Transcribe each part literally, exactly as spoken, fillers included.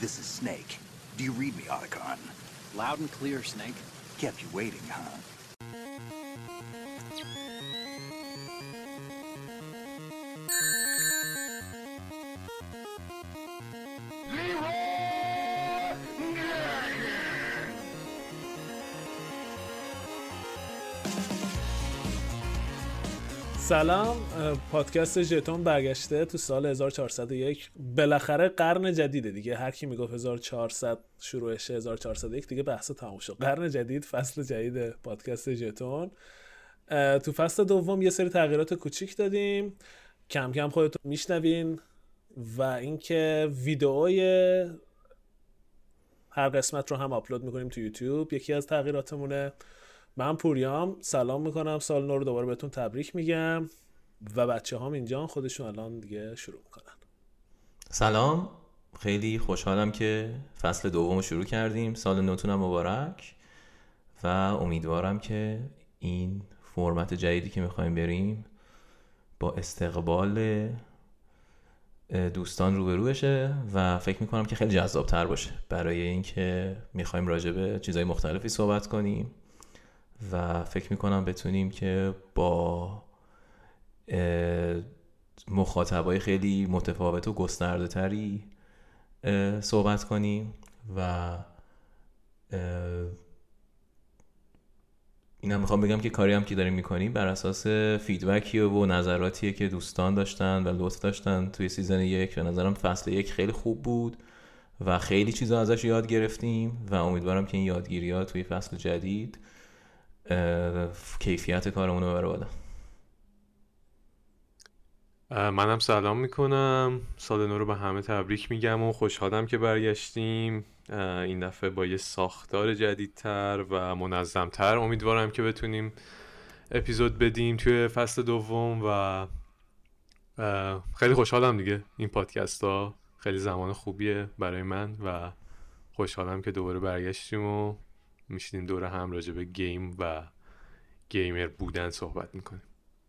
This is Snake. Do you read me, Otacon? Loud and clear, Snake. Kept you waiting, huh? سلام، پادکست ژتون برگشته تو سال هزار و چهارصد و یک. بالاخره قرن جدیده دیگه. هر کی میگفت هزار و چهارصد شروعشه هزار و چهارصد و یک دیگه بحث تموم شد. قرن جدید، فصل جدید پادکست ژتون. تو فصل دوم یه سری تغییرات کوچیک دادیم، کم کم خودتون میشنوین و اینکه ویدئوی هر قسمت رو هم آپلود میکنیم تو یوتیوب. یکی از تغییراتمونه. من پوریام سلام میکنم، سال نو رو دوباره بهتون تبریک میگم و بچه هم اینجا خودشون الان دیگه شروع میکنن. سلام، خیلی خوشحالم که فصل دوم رو شروع کردیم. سال نوتونم مبارک و امیدوارم که این فرمت جدیدی که میخوایم بریم با استقبال دوستان روبرو بشه و فکر میکنم که خیلی جذابتر باشه برای اینکه میخوایم راجع به چیزهای مختلفی صحبت کنیم و فکر میکنم بتونیم که با مخاطبای خیلی متفاوت و گسترده تری صحبت کنیم و اینم میخوام بگم که کاری هم که داریم میکنیم بر اساس فیدبکیه و نظراتیه که دوستان داشتن و لطف داشتن توی سیزن یک. به نظرم فصل یک خیلی خوب بود و خیلی چیزا ازش یاد گرفتیم و امیدوارم که این یادگیری‌ها توی فصل جدید کیفیت کارمون رو ببره بالا. منم سلام میکنم، سال نو رو به همه تبریک میگم و خوشحالم که برگشتیم این دفعه با یه ساختار جدیدتر و منظمتر. امیدوارم که بتونیم اپیزود بدیم توی فصل دوم و خیلی خوشحالم دیگه. این پادکست ها خیلی زمان خوبیه برای من و خوشحالم که دوباره برگشتیم و میشینیم دور هم راجع به گیم و گیمر بودن صحبت میکنیم.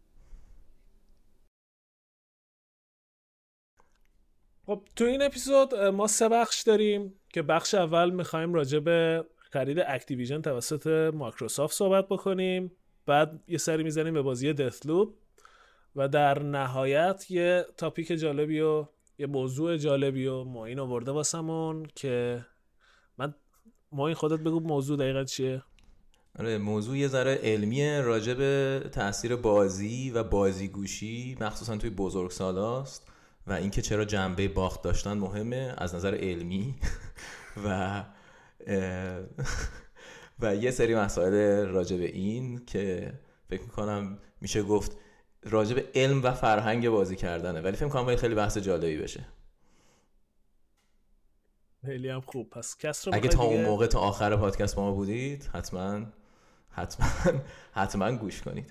خب تو این اپیزود ما سه بخش داریم که بخش اول میخوایم راجع به خرید اکتیویژن توسط مایکروسافت صحبت بکنیم، بعد یه سری میزنیم به بازی دثلوپ و در نهایت یه تاپیک جالبی و یه موضوع جالبی و ما این آورده واسمون که من ما این خودت بگو موضوع دقیقا چیه؟ آره، موضوع یه ذره علمیه راجع به تأثیر بازی و بازیگوشی مخصوصا توی بزرگسالاست و اینکه چرا جنبه باخت داشتن مهمه از نظر علمی و و یه سری مسائل راجع به این که فکر میکنم میشه گفت راجع به علم و فرهنگ بازی کردنه، ولی فکر میکنم باید خیلی بحث جالبی بشه. خیلی هم خوب. پس کس رو اگه تا اون موقع تا آخر پادکست با ما بودید حتما حتما حتما گوش کنید.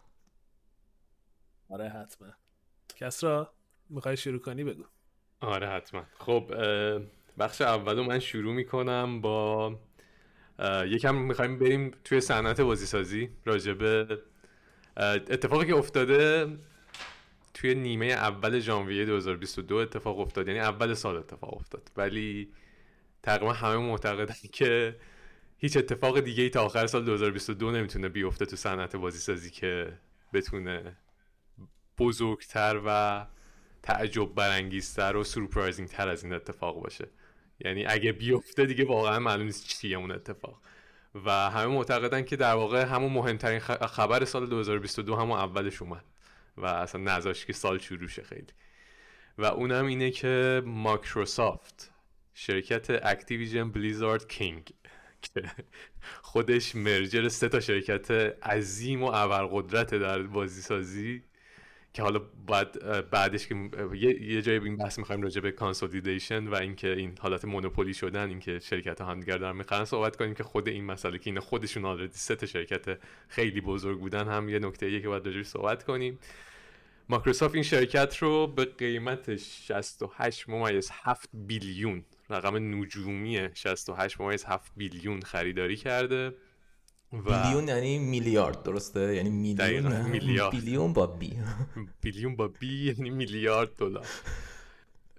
آره حتما. کس را میخوای شروع کنی بگو. آره حتما. خب بخش اولو من شروع میکنم با یکم میخوایم بریم توی صنعت بازی سازی، راجع به اتفاقی که افتاده توی نیمه اول ژانویه دو هزار و بیست و دو اتفاق افتاد، یعنی اول سال اتفاق افتاد، ولی تقریبا همه معتقدن که هیچ اتفاق دیگه ای تا آخر سال دو هزار و بیست و دو نمیتونه بیفته تو صنعت بازی سازی که بتونه بزرگتر و تعجب برانگیزتر و سورپرایزینگ تر از این اتفاق باشه. یعنی اگه بیفته دیگه واقعا معلوم نیست چیه اون اتفاق و همه معتقدن که در واقع همون مهمترین خبر سال دو هزار و بیست و دو همون اولش اومد و اصلا نذاشت که سال شروع شه خیلی. و اونم اینه که مایکروسافت، شرکت اکتیویژن بلیزارد کینگ که خودش مرجر سه تا شرکت عظیم و ابرقدرت در بازی سازی که حالا بعد بعدش که یه جای این بحث می‌خوایم راجع به کانسولیدیشن و اینکه این حالت مونوپولی شدن، اینکه شرکت‌ها هم دیگر دارن می‌خرن صحبت کنیم که خود این مسئله که اینا خودشون آلردی سه تا شرکت خیلی بزرگ بودن هم یه نکته‌ایه که باید راجعش صحبت کنیم. مایکروسافت این شرکت رو به قیمت شصت و هشت ممیز هفت بیلیون، رقم نجومی شصت و هشت ممیز هفت بیلیون خریداری کرده. بیلیون یعنی میلیارد، درسته؟ یعنی میلیون میلیارد. بیلیون با بی بیلیون با بی یعنی میلیارد دلار.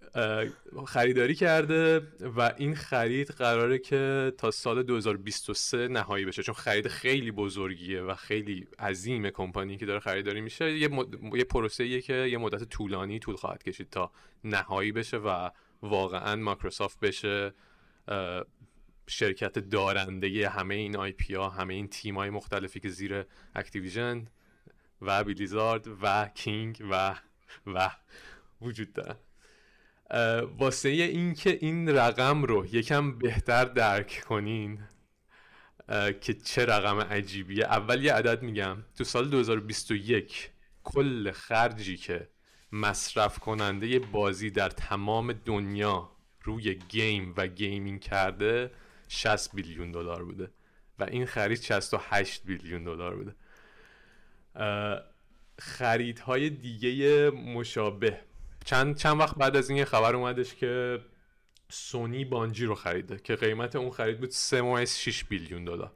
خریداری کرده و این خرید قراره که تا سال دو هزار و بیست و سه نهایی بشه، چون خرید خیلی بزرگیه و خیلی عظیم کمپانی که داره خریداری میشه. یه, مد... یه پروسه‌ایه که یه مدت طولانی طول خواهد کشید تا نهایی بشه و واقعا مایکروسافت بشه شرکت دارنده همه این آی پی ها، همه این تیم‌های مختلفی که زیر اکتیویژن و بلیزارد و کینگ و و وجود دارن. واسه این که این رقم رو یکم بهتر درک کنین که چه رقم عجیبیه، اول یه عدد میگم. تو سال دو هزار و بیست و یک کل خرجی که مصرف کننده بازی در تمام دنیا روی گیم و گیمینگ کرده شصت بیلیون دلار بوده و این خرید شصت و هشت بیلیون دلار بوده. خریدهای دیگه مشابه چند چند وقت بعد از این خبر اومدش که سونی بانجی رو خریده که قیمت اون خرید بود سه ممیز شش بیلیون دلار.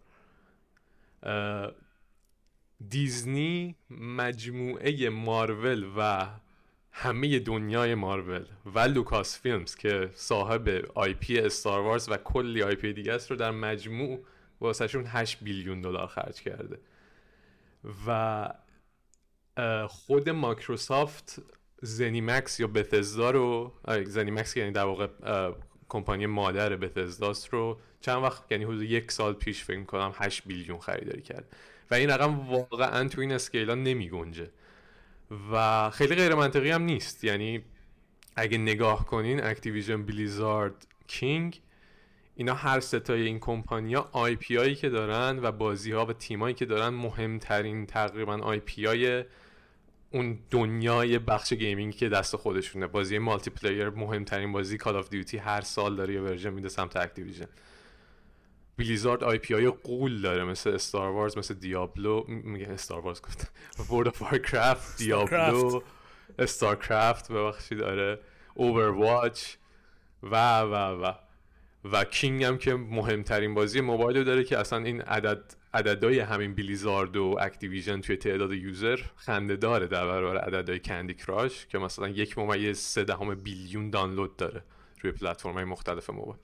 دیزنی مجموعه مارول و همه دنیای مارول و لوکاس فیلمز که صاحب آی پی استار وارز و کلی آی پی دیگه است رو در مجموع واسهشون هشت بیلیون دلار خرج کرده. و خود مایکروسافت زنیمکس یا بثزدا رو، زنیمکس یعنی در واقع کمپانی مادر بثزداست رو چند وقت، یعنی حدود یک سال پیش فکر می‌کنم هشت بیلیون خریداری کرد و این رقم واقعا تو این اسکیلا نمی گنجه و خیلی غیر منطقی هم نیست. یعنی اگه نگاه کنین اکتیویژن، بلیزارد، کینگ، اینا هر ستای این کمپانی‌ها آی پی هایی که دارن و بازی‌ها و تیمایی که دارن مهمترین تقریبا آی پی های اون دنیای بخش گیمینگ که دست خودشونه. بازی مالتی پلییر، مهمترین بازی کال آف دیوتی هر سال داره یه ورژن میده سمت اکتیویژن. بلیزارد آی پی های قول داره مثل استار وارز، مثل دیابلو، میگه استار وارز گفتم، ورلد اف وارکرافت، دیابلو، استارکرافت ببخشید، داره اوورواچ و و و و کینگ هم که مهمترین بازی موبایل رو داره که اصلا این عدد عددهای همین بلیزارد و اکتیویژن توی تعداد یوزر خنده داره در برابر عددهای کندی کراش که مثلا یک ممیز سه دهم بیلیون دانلود داره روی پلتفرم‌های مختلف موبایل.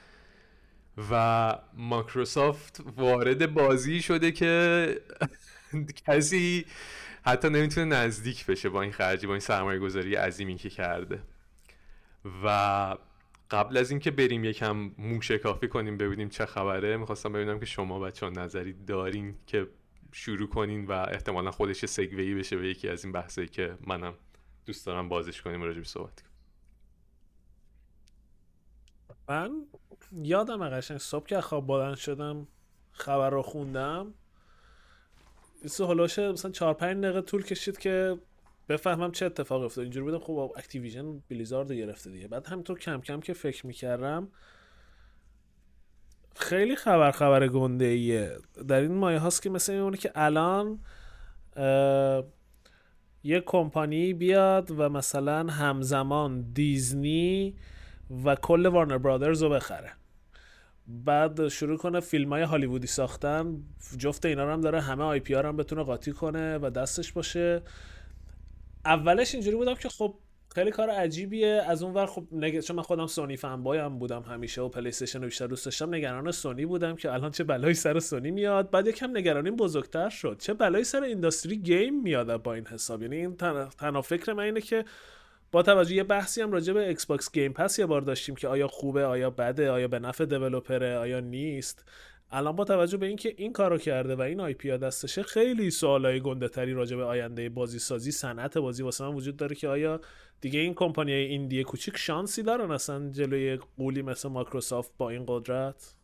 و مایکروسافت وارد بازی شده که کسی حتی نمیتونه نزدیک بشه با این خرجی، با این سرمایه گذاری عظیمی که کرده. و قبل از اینکه بریم یکم موشکافی کنیم ببینیم چه خبره، میخواستم ببینم که شما بچه‌ها نظری دارین که شروع کنین و احتمالا خودش سگویی بشه به یکی از این بحثایی که منم دوست دارم بازش کنیم و راجع بهش صحبت کنیم. من یادم قشنگ صبح که خواب بلند شدم خبر رو خوندم، این هلوش مثلا چهار پنج دقیقه طول کشید که بفهمم چه اتفاقی افتاد. اینجوری بودم خب اکتیویژن بلیزارد رو گرفته دیگه. بعد همینطور کم کم که فکر میکردم خیلی خبر خبر گنده ایه در این مایه هاست که مثل میمونه که الان یه کمپانی بیاد و مثلا همزمان دیزنی و کل وارنر برادرز رو بخره، بعد شروع کنه فیلم های هالیوودی ساختن، جفت اینا رو هم داره، همه آی پی ها رو هم بتونه قاطی کنه و دستش باشه. اولش اینجوری بودم که خب خیلی کار عجیبیه. از اون ور خب نگ... چون من خودم سونی فن بای هم بودم همیشه و پلی استیشن رو بیشتر دوست داشتم، نگران سونی بودم که الان چه بلایی سر سونی میاد. بعد یکم نگرانیم بزرگتر شد، چه بلایی سر اینداستری گیم میاد با این حساب. یعنی این تن... تنها فکر من اینه که با توجه یه بحثی هم راجع به ایکس باکس گیم پس یه بار داشتیم که آیا خوبه، آیا بده، آیا به نفع دیولپره، آیا نیست. الان با توجه به اینکه این کارو کرده و این آی پی ها دستشه، خیلی سوالای گنده تری راجع به آینده بازی سازی، صنعت بازی واسه من وجود داره که آیا دیگه این کمپانی ایندی کوچیک شانسی دارن اصلا جلوی قولی مثل مایکروسافت با این قدرت؟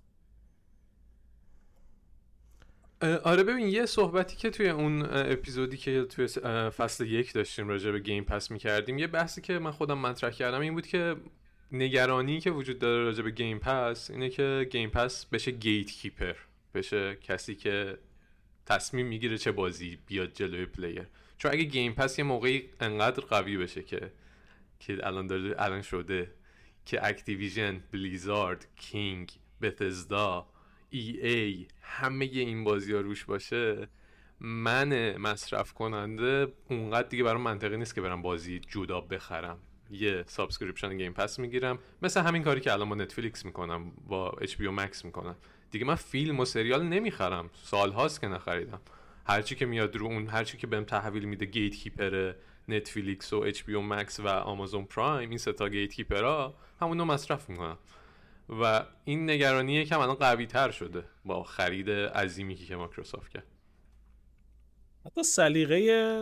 آره ببین، یه صحبتی که توی اون اپیزودی که توی فصل یک داشتیم راجع به گیم پس میکردیم، یه بحثی که من خودم مطرح کردم این بود که نگرانی که وجود داره راجع به گیم پس اینه که گیم پس بشه گیت کیپر، بشه کسی که تصمیم میگیره چه بازی بیاد جلوی پلیر. چون اگه گیم پس یه موقعی انقدر قوی بشه که که الان داره الان شده که اکتیویژن، بلیزارد، کینگ، بثزدا، ای ای همه این بازی ها روش باشه، من مصرف کننده اونقدر دیگه برام منطقی نیست که برم بازی جدا بخرم. یه سابسکریپشن گیم پس میگیرم، مثل همین کاری که الان با نتفلیکس میکنم، با اچ بی او مکس میکنم دیگه. من فیلم و سریال نمیخرم، سال هاست که نخریدم. هرچی که میاد رو اون، هرچی که بهم تحویل میده گیت کیپر نتفلیکس و اچ بی او مکس و آمازون پرایم، این سه تا گیت کیپرها، همونو مصرف میکنم. و این نگرانیه که الان قوی تر شده با خرید عظیمی که مایکروسافت کرد. حتی سلیقه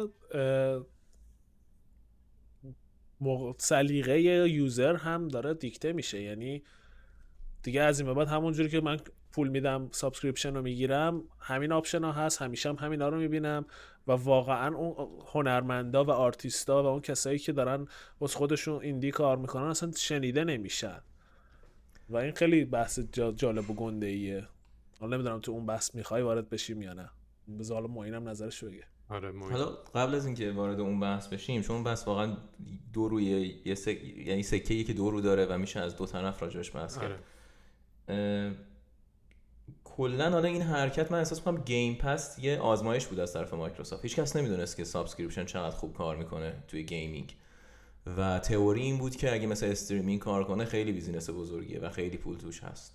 مغ... سلیقه یوزر هم داره دیکته میشه. یعنی دیگه از این به بعد همونجوری که من پول میدم سابسکریپشن رو میگیرم، همین آپشن ها هست، همیشه هم همینا رو میبینم و واقعا اون هنرمندا و آرتیستا و اون کسایی که دارن واسه خودشون ایندی کار میکنن اصلا شنیده نمیشن و این خیلی بحث جالب و گنده ایه. حالا نمیدونم تو اون بحث میخوای وارد بشیم یا نه. بذار حالا معینم نظرش بگه. آره موین. حالا قبل از اینکه وارد اون بحث بشیم، چون بحث واقعا دو روی یه سک... یعنی سکه‌ای که دو رو داره و میشه از دو طرف راجعش بحث کرد. آره. کلا حالا این حرکت من احساس می‌کنم گیم پس یه آزمایش بود از طرف مایکروسافت. هیچ کس نمیدونست که سابسکریپشن چقدر خوب کار میکنه توی گیمینگ و تئوری این بود که اگه مثلا استریمینگ کار کنه خیلی بیزینس بزرگیه و خیلی پول توش هست.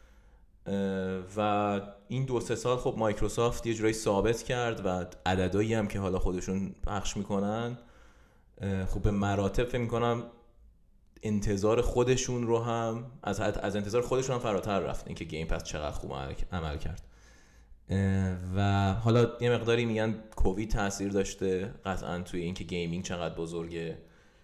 و این دو سه سال خب مایکروسافت یه جورایی ثابت کرد و عددایی هم که حالا خودشون پخش میکنن خب به مراتب فکر میکنم انتظار خودشون رو هم از از انتظار خودشون هم فراتر رفت اینکه گیم پس چقدر خوب عمل کرد. و حالا یه مقداری میگن کووید تاثیر داشته قطعا توی اینکه گیمینگ چقدر بزرگه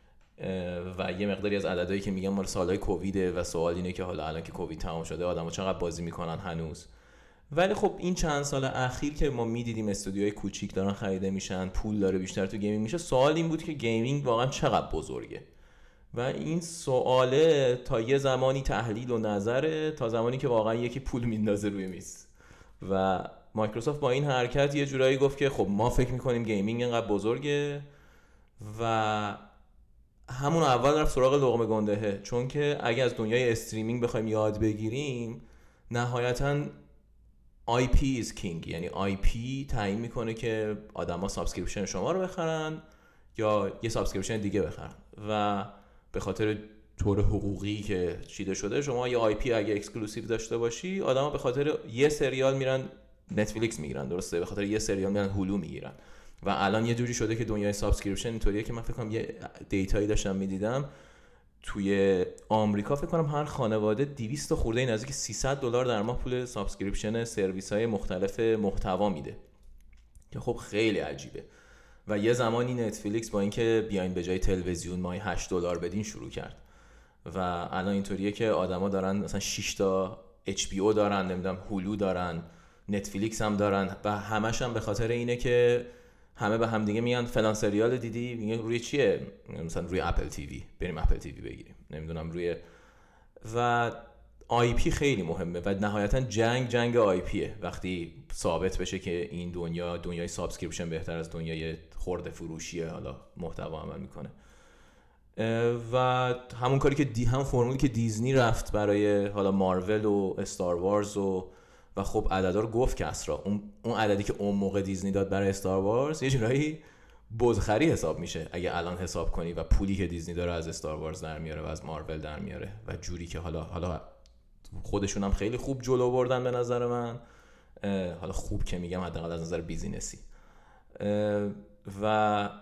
و یه مقداری از عددهایی که میگن مال سالهای کوویده و سوال اینه که حالا الان که کووید تمام شده آدم‌ها چقدر بازی میکنن هنوز. ولی خب این چند سال اخیر که ما میدیدیم استودیوهای کوچیک دارن خریده میشن، پول داره بیشتر تو گیمینگ میشه، سوال این بود که گیمینگ واقعا چقدر بزرگه و این سواله تا یه زمانی تحلیل و نظره تا زمانی که واقعا یکی پول میندازه روی میز. و مایکروسافت با این حرکت یه جورایی گفت که خب ما فکر میکنیم گیمینگ اینقدر بزرگه و همون اول رفت سراغ لقمه گندهه، چون که اگه از دنیای استریمینگ بخوایم یاد بگیریم نهایتاً آی پی is king، یعنی آی پی تعیین میکنه که آدما سابسکریپشن شما رو بخرن یا یه سابسکریپشن دیگه بخرن و به خاطر طور حقوقی که چیده شده شما یه آی پی اگه اکسکلوسیو داشته باشی آدما به خاطر یه سریال میرن نتفلیکس میگیرن، درسته، به خاطر یه سریال میرن هولو میگیرن. و الان یه جوری شده که دنیای سابسکریپشن اینطوریه که من فکر کنم یه دیتایی داشتم میدیدم توی آمریکا فکر کنم هر خانواده دویست تا خورده نزدیک سیصد دلار در ماه پول سابسکریپشن سرویس‌های مختلف محتوا میده که خب خیلی عجیبه. و یه زمانی نتفلیکس با اینکه بیاین به جای تلویزیون ماهی هشت دلار بدین شروع کرد و الان اینطوریه که آدما دارن مثلا شش تا اچ بی او دارن، نمیدونم هولو دارن، نتفلیکس هم دارن و همش هم به خاطر اینه که همه به هم دیگه میگن فلان سریال دیدی، میگن روی چیه، مثلا روی اپل تیوی، بریم اپل تیوی بگیریم، نمیدونم روی. و آی پی خیلی مهمه و نهایتا جنگ جنگ آی پیه وقتی ثابت بشه که این دنیا دنیای سابسکریپشن بهتر از دنیای خرده فروشیه حالا محتوا عمل میکنه. و همون کاری که دی هم فرمولی که دیزنی رفت برای حالا مارول و استار وارز و و خب عددا رو گفت کسرا، اون اون عددی که اون موقع دیزنی داد برای استار وارز یه جورایی بزخری حساب میشه اگه الان حساب کنی و پولی که دیزنی داره از استار وارز در میاره و از مارول در میاره و جوری که حالا حالا خودشون هم خیلی خوب جلو بردن به نظر من، حالا خوب که میگم حداقل از نظر بیزینسی. و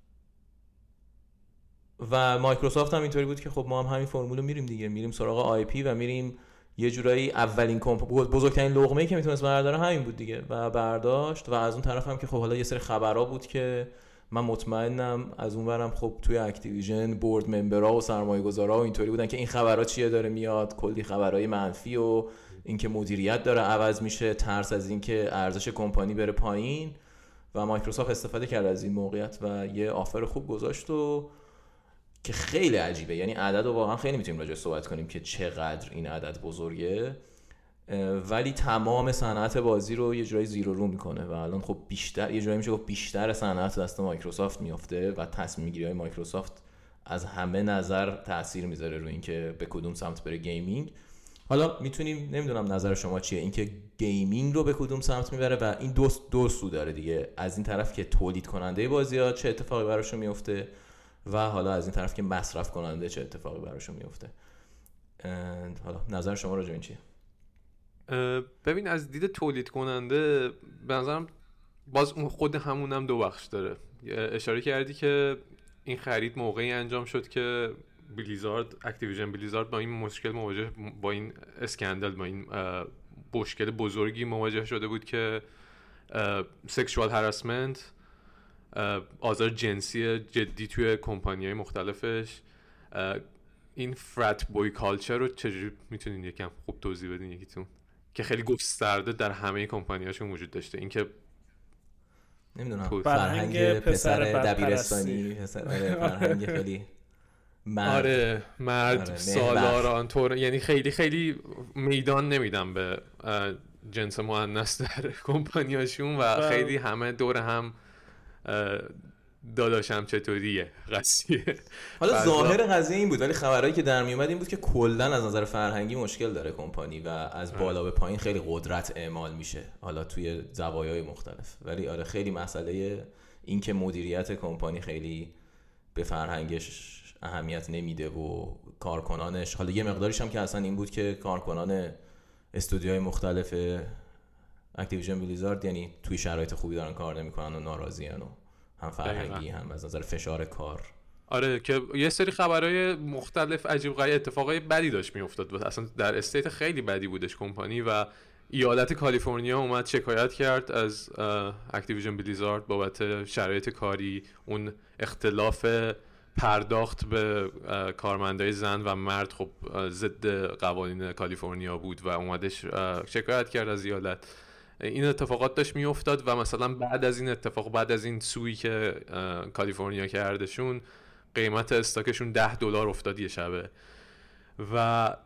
و مایکروسافت هم اینطوری بود که خب ما هم همین فرمولو میریم دیگه، میریم سراغ آی پی و میریم یه جورایی اولین کمپ بزرگترین لقمه‌ای که میتونست برداره همین بود دیگه و برداشت. و از اون طرف هم که خب حالا یه سری خبرها بود که من مطمئنم از اون ورم خب توی اکتیویژن بورد ممبرها و سرمایه‌گذارا و اینطوری بودن که این خبرها چیه داره میاد، کلی خبرهای منفی و اینکه مدیریت داره عوض میشه، ترس از اینکه ارزش کمپانی بره پایین. و مایکروسافت استفاده کرد از این موقعیت و یه آفر خوب گذاشت و که خیلی عجیبه، یعنی عدد رو واقعا خیلی میتونیم راجعش صحبت کنیم که چقدر این عدد بزرگه، ولی تمام صنعت بازی رو یه جورایی زیرو رو میکنه و الان خب بیشتر یه جورایی میشه گفت بیشتر صنعت دست مایکروسافت میفته و تصمیم گیری های مایکروسافت از همه نظر تاثیر میذاره روی اینکه به کدوم سمت بره گیمینگ. حالا میتونیم نمیدونم نظر شما چیه اینکه گیمینگ رو به کدوم سمت میبره و این دو دو سو داره دیگه، از این طرف که تولید کننده بازی‌ها چه اتفاقی براشون میفته و حالا از این طرف که مصرف کننده چه اتفاقی براشون میفته. حالا نظر شما راجع به این چیه؟ ببین از دید تولید کننده به نظرم باز اون خود همونم دو بخش داره. اشاره کردی که این خرید موقعی انجام شد که بلیزارد اکتیویژن بلیزارد با این مشکل مواجه با این اسکندل با این مشکل بزرگی مواجه شده بود که سکشوال هراسمنت، آزار جنسی جدی توی کمپانی‌های مختلفش. این فرات بوی کالچر رو چجوری میتونین یکم خوب توضیح بدین یکیتون؟ که خیلی گسترده در همه کمپانی‌هاشون وجود داشته. اینکه نمیدونم فرهنگ پسر دبیرستانی، پسر فرهنگ خیلی مرد، آره مرد آره، سالاران طور، یعنی خیلی خیلی میدان نمیدم به جنس مؤنث در کمپانیاشون و خیلی همه دور هم داداشم چطوریه قضیه. حالا ظاهر قضیه این بود ولی خبرایی که در میومد این بود که کلا از نظر فرهنگی مشکل داره کمپانی و از بالا به پایین خیلی قدرت اعمال میشه حالا توی زوایای مختلف. ولی آره خیلی مسئله این که مدیریت کمپانی خیلی به فرهنگش اهمیت نمیده و کارکنانش، حالا یه مقداریش هم که اصلا این بود که کارکنان استودیوهای مختلف اکتیویژن بلیزارد یعنی توی شرایط خوبی دارن کار نمیکنن و ناراضیان و هم فرهنگی هم از نظر فشار کار. آره که یه سری خبرهای مختلف عجیب غریب اتفاقای بدی داشت میافتاد، اصلا در استیت خیلی بدی بودش کمپانی و ایالت کالیفرنیا اومد شکایت کرد از اکتیویژن بلیزارد بابت شرایط کاری، اون اختلاف پرداخت به کارمندای زن و مرد خب ضد قوانین کالیفرنیا بود و اومدش شکایت کرد از ایالت. این اتفاقات داشت میافتاد و مثلا بعد از این اتفاق، بعد از این سویی که کالیفرنیا کردشون، قیمت استاکشون ده دلار افتاد یه شبه. و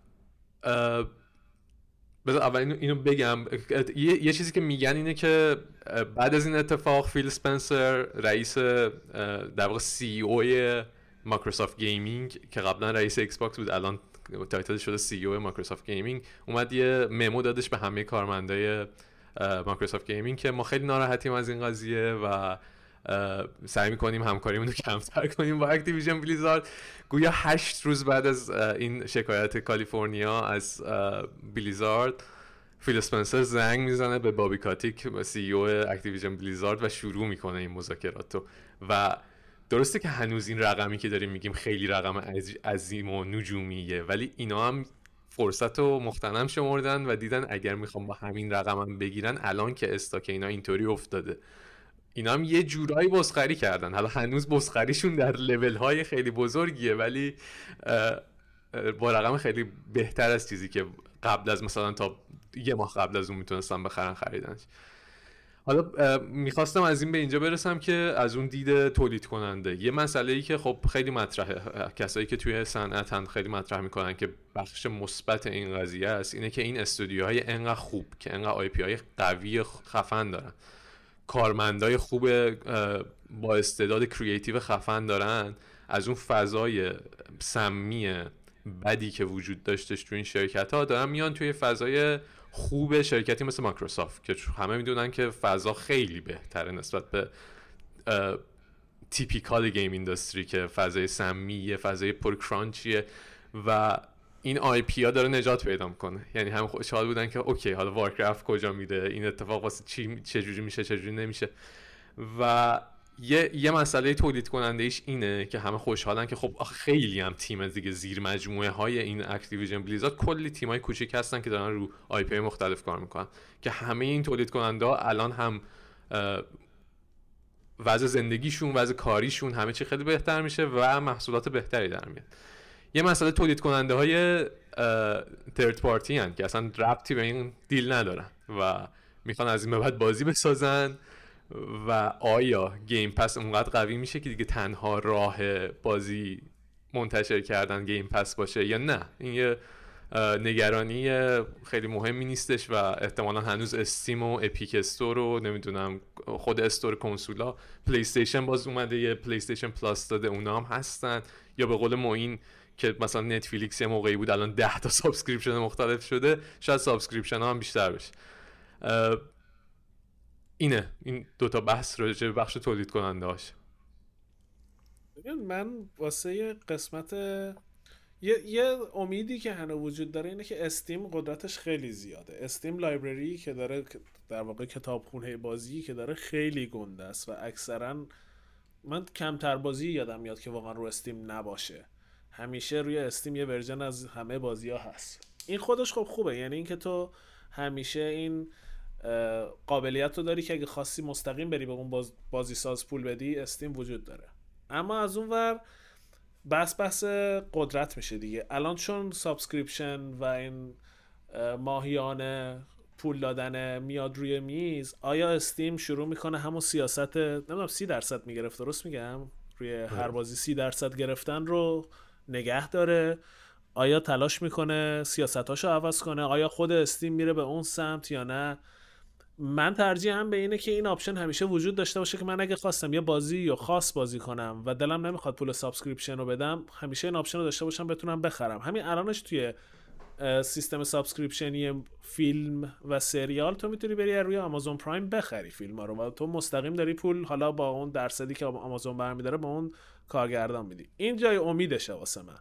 بذار اول اینو بگم، یه،, یه چیزی که میگن اینه که بعد از این اتفاق فیل اسپنسر رئیس در واقع سی ای اوی مایکروسافت گیمینگ که قبلا رئیس ایکس باکس بود الان تایتل شده سی ای او مایکروسافت گیمینگ، اومد یه ممو دادش به همه کارمندای مایکروسافت گیمینگ که ما خیلی ناراحتیم از این قضیه و سعی میکنیم همکاریمون رو کمتر کنیم با اکتیویژن بلیزارد. گویا هشت روز بعد از این شکایت کالیفرنیا از بلیزارد، فیل اسپنسر زنگ میزنه به بابی کاتیک سی ای او اکتیویژن بلیزارد و شروع میکنه این مذاکرات رو. و درسته که هنوز این رقمی که داریم میگیم خیلی رقم عظیم و نجومیه، ولی اینا هم فرصت رو مغتنم شمردن و دیدن اگر میخوام با همین رقم هم بگیرن، الان که استاک اینا اینطوری افتاده، اینا هم یه جورایی بسخری کردن. حالا هنوز بسخریشون در لول های خیلی بزرگیه ولی با رقم خیلی بهتر از چیزی که قبل از مثلا تا یه ماه قبل از اون میتونستن بخرن خریدنش. حالا میخواستم از این به اینجا برسم که از اون دید تولید کننده یه مسئله‌ای که خب خیلی مطرحه، کسایی که توی صنعتن خیلی مطرح میکنن که بخش مثبت این قضیه است، اینه که این استودیوهای انقدر خوب که انقدر آی پی های قوی خفن دارن، کارمندای خوب با استعداد کریتیو خفن دارن، از اون فضای سمی بدی که وجود داشتش تو این شرکت ها دارن میان توی فضای خوب شرکتی مثل مایکروسافت که همه میدونن که فضا خیلی بهتره نسبت به تیپیکال گیم اینداستری که فضای سمیه، فضای پر کرانچیه و این آی پی ها داره نجات پیدا میکنه. یعنی هم خوشحال بودن که اوکی حالا وارکرافت کجا میده، این اتفاق واسه چی چجوری میشه چجوری نمیشه. و یه یه مسئله تولید کننده ایش اینه که همه خوشحالن که خب خیلی هم تیم دیگه زیر مجموعه های این اکتیویژن بلیزارد کلی تیمای کوچیک هستن که دارن رو آی پی مختلف کار میکنن که همه این تولید کننده ها الان هم وضع زندگیشون، وضع کاریشون، همه چی خیلی بهتر میشه و محصولات بهتری در میاد. یه مسئله تولید کننده های ترد پارتی هن که اصلا ربطی به این دیل ندارن و میخوان از این به بعد بازی بسازن و آیا گیم پس اونقدر قوی میشه که دیگه تنها راه بازی منتشر کردن گیم پس باشه یا نه. این یه نگرانی خیلی مهمی نیستش و احتمالا هنوز استیم و اپیک استور و نمیدونم خود استور کنسولا، پلی استیشن باز اومده یه پلی استیشن پلاس داده، اونا هم هستن، یا به قول معین که مثلا نتفلیکس یه موقعی بود الان ده تا سابسکریپشن مختلف شده، شاید سابسکریپشن ها هم بیشتر بشه. اینه این دوتا بحث راجع به بخش تولید کننده هاش. ببین من واسه یه قسمت یه, یه امیدی که هنوز وجود داره اینه که استیم قدرتش خیلی زیاده. استیم لایبرری که داره، در واقع کتابخونه بازی که داره خیلی گنده است و اکثرا من کمتر بازی یادم میاد که واقعا رو استیم نباشه. همیشه روی استیم یه ورژن از همه بازی ها هست. این خودش خب خوبه، یعنی اینکه تو همیشه این قابلیت رو داری که اگه خواستی مستقیم بری به اون باز بازی ساز پول بدی، استیم وجود داره. اما از اون ور بس بس قدرت میشه دیگه. الان چون سابسکریپشن و این ماهیانه پول دادن میاد روی میز، آیا استیم شروع میکنه همون سیاست نمیدونم سی درصد میگرفت، درست میگم، روی هر بازی سی درصد گرفتن رو نگه داره؟ آیا تلاش میکنه سیاستاشو عوض کنه؟ آیا خود استیم میره به اون سمت یا نه؟ من ترجیحم به اینه که این آپشن همیشه وجود داشته باشه که من اگه خواستم یه بازی یا خاص بازی کنم و دلم نمیخواد پول سابسکریپشن رو بدم، همیشه این آپشن رو داشته باشم بتونم بخرم. همین الانش توی سیستم سابسکریپشنی فیلم و سریال تو میتونی بری روی آمازون پرایم بخری فیلم ها رو و تو مستقیم داری پول، حالا با اون درصدی که آمازون برمیداره، با اون کارگردان میدی. این جای امیدشه واسه من.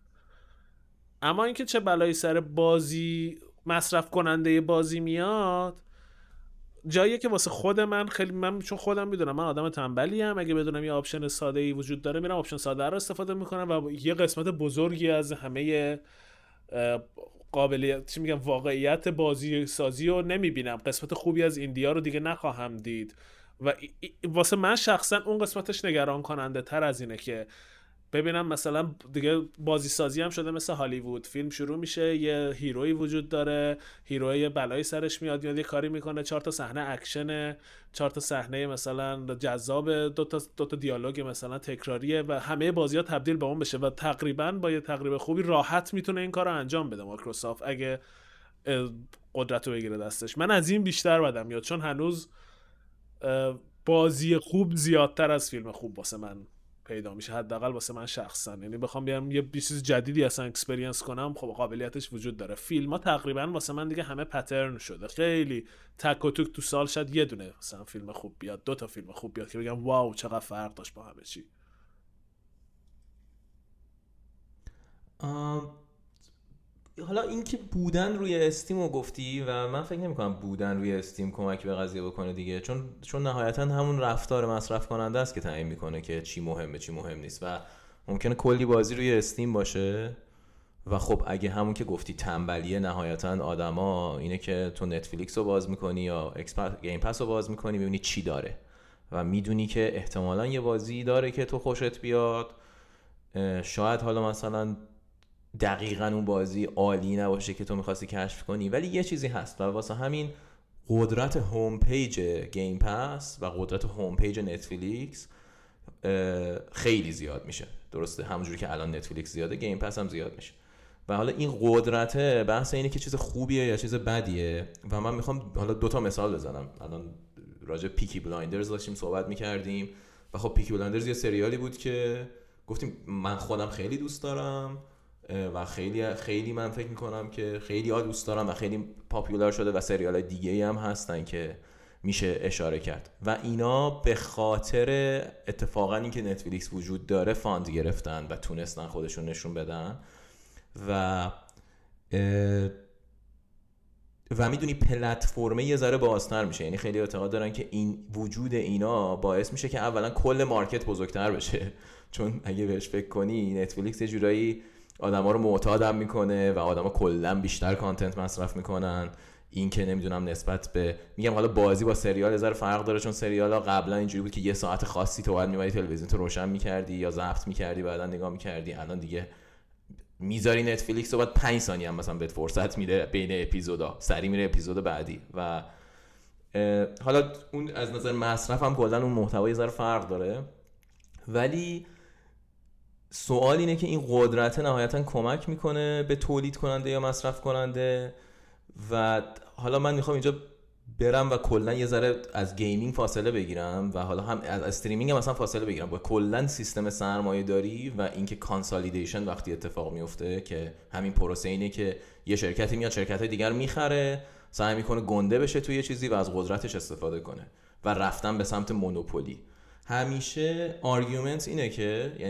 اما اینکه چه بلایی سر بازی مصرف کننده بازی میاد، جاییه که واسه خود من خیلی، من چون خودم میدونم من آدم تنبلی ام، اگه بدونم یه آپشن ساده ای وجود داره میرم آپشن ساده رو استفاده میکنم و یه قسمت بزرگی از همه قابلیت چی میگم واقعیت بازی سازی رو نمیبینم. قسمت خوبی از ایندیا رو دیگه نخواهم دید و واسه من شخصا اون قسمتش نگران کننده تر از اینه که ببینم مثلا دیگه بازی سازی هم شده مثل هالیوود. فیلم شروع میشه، یه هیروی وجود داره، هیروی بلایی سرش میاد، میاد یه کاری میکنه، چهار تا صحنه اکشنه، چهار تا صحنه مثلا جذاب، دو تا دو تا دیالوگ مثلا تکراریه و همه بازی‌ها تبدیل به اون بشه و تقریبا با یه تقریبا خوبی راحت میتونه این کارو انجام بده مایکروسافت اگه قدرت رو بگیره دستش. من از این بیشتر بدم میاد چون هنوز بازی خوب زیادتر از فیلم خوب واسه من پیدا میشه، حداقل واسه من شخصا. یعنی بخوام بیام یه چیز جدیدی اصلا اکسپریانس کنم، خب قابلیتش وجود داره. فیلم ها تقریبا واسه من دیگه همه پترن شده، خیلی تک و توک تو سال شاید یه دونه مثلا فیلم خوب بیاد، دو تا فیلم خوب بیاد که بگم واو چقدر فرق داشت با همه چی. حالا این که بودن روی استیم رو گفتی و من فکر نمی کنم بودن روی استیم کمک به قضیه بکنه دیگه، چون چون نهایتا همون رفتار مصرف کننده است که تعیین میکنه که چی مهمه چی مهم نیست و ممکنه کلی بازی روی استیم باشه و خب اگه همون که گفتی تنبلیه، نهایتا آدما اینه که تو نتفلیکس رو باز میکنی یا ایکس گیم پس رو باز میکنی میبینی چی داره و میدونی که احتمالاً یه بازی داره که تو خوشت بیاد. شاید حالا مثلا دقیقاً اون بازی عالی نباشه که تو می‌خواستی کشف کنی، ولی یه چیزی هست و واسه همین قدرت هوم پیج گیم پس و قدرت هوم پیج نتفلیکس خیلی زیاد میشه. درسته، همونجوری که الان نتفلیکس زیاده گیم پس هم زیاد میشه و حالا این قدرت بحث اینه که چیز خوبیه یا چیز بدیه و من میخوام حالا دوتا مثال بزنم. الان راجع پیکی بلایندرز داشتیم صحبت میکردیم و خب پیکی بلایندرز یه سریالی بود که گفتیم من خودم خیلی دوست دارم و خیلی خیلی من فکر میکنم که خیلی ها دوست دارم و خیلی پاپولار شده و سریال دیگه هم هستن که میشه اشاره کرد و اینا به خاطر اتفاقا این که نتفلیکس وجود داره فاند گرفتن و تونستن خودشون نشون بدن و و میدونی پلتفرمه یه ذره بازتر میشه. یعنی خیلی اعتقاد دارن که این وجود اینا باعث میشه که اولا کل مارکت بزرگتر بشه، چون اگه بهش فکر کنی نتفلیکس یه جورایی آدما رو معتادم میکنه و آدما کلا بیشتر کانتنت مصرف میکنن. این که نمیدونم نسبت به میگم حالا بازی با سریال ازار فرق داره، چون سریالا قبلا اینجوری بود که یه ساعت خاصی تو باید میومدی تلویزیون تو روشن میکردی یا ضبط میکردی بعدا نگاه میکردی. الان دیگه میذاری نتفلیکس و بعد پنج ثانیه هم مثلا بهت فرصت میده بین اپیزودا، سری میره اپیزود بعدی و حالا اون از نظر مصرف هم کلا اون محتوای یه ذره فرق داره. ولی سوال اینه که این قدرت نهایتا کمک میکنه به تولید کننده یا مصرف کننده و حالا من میخوام اینجا برم و کلا یه ذره از گیمینگ فاصله بگیرم و حالا هم از استریمینگ هم مثلا فاصله بگیرم با کلا سیستم سرمایه داری و اینکه کانسالیدیشن وقتی اتفاق میفته که همین پروسه اینه که یه شرکتی میاد شرکت دیگر میخره، سعی میکنه گنده بشه توی یه چیزی و از قدرتش استفاده کنه و رفتن به سمت مونوپولی. همیشه آرگومنت اینه که یعنی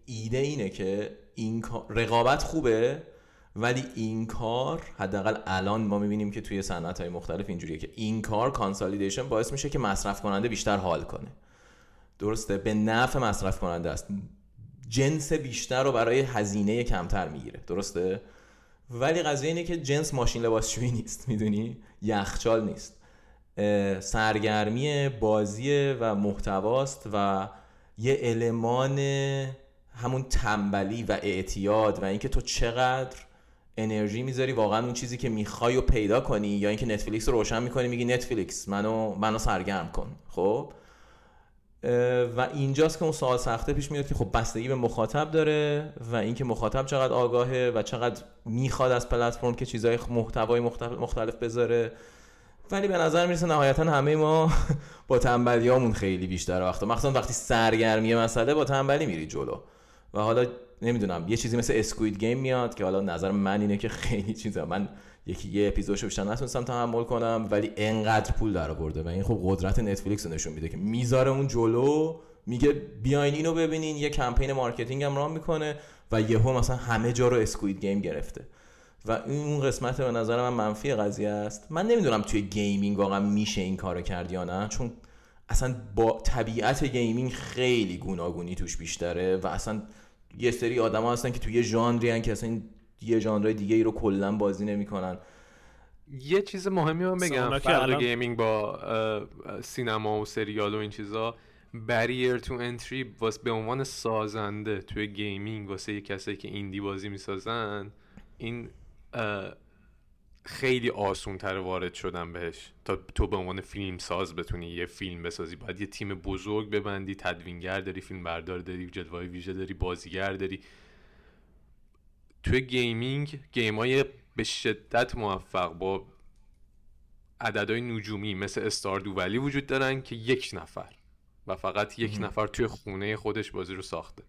ایده اینه که این کار رقابت خوبه، ولی این کار حداقل الان ما میبینیم که توی صنعت‌های مختلف اینجوریه که این کار کانسالیدیشن باعث میشه که مصرف کننده بیشتر حال کنه. درسته، به نفع مصرف کننده است، جنس بیشتر رو برای هزینه کمتر میگیره. درسته، ولی قضیه اینه که جنس ماشین لباسشویی نیست، میدونی، یخچال نیست، سرگرمی بازی و محتواست و یه المان همون تنبلی و اعتیاد و اینکه تو چقدر انرژی میذاری واقعا اون چیزی که میخوای رو پیدا کنی، یا اینکه نتفلیکس رو روشن میکنی میگی نتفلیکس منو منو سرگرم کن. خب و اینجاست که اون سوال سخته پیش میاد که خب بستگی به مخاطب داره و اینکه مخاطب چقدر آگاهه و چقدر میخواد از پلتفرم که چیزای محتوای مختلف مختلف بذاره. ولی به نظر میرسه نهایتا همه ما با تنبلیامون خیلی بیشتر وقتا، مثلا وقتی سرگرمی مسئله با تنبلی میری جلو. و حالا نمیدونم یه چیزی مثل اسکوید گیم میاد که حالا نظر من اینه که خیلی چیزا من یکی یه اپیزودشو بیشتر نتونستم تحمل کنم، ولی انقدر پول در آورده و این خب قدرت نتفلیکس رو نشون میده که میذاره اون جلو، میگه بیاین اینو ببینین، یه کمپین مارکتینگ هم ران میکنه و یهو مثلا همه جا رو اسکوید گیم گرفته. و این قسمت به نظر من منفی قضیه است. من نمیدونم توی گیمینگ واقعا میشه این کارو کرد یا نه، چون اصلا با طبیعت گیمینگ خیلی گوناگونی توش بیشتره و اصلا یه سری آدما هستن که توی یه ژانری ان که اصلا یه ژانر دیگه ای رو کلا بازی نمیکنن. یه چیز مهمی من بگم، فرق الان... گیمینگ با سینما و سریال و این چیزا، بریر تو انتری واسه به عنوان سازنده توی گیمینگ واسه کسایی که ایندی بازی میسازن این خیلی آسون تر وارد شدن بهش تا تو به عنوان فیلم ساز بتونی یه فیلم بسازی. باید یه تیم بزرگ ببندی، تدوینگر داری، فیلم بردار داری، جلوه‌ای ویژه داری، بازیگر داری. توی گیمینگ گیمای به شدت موفق با عددهای نجومی مثل استاردو ولی وجود دارن که یک نفر و فقط یک نفر توی خونه خودش بازی رو ساخته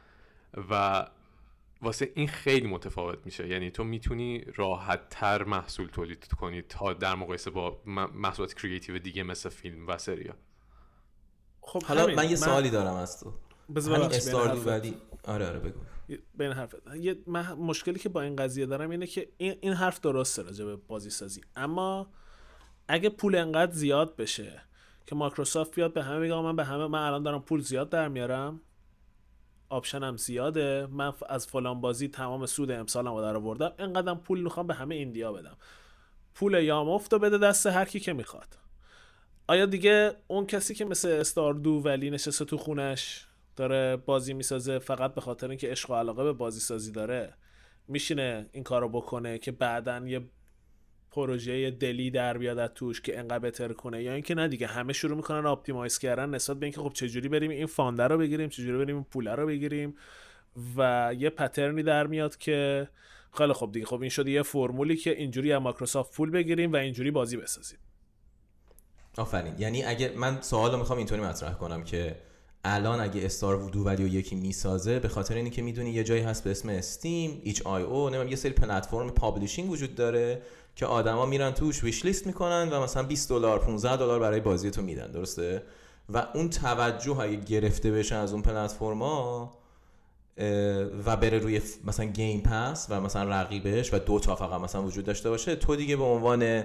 و واسه این خیلی متفاوت میشه. یعنی تو میتونی راحت تر محصول تولید کنی تا در مقایسه با محصولات کریتیو دیگه مثل فیلم و سریال. خب حالا من یه سوالی دارم از تو. همین استاردو ولی آره آره بگو. بین حرفت یه من مشکلی که با این قضیه دارم اینه که این این حرف درسته راجع به بازی سازی، اما اگه پول انقدر زیاد بشه که مایکروسافت بیاد به همه بگه من به همه من الان دارم پول زیاد در میارم، آپشنم زیاده، من از فلان بازی تمام سود امسالمو در آوردم، اینقدرم پول میخوام به همه ایندیا بدم، پول یا مفت رو بده دست هر کی که میخواد. آیا دیگه اون کسی که مثل استاردو ولی نشسته تو خونش داره بازی میسازه فقط به خاطر اینکه عشق و علاقه به بازی سازی داره میشینه این کارو بکنه که بعدن یه پروژه دلی در بیاد از توش که انقدر بهتر کنه، یا اینکه نه دیگه همه شروع میکنن اپتیمایز کردن نسبت به اینکه خب چجوری بریم این فاندر رو بگیریم، چجوری بریم این پول رو بگیریم و یه پترنی در میاد که خیلی خب دیگه خب این شده یه فرمولی که اینجوری از مایکروسافت پول بگیریم و اینجوری بازی بسازیم. آفرین. یعنی اگه من سوالو میخوام اینطوری مطرح کنم که الان اگه استار وودو ولیو یکی میسازه به خاطر اینکه میدونی یه جایی هست به اسم استیم، ایچ آی او، نمیدونم یه سری پلتفرم پابلیشینگ وجود داره که آدما میرن توش ویش لیست میکنن و مثلا بیست دلار پانزده دلار برای بازی تو میدن، درسته؟ و اون توجه اگه گرفته بشه از اون پلتفرما و بره روی مثلا گیم پس و مثلا رقیبش و دو تا فقط مثلا وجود داشته باشه، تو دیگه به عنوان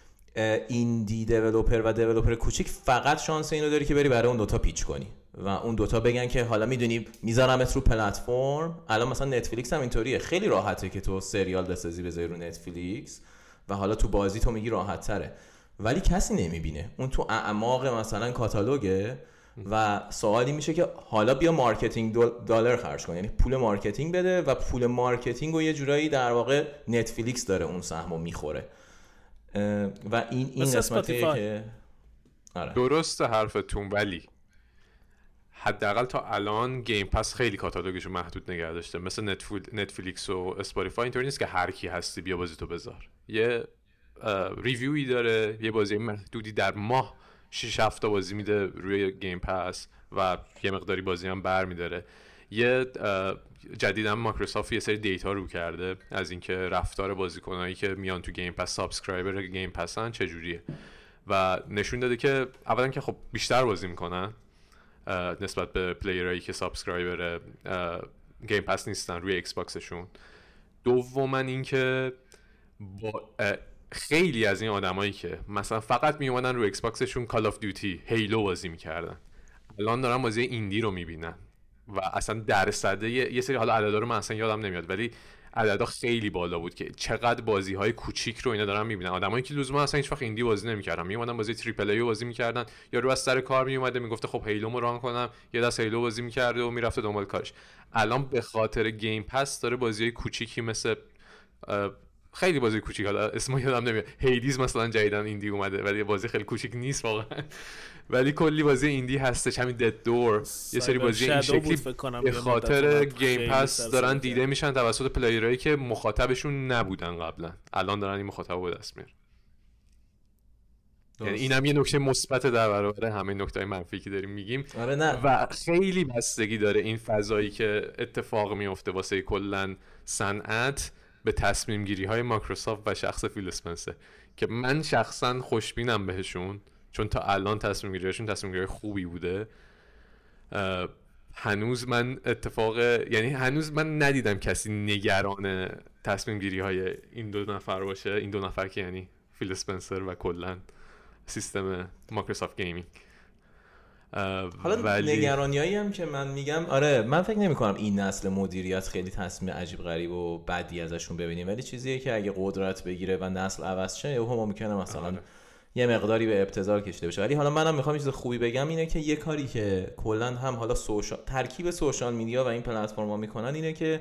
ایندی دیولپر و دیولپر کوچیک فقط شانس اینو داری که بری برای اون دوتا پیچ کنی و اون دوتا بگن که حالا میدونی میذارمت رو پلتفرم. الان مثلا نتفلیکس هم اینطوریه، خیلی راحته که تو سریال بسازی بذاری رو نتفلیکس و حالا تو بازی تو میگی راحت تره، ولی کسی نمیبینه، اون تو اعماق مثلا کاتالوگه و سوالی میشه که حالا بیا مارکتینگ دلار خرج کن، یعنی پول مارکتینگ بده و پول مارکتینگ رو یه جورایی در واقع نتفلیکس داره اون سهمو میخوره و این این قسمتیه که آره. درست حرفتون، ولی حداقل تا الان گیم پس خیلی کاتالوگش رو محدود نگه داشته. مثل نتفل... نتفلیکس و اسپاتیفای اینطوری نیست که هر کی هستی بیا بازی تو بذار. یه ریویوی داره، یه بازی محدودی در ماه شش هفت تا بازی میده روی گیم پس و یه مقداری بازی هم بر میداره. یه جدیداً مایکروسافت یه سری دیتا رو کرده از اینکه رفتار بازیکنایی که میان تو گیم پس، سابسکرایبر گیم پسن چجوریه و نشون داده که اولا که خب بیشتر بازی میکنن نسبت به پلیرایی که سابسکرایبر گیم پس نیستن روی ایکس باکسشون. دوما اینکه با خیلی از این آدمایی که مثلا فقط می اومدن روی ایکس باکسشون کال آف دیوتی، هیلو بازی میکردن، الان دارن بازی ایندی رو میبینن و اصلا درصده یه سری حالا عددا رو من اصلا یادم نمیاد ولی عددا خیلی بالا بود که چقدر بازی‌های کوچیک رو اینا دارن میبینن. آدمایی که لزوما اصلا هیچ وقت ایندی بازی نمی‌کردن میومدن بازی تریپل ای بازی می‌کردن، یا رو از سر کار میومده میگفته خب هیلومو ران کنم، یه دست هیلو بازی می‌کرده و میرفته دنبال کارش. الان به خاطر گیم پس داره بازی‌های کوچیکی مثل خیلی بازی کوچیک، حالا اسمو یادم نمیاد، هیدیز مثلا جدیدن ایندی اومده ولی بازی خیلی کوچیک نیست واقعا، ولی کلی بازی ایندی هستش. همین دد دور یه سری بازی این شکلی به خاطر گیم پس دارن دیده میشن توسط پلیرایی که مخاطبشون نبودن قبلا، الان دارن این مخاطب رو دست میارن. یعنی اینم یه نکته مثبت در برابر همه نکته‌های منفی که داریم میگیم. آره نه. و خیلی بستگی داره این فضایی که اتفاق میفته واسه کلا صنعت به تصمیم گیری های مایکروسافت و شخص فیل اسپنسر که من شخصا خوشبینم بهشون، چون تا الان تصمیم گیریشون تصمیم گیری خوبی بوده. هنوز من اتفاق یعنی هنوز من ندیدم کسی نگران تصمیم گیری های این دو نفر باشه، این دو نفر که یعنی فیل اسپنسر و کلا سیستم مایکروسافت گیمینگ. حالا ولی... نگرانیایی هم که من میگم، آره من فکر نمی کنم این نسل مدیریت خیلی تصمیم عجیب غریب و بدی ازشون ببینیم، ولی چیزیه که اگه قدرت بگیره و نسل عوض شه هم میکنه مثلا آره. یه مقداری به ابتذال کشیده بشه. ولی حالا منم میخوام چیز خوبی بگم اینه که یه کاری که کلا هم حالا سوشال ترکیب سوشال میدیا و این پلتفرم‌ها میکنن اینه که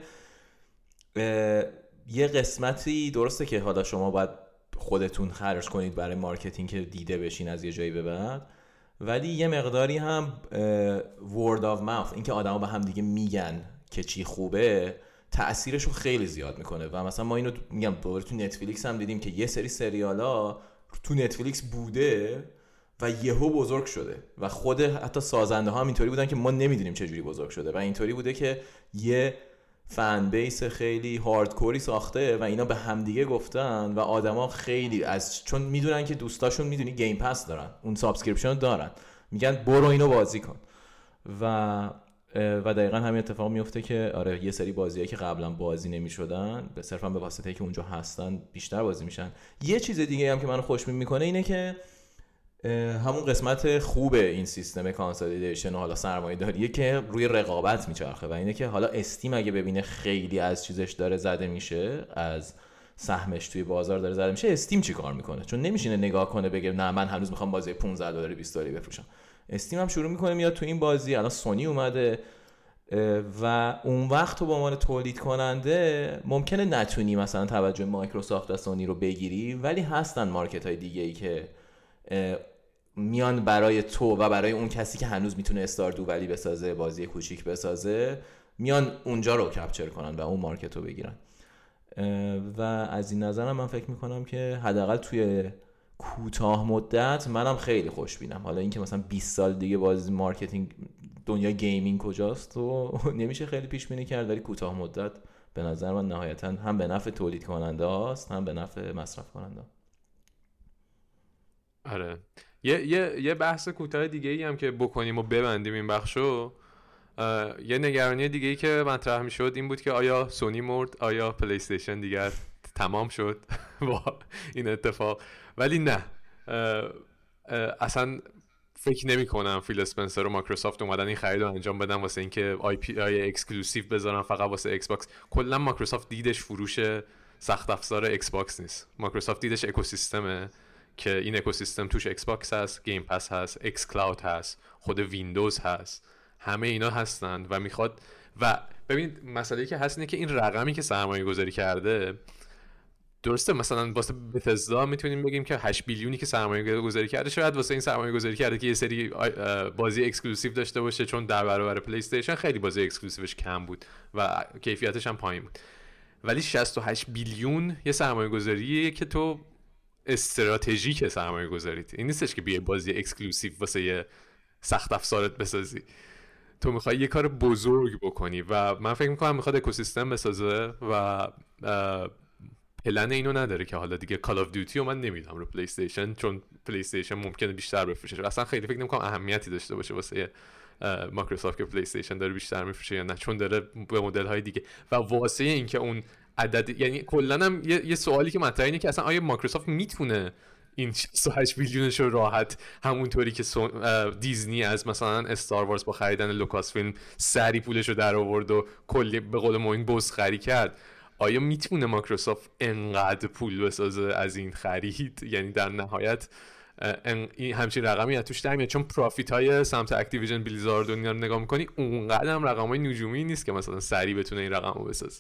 یه قسمتی درسته که حالا شما باید خودتون خرج کنید برای مارکتینگ که دیده بشین از یه جایی به بعد، ولی یه مقداری هم word of mouth، این که آدما به هم دیگه میگن که چی خوبه، تأثیرشو خیلی زیاد میکنه. و مثلا ما اینو میگم دوباره تو نتفلیکس هم دیدیم که یه سری سریالا تو نتفلیکس بوده و یهو بزرگ شده و خود حتی سازنده ها هم اینطوری بودن که ما نمیدونیم چه جوری بزرگ شده و اینطوری بوده که یه فن بیس خیلی هاردکوری ساخته و اینا به همدیگه گفتن و آدما خیلی از چون میدونن که دوستاشون میدونی گیم پس دارن، اون سابسکریپشن دارن، میگن برو اینو بازی کن و و دقیقاً همین اتفاق میفته که آره یه سری بازیایی که قبلا بازی نمیشدن به صرفا به واسطه که اونجا هستن بیشتر بازی میشن. یه چیز دیگه هم که منو خوشبین میکنه اینه که همون قسمت خوبه این سیستم کانسولیدیشن و حالا سرمایه‌داریه که روی رقابت میچرخه و اینه که حالا استیم اگه ببینه خیلی از چیزش داره زده میشه، از سهمش توی بازار داره زده میشه، استیم چیکار میکنه؟ چون نمیشینه نگاه کنه بگه نه من هنوز میخوام بازی پانزده دلار بیست دلاری بفروشم. استیم هم شروع میکنه میاد تو این بازی. الان سونی اومده و اون وقت تو به عنوان تولید کننده ممکنه نتونی مثلا توجه مایکروسافت و سونی رو بگیری، ولی هستن مارکت های دیگه ای که میان برای تو و برای اون کسی که هنوز میتونه استاردو ولی بسازه، بازی کوچیک بسازه، میان اونجا رو کپچر کنن و اون مارکت رو بگیرن. و از این نظرم من فکر میکنم که حداقل توی کوتاه مدت منم خیلی خوشبینم. حالا اینکه مثلا بیست سال دیگه بازی مارکتینگ دنیا گیمینگ کجاست و نمیشه خیلی پیش بینی کرد، ولی کوتاه مدت به نظر من نهایتا هم به نفع تولید کننده هاست هم به نفع مصرف کننده. آره یه یه یه بحث کوتاه دیگه ای هم که بکنیم و ببندیم این بخشو، یه نگرانی دیگه ای که مطرح میشد این بود که آیا سونی مرد، آیا پلی استیشن دیگر تمام شد با این اتفاق. ولی نه، اصلا فکر نمی کنم فیل اسپنسر و مایکروسافت اومدن این خرید رو انجام بدن واسه اینکه آی پی آی اکسکلوسیو بذارن فقط واسه ایکس باکس. کلا مایکروسافت دیدش فروش سخت افزار ایکس باکس نیست، مایکروسافت دیدش اکوسیستمه که این اکوسیستم توش ایکس باکس هست، گیم پس هست، ایکس کلاود هست، خود ویندوز هست، همه اینا هستن و میخواد. و ببینید مسئله‌ای که هست اینه که این رقمی که سرمایه گذاری کرده، درسته مثلا واسه بثزدا میتونیم بگیم که هشت بیلیونی که سرمایه گذاری کرده، شاید واسه این سرمایه گذاری کرده که یه سری بازی اکسکلوسیو داشته باشه، چون در برابر پلی استیشن خیلی بازی اکسکلوسیوش کم بود و کیفیتش هم پایین بود. ولی شصت و هشت بیلیون یه سرمایه گذاریه که تو استراتژیک سرمایه گذاریت، این نیستش که بیای بازی اکسکلوسیو واسه یه سخت افزارت بسازی، تو میخوای یه کار بزرگ بکنی و من فکر میکنم میخواد اکوسیستم بسازه و پلن اینو نداره که حالا دیگه کال آف دیوتی رو من نمیدم رو پلی استیشن، چون پلی استیشن ممکنه بیشتر بفروشه. اصلا خیلی فکر نمیکنم اهمیتی داشته باشه واسه مایکروسافت که پلی استیشن داره بیشتر میفروشه یا نه، چون داره به مدل های دیگه. و واسه این که اون عدد، یعنی کلا هم یه،, یه سوالی که مطرحه اینه که اصلا آیا مایکروسافت میتونه این شصت و هشت بیلیونش رو راحت همونطوری که دیزنی از مثلا استار وارز با خریدن لوکاس فیلم سری پولش رو در آورد و کلی به قول موین بزخری کرد، آیا میتونه مایکروسافت انقدر پول بسازه از این خرید؟ یعنی در نهایت این همچین رقمی از توش در میاد، چون پروفیت های سمت اکتیویژن بلیزارد رو نگاه میکنی اونقدر هم رقم های نجومی نیست که مثلا سری بتونه این رقم رو بسازه.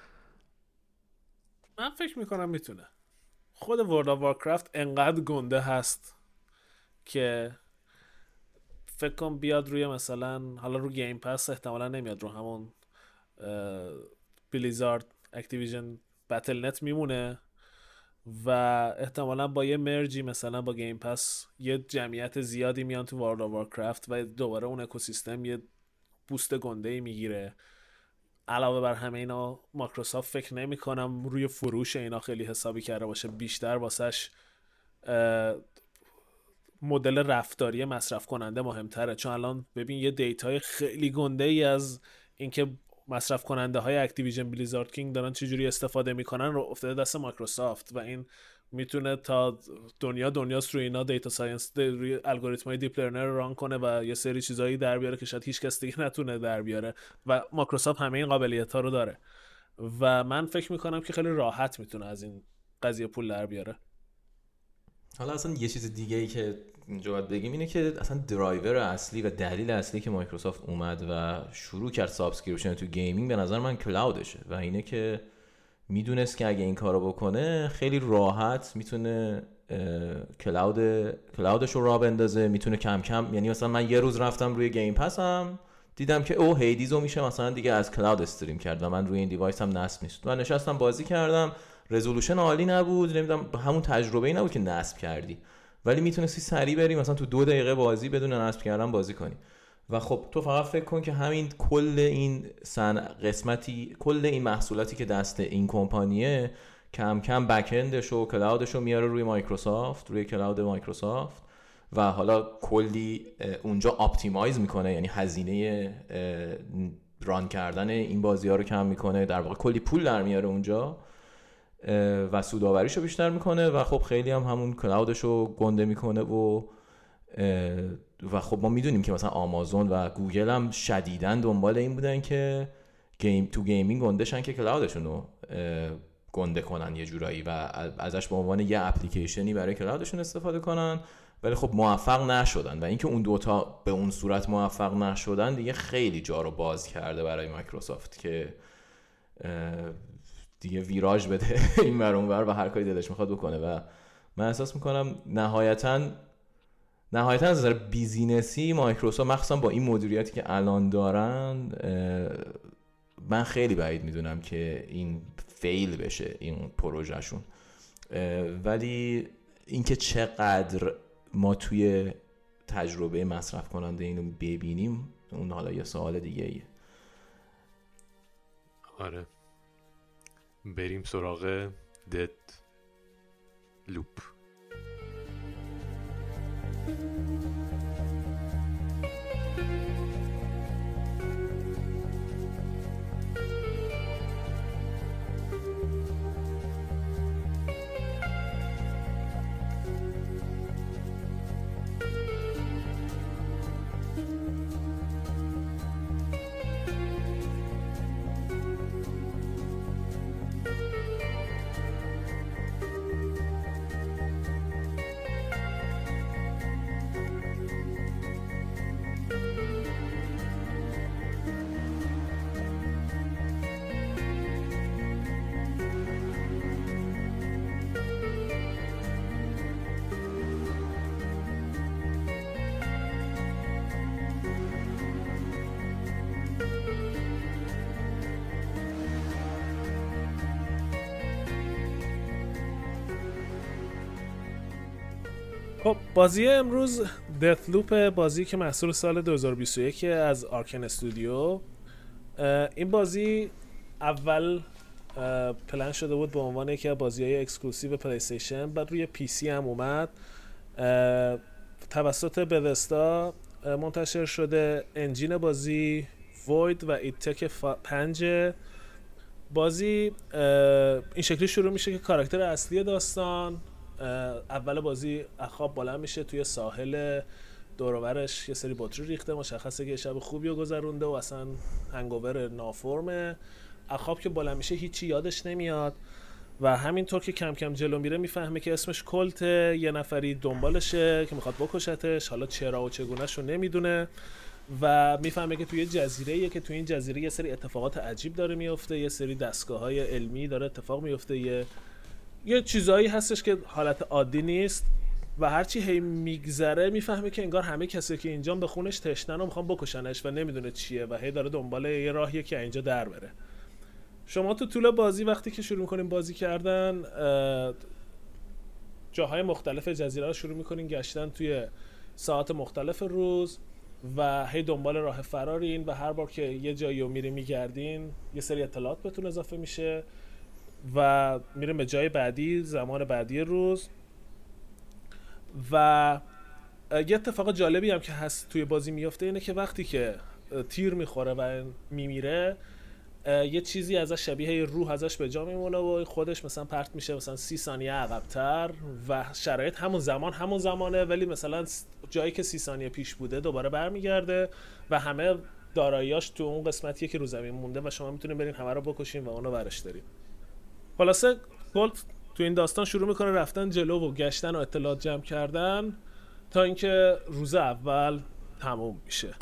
من فکر میکنم میتونه. خود ورلد آف وارکرافت انقدر گنده هست که فکر کنم بیاد روی مثلا، حالا رو گیم پس احتمالا نمیاد، رو همون بلیزارد اکتیویژن بتل نت میمونه و احتمالا با یه مرجی مثلا با گیم پس یه جمعیت زیادی میان تو ورلد آف وارکرافت و دوباره اون اکوسیستم یه بوست گنده‌ای میگیره. علاوه بر همه اینا مایکروسافت فکر نمی کنم روی فروش اینا خیلی حسابی کرده باشه، بیشتر واسش مدل رفتاری مصرف کننده مهمتره. چون الان ببین یه دیتای خیلی گنده ای از اینکه مصرف کننده های اکتیویژن بلیزارد کینگ دارن چجوری استفاده میکنن رو افتاده دست مایکروسافت و این میتونه تا دنیا دنیاست روی اینا دیتا ساینس روی الگوریتم‌های دیپ لرنر ران کنه و یه سری چیزایی در بیاره که شاید هیچ کس دیگه نتونه در بیاره و مایکروسافت همه این قابلیت‌ها رو داره و من فکر میکنم که خیلی راحت میتونه از این قضیه پول در بیاره. حالا اصلا یه چیز دیگه ای که اینجا باید بگیم اینه که اصلا درایور اصلی و دلیل اصلی که مایکروسافت اومد و شروع کرد سابسکریپشن تو گیمینگ به نظر من کلاودشه و اینه که میدونست که اگه این کارو بکنه خیلی راحت میتونه کلاود کلاودش رو راه بندازه، میتونه کم کم، یعنی مثلا من یه روز رفتم روی گیم پسم دیدم که او هیدیزو میشه مثلا دیگه از کلاود استریم کرد و من روی این دیوایس هم نصب نیست. من نشستم بازی کردم، رزولوشن عالی نبود، نمیدونم همون تجربه‌ای نبود که نصب کردی، ولی میتونستی سریع بری مثلا تو دو دقیقه بازی بدون نصب کردن بازی کنی. و خب تو فقط فکر کن که همین کل این سن قسمتی، کل این محصولاتی که دست این کمپانیه کم کم بک اندش و کلاودش رو میاره روی مایکروسافت، روی کلاود مایکروسافت و حالا کلی اونجا آپتیمایز میکنه، یعنی هزینه ران کردن این بازی ها رو کم میکنه، در واقع کلی پول در میاره اونجا و سودآوریش رو بیشتر میکنه و خب خیلی هم همون کلاودش رو گنده میکنه و و خب ما میدونیم که مثلا آمازون و گوگل هم شدیداً دنبال این بودن که گیم تو گیمینگ گندشن که کلاودشون رو گنده کنن یه جورایی و ازش به عنوان یه اپلیکیشنی برای کلاودشون استفاده کنن، ولی خب موفق نشدن و اینکه اون دوتا به اون صورت موفق نشدن دیگه خیلی جا رو باز کرده برای مایکروسافت که دیگه ویراژ بده این ور اون ور و هر کاری دلش میخواد بکنه. و من احساس میکنم نهایتاً نهایتاً از نظر بیزینسی مایکروسافت مخصوصا با این مدیریتی که الان دارن من خیلی بعید میدونم که این فیل بشه این پروژهشون، ولی اینکه چقدر ما توی تجربه مصرف کننده اینو ببینیم اون حالا یه سوال دیگه ایه. آره بریم سراغ دد لوپ. خب بازی امروز دث لوپ، بازی که محصول سال دو هزار و بیست و یک از آرکن استودیو. این بازی اول پلن شده بود به عنوان یکی از بازی‌های اکسکلوسیو پلی استیشن، بعد روی پی سی هم اومد. توسط بثسدا منتشر شده. انجین بازی وید و ایتک پنج. بازی این شکلی شروع میشه که کاراکتر اصلی داستان اول بازی اخاب بلند میشه توی ساحل، دور و برش یه سری بطری ریخته، مشخصه که شب خوبی رو گذرونده و اصلا هنگوور نافرمه. اخاب که بلند میشه هیچی یادش نمیاد و همینطور که کم کم جلو میره میفهمه که اسمش کلته، یه نفری دنبالشه که میخواد بکشتش، حالا چرا و چگونهش رو نمیدونه و میفهمه که توی جزیره‌ایه که توی این جزیره یه سری اتفاقات عجیب داره میفته، یه سری دستگاه‌های علمی داره اتفاق میفته، یه یه چیزایی هستش که حالت عادی نیست و هرچی هی میگذره میفهمه که انگار همه کسی که اینجا به خونش تشنن و میخوان بکشنش و نمیدونه چیه و هی داره دنبال یه راهیه که اینجا در بره. شما تو طول بازی وقتی که شروع میکنین بازی کردن جاهای مختلف جزیره رو شروع میکنین گشتن توی ساعات مختلف روز و هی دنبال راه فرارین و هر بار که یه جایی رو میری میگردین یه سری اطلاعات بهتون اضافه میشه و میریم به جای بعدی، زمان بعدی روز. و یه اتفاق جالبی هم که هست توی بازی میفته اینه که وقتی که تیر میخوره و میمیره یه چیزی ازش شبیه روح ازش به جا میمونه و خودش مثلا پرت میشه مثلا سی ثانیه عقب‌تر و شرایط همون زمان همون زمانه ولی مثلا جایی که سی ثانیه پیش بوده دوباره برمیگرده و همه داراییاش تو اون قسمتیه که رو زمین مونده و شما میتونین برین همه رو بکشین و اونو برش دارین. خلاصه کلت تو این داستان شروع میکنه رفتن جلو و گشتن و اطلاعات جمع کردن تا اینکه روز اول تموم میشه.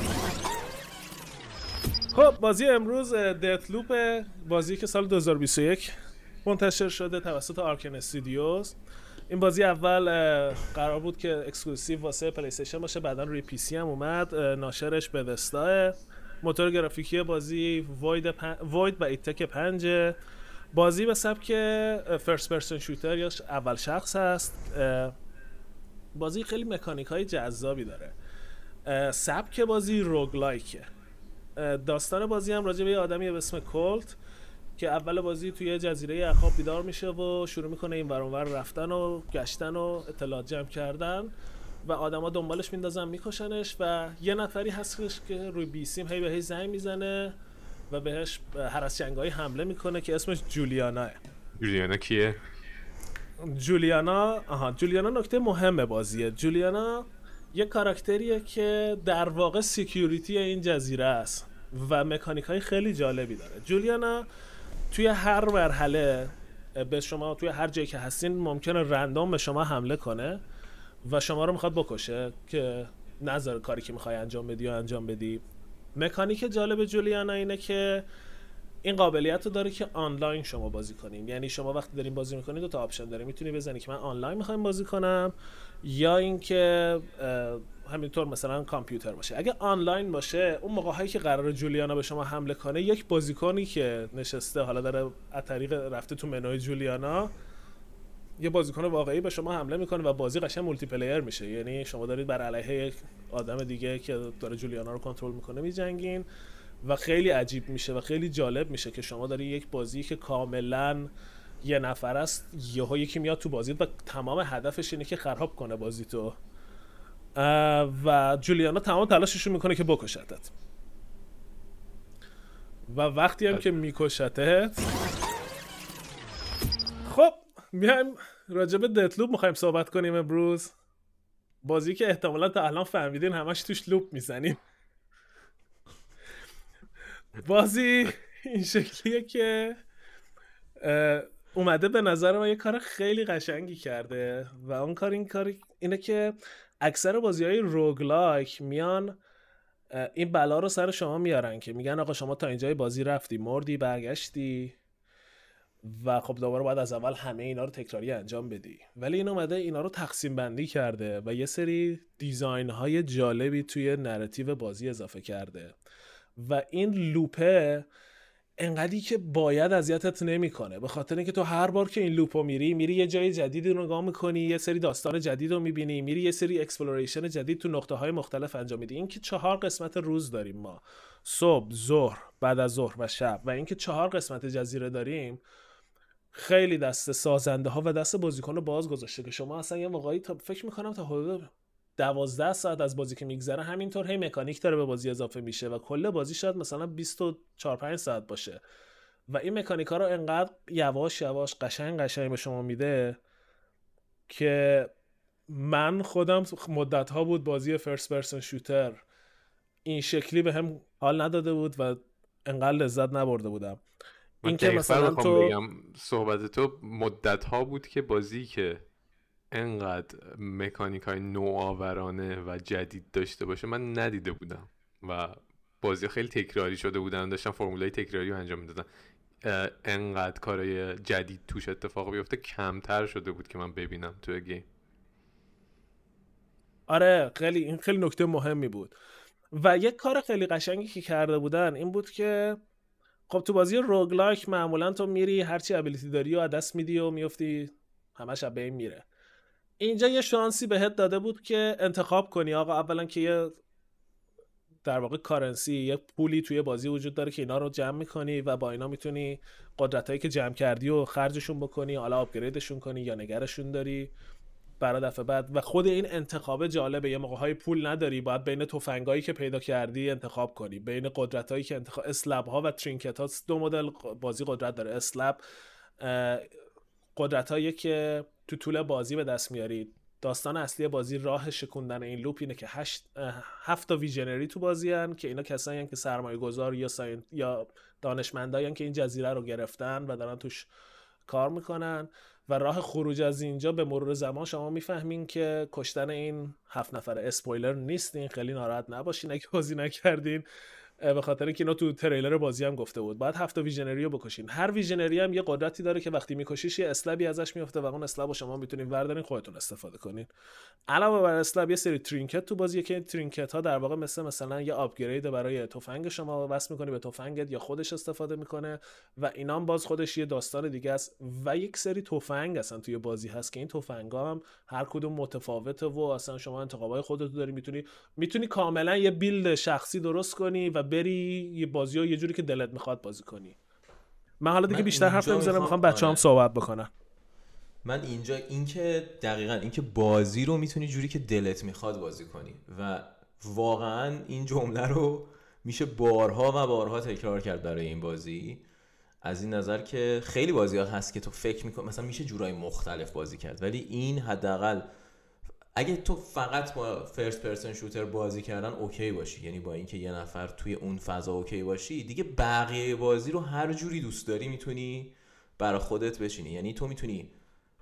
خب بازی امروز دثلوپ، بازی که سال دو هزار و بیست و یک منتشر شده توسط آرکن استودیوز. این بازی اول قرار بود که اکسکلوسیو واسه پلی استیشن باشه، بعداً روی پی سی هم اومد. ناشرش بثسدا. موتور گرافیکی بازی وید, پن... وید و ایتک پنج. بازی به سبک فرست پرسن شوتر یا اول شخص هست. بازی خیلی مکانیک های جذابی داره. سبک بازی روگلایکه. داستان بازی هم راجع به یه آدمی به اسم کلت که اول بازی توی جزیره اخاب بیدار میشه و شروع میکنه این ور اون ور رفتن و گشتن و اطلاعات جمع کردن و آدما دنبالش میندازن میکشنش و یه نفری هستش که روی بیسیم هی به هی زنگ میزنه و بهش هراس‌جنگایی حمله میکنه که اسمش جولیاناه. جولیانا کیه؟ جولیانا آها جولیانا نکته مهم بازیه. جولیانا یه کاراکتریه که در واقع سکیوریتی این جزیره است و مکانیک‌های خیلی جالبی داره. جولیانا توی هر مرحله به شما توی هر جایی که هستین ممکنه رندوم به شما حمله کنه و شما رو میخواد بکشه که نذاره کاری که میخوای انجام بدی و انجام بدی. مکانیک جالب جولیانا اینه که این قابلیت رو داره که آنلاین شما بازی کنیم. یعنی شما وقتی دارین بازی میکنید دو تا آپشن داره، میتونی بزنی که من آنلاین میخوایم بازی کنم یا اینکه همینطور مثلا کامپیوتر باشه. اگه آنلاین باشه اون موقع هایی که قراره جولیانا به شما حمله کنه یک بازیکنی که نشسته حالا داره از طریق رفته تو منوی جولیانا یه بازیکن واقعی به شما حمله میکنه و بازی قشنگ مولتی پلیئر میشه. یعنی شما دارید بر علیه یک آدم دیگه که داره جولیانا رو کنترل میکنه میجنگین و خیلی عجیب میشه و خیلی جالب میشه که شما داری یک بازی که کاملا یه نفر است یهو یکی میاد تو بازی و تمام هدفش اینه که خراب کنه بازی تو و جولیانا تمام تلاشش رو میکنه که بکشتت و وقتی هم که میکشتت خب میایم راجع به دثلوپ میخوایم صحبت کنیم امروز. بازی که احتمالا تا الان فهمیدین همش توش لوپ میزنیم. بازی این شکلیه که اومده به نظر من یه کار خیلی قشنگی کرده و اون کار این کار اینه که اکثر بازی‌های روگلایک میان این بلا رو سر شما میارن که میگن آقا شما تا اینجای بازی رفتی مردی برگشتی و خب دوباره باید از اول همه اینا رو تکراری انجام بدی. ولی این اومده اینا رو تقسیم بندی کرده و یه سری دیزاین های جالبی توی نراتیو بازی اضافه کرده و این لوپه انقدری که باید اذیتت نمیکنه، به خاطر اینکه تو هر بار که این لوپو میری میری یه جای جدیدی رو نگاه میکنی، یه سری داستان جدید رو میبینی، میری یه سری اکسپلوریشن جدید تو نقطه های مختلف انجام میدی. این که چهار قسمت روز داریم ما، صبح، ظهر، بعد از ظهر و شب، و اینکه چهار قسمت جزیره داریم خیلی دست سازنده ها و دست بازیکن رو باز گذاشته که شما اصلا یه موقعی تا فکر میکنم تا حدود دوازده ساعت از بازی که میگذره همینطور هی مکانیک داره به بازی اضافه میشه و کل بازی شاید مثلا بیست و چهار پنج ساعت باشه و این مکانیکا رو انقدر یواش یواش قشنگ قشنگ به شما میده که من خودم مدت ها بود بازی فرست پرسن شوتر این شکلی به هم حال نداده بود و انقدر لذت نبرده بودم. این که مثلا تو بگم صحبت تو مدت ها بود که بازی که انقدر مکانیک های نوآورانه و جدید داشته باشه من ندیده بودم و بازی خیلی تکراری شده بودن، داشتن فرمولای تکراری رو انجام میدادن. انقدر کارهای جدید توش اتفاق بیفته کمتر شده بود که من ببینم توی گیم. آره خیلی این خیلی نکته مهمی بود و یک کار خیلی قشنگی که کرده بودن این بود که خب تو بازی روگلایک معمولا تو میری هرچی ابیلیتی داری و دست میدی و میفتی همش به این میره. اینجا یه شانسی بهت داده بود که انتخاب کنی آقا اولا که یه در واقع کارنسی یه پولی توی بازی وجود داره که اینا رو جمع میکنی و با اینا میتونی قدرتایی که جمع کردی و خرجشون بکنی، حالا آپگریدشون کنی یا نگرشون داری برای دفعه بعد. و خود این انتخاب جالبه، یه موقع‌های پول نداری باید بین تفنگایی که پیدا کردی انتخاب کنی، بین قدرتایی که انتخاب اسلب ها و ترینکت ها. دو مدل بازی قدرت داره. اسلب قدرتایی که تو طول بازی به دست میارید. داستان اصلی بازی راه شکوندن این لوپ اینه که هشت هفت تا ویژنری تو بازی هن که اینا کسایی هن که سرمایه گذار یا ساین یا دانشمندایی هن که این جزیره رو گرفتن و دارن توش کار میکنن و راه خروج از اینجا به مرور زمان شما میفهمین که کشتن این هفت نفر اسپویلر نیستین، خیلی ناراحت نباشین اگه بازی نکردین به خاطر اینکه اینا تو تریلر بازی هم گفته بود باید هفت تا ویژنری رو بکشین. هر ویژنری هم یه قدرتی داره که وقتی میکشیش یه اسلبی ازش میفته و اون اسلب رو شما میتونین وردارین خودتون استفاده کنین. علاوه بر اسلب یه سری ترینکت تو بازیه که این ترینکت ها در واقع مثل مثلا یه آپگرید برای تفنگ شما وصل میکنی به تفنگت یا خودش استفاده میکنه و اینا هم باز خودش یه داستان دیگه است. و یک سری تفنگ اصلا توی بازی هست که این تفنگا هم هر کدوم متفاوته و اصلا شما انتخابای خودت داری، میتونی میتونی کاملا یه بیلد شخصی درست کنی و بری یه بازیو یه جوری که دلت میخواد بازی کنی. من حالا دیگه بیشتر حرف نمیزنم، میخوام بچه‌هام صحبت بکنن. من اینجا اینکه دقیقاً اینکه بازی رو میتونی جوری که دلت میخواد بازی کنی و واقعاً این جمله رو میشه بارها و بارها تکرار کرد برای این بازی، از این نظر که خیلی بازی‌ها هست که تو فکر میکنی مثلا میشه جورای مختلف بازی کرد، ولی این حداقل اگه تو فقط با فرست پرسن شوتر بازی کردن اوکی باشی، یعنی با اینکه یه نفر توی اون فضا اوکی باشی، دیگه بقیه بازی رو هر جوری دوست داری میتونی برای خودت بچینی. یعنی تو میتونی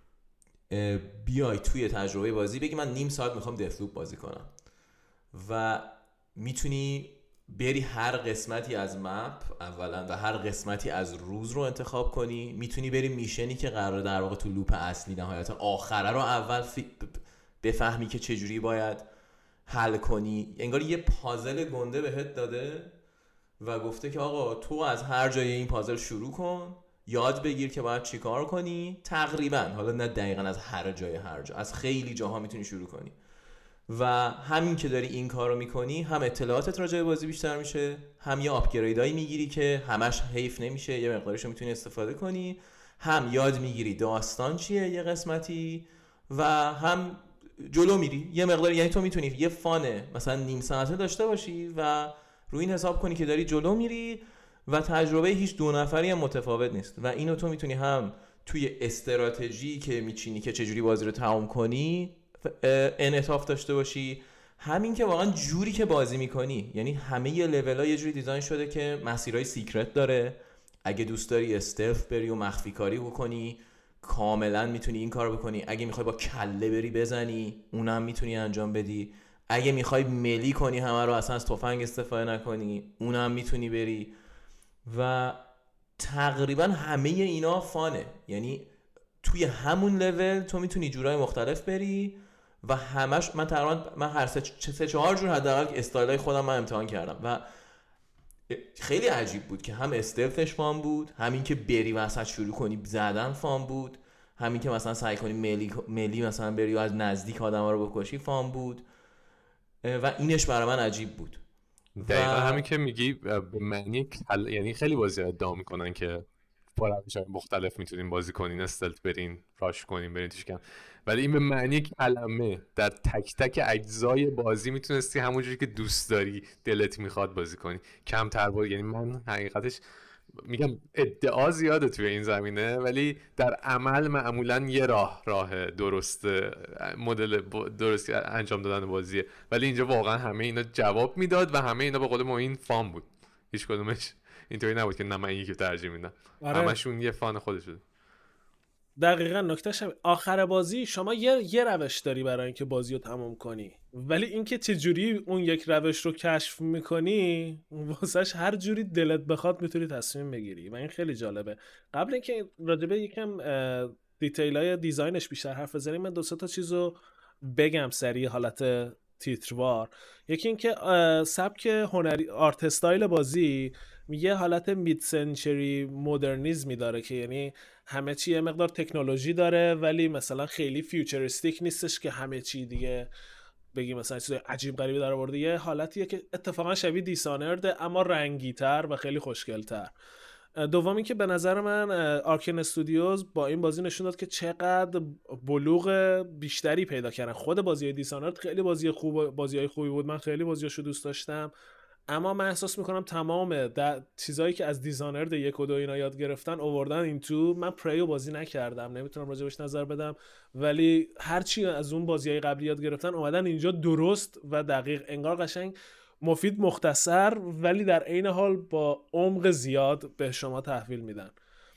بیای توی تجربه بازی بگی من نیم ساعت میخوام دثلوپ بازی کنم و میتونی بری هر قسمتی از مپ اولا و هر قسمتی از روز رو انتخاب کنی، میتونی بری میشنی که قراره در واقع تو لوپ اصلی نهایتا آخره رو اول بفهمی که چجوری باید حل کنی. انگار یه پازل گنده بهت داده و گفته که آقا تو از هر جای این پازل شروع کن، یاد بگیر که باید چی کار کنی تقریبا، حالا نه دقیقا از هر جای هر جا، از خیلی جاها میتونی شروع کنی و همین که داری این کار رو میکنی هم اطلاعاتت راجع به بازی بیشتر میشه، هم یه آپگریدایی میگیری که همش حیف نمیشه، یه مقدارش رو میتونی استفاده کنی، هم یاد میگیری داستان چیه یه قسمتی و هم جلو میری یه مقدار. یعنی تو میتونی یه فانه مثلا نیم ساعته داشته باشی و روی این حساب کنی که داری جلو میری و تجربه هیچ دو نفری هم متفاوت نیست و اینو تو میتونی هم توی استراتژی که میچینی که چجوری بازی رو تمام کنی انعطاف داشته باشی، همین که واقعا جوری که بازی میکنی، یعنی همه ی لول‌ها یه جوری دیزاین شده که مسیرهای سیکرت داره، اگه دوست داری استلف بری و مخفی کاری بکنی کاملا میتونی این کارو بکنی، اگه میخوای با کله بری بزنی اونم میتونی انجام بدی، اگه میخوای ملی کنی همه رو اصلا از تفنگ استفاده نکنی اونم میتونی بری و تقریبا همه اینا فانه. یعنی توی همون لول تو میتونی جورای مختلف بری و همش من تقریبا من هر سه, سه چهار جور حداقل استایلای خودم من امتحان کردم و خیلی عجیب بود که هم استلفش فان بود، همین که بری وسط شروع کنی زدن فان بود، همین که مثلا سعی کنی ملی ملی مثلا بری و از نزدیک آدما رو بکشی فان بود و اینش برای من عجیب بود. دقیقا همین که میگی به معنی کل... یعنی خیلی بازی ادعا میکنن که با روش‌های مختلف میتونین بازی کنین، استلت برین، راش کنین، برین توش کم. ولی این به معنی کلمه در تک تک اجزای بازی میتونستی همونجوری که دوست داری دلت میخواد بازی کنی. کمتر بود. یعنی من حقیقتش میگم ادعا زیاده توی این زمینه، ولی در عمل معمولا یه راه راه درست مدل درست انجام دادن بازیه، ولی اینجا واقعا همه اینا جواب میداد و همه اینا به قول ما این فان بود. هیچ کدومش اینطوری نبود که نه من یکی ترجیح میدم. آره. همشون یه فان خودش بود. دقیقاً نکتهش هم آخر بازی شما یه یه روش داری برای اینکه بازی رو تمام کنی، ولی اینکه چه جوری اون یک روش رو کشف میکنی واسش هر جوری دلت بخواد میتونی تصمیم بگیری و این خیلی جالبه. قبل اینکه راجبه یکم دیتیلای دیزاینش بیشتر حرف بزنیم، من دو سه تا چیزو بگم سریع حالت تیتروار. یکی اینکه سبک هنری آرت استایل بازی یه حالت مید سنچری مدرنیسمی داره که یعنی همه چی یه مقدار تکنولوژی داره ولی مثلا خیلی فیوچریستیک نیستش که همه چی دیگه بگی مثلا چیز عجیب غریبی داره آورده. یه حالتیه که اتفاقا شبیه دیسانرده اما رنگی‌تر و خیلی خوشگل‌تر. دومی که به نظر من آرکین استودیوز با این بازی نشون داد که چقدر بلوغ بیشتری پیدا کردن. خود بازی دیسانرد خیلی بازی خوب بازیای خوبی بود، من خیلی بازیاشو دوست داشتم، اما من احساس میکنم تمام چیزایی که از دیزاینرد یک و دو اینا یاد گرفتن آوردن این تو. من پریو بازی نکردم، نمیتونم راجبش نظر بدم، ولی هرچی از اون بازیای قبلی یاد گرفتن اومدن اینجا درست و دقیق، انگار قشنگ مفید مختصر ولی در عین حال با عمق زیاد به شما تحویل میدن.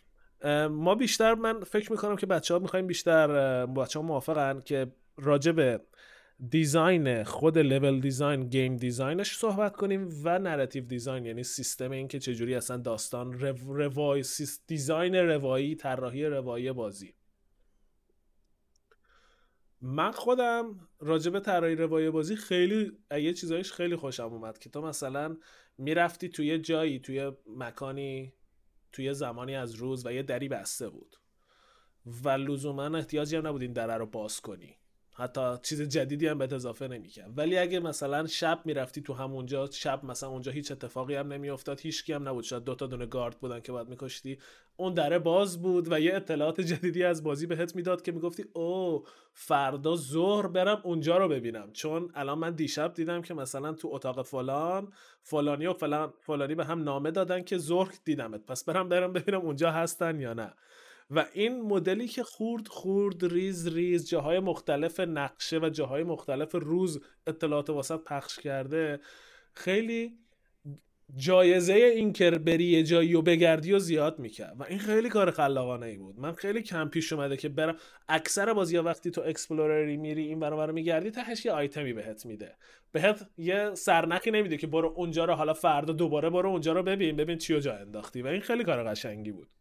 ما بیشتر من فکر میکنم که بچه‌ها میخوایم بیشتر، بچه‌ها موافقن که راجب دیزاین خود لول دیزاین، گیم دیزاینش صحبت کنیم و نراتیو دیزاین، یعنی سیستم این که چجوری اصلا داستان رو... روای دیزاین روایی، طراحی روایی بازی. من خودم راجب طراحی روایی بازی خیلی یه چیزایش خیلی خوشم اومد که تو مثلا میرفتی توی جایی، توی مکانی، توی زمانی از روز و یه دری بسته بود و لزوما احتیاجی هم نبود این در رو باز کنی، حتی چیز جدیدی هم بهت اضافه نمی‌کرد. ولی اگه مثلا شب میرفتی تو همونجا، شب مثلا اونجا هیچ اتفاقی هم نمیافتاد، هیچ کی هم نبود، شاید دو تا دونه گارد بودن که بعد میکشتی، اون دره باز بود و یه اطلاعات جدیدی از بازی بهت میداد که میگفتی او فردا ظهر برم اونجا رو ببینم، چون الان من دیشب دیدم که مثلا تو اتاق فلان فلانی و فلان فلانی به هم نامه دادن که ظهر دیدمت، پس برم برم ببینم اونجا هستن یا نه. و این مدلی که خورد خورد ریز ریز جاهای مختلف نقشه و جاهای مختلف روز اطلاعات واسط پخش کرده، خیلی جایزه این که بری یه جایی و بگردی و زیاد میکرد و این خیلی کار خلاقانه ای بود. من خیلی کم پیش اومده که برم، اکثر بازی‌ها وقتی تو اکسپلورری میری این برابر رو میگردی تهش یه آیتمی بهت میده، بهت یه سرنخی نمیده که برو اونجا رو حالا فردا دوباره برو اونجا رو ببین ببین چیو جا انداختی و این خیلی کار قشنگی بود.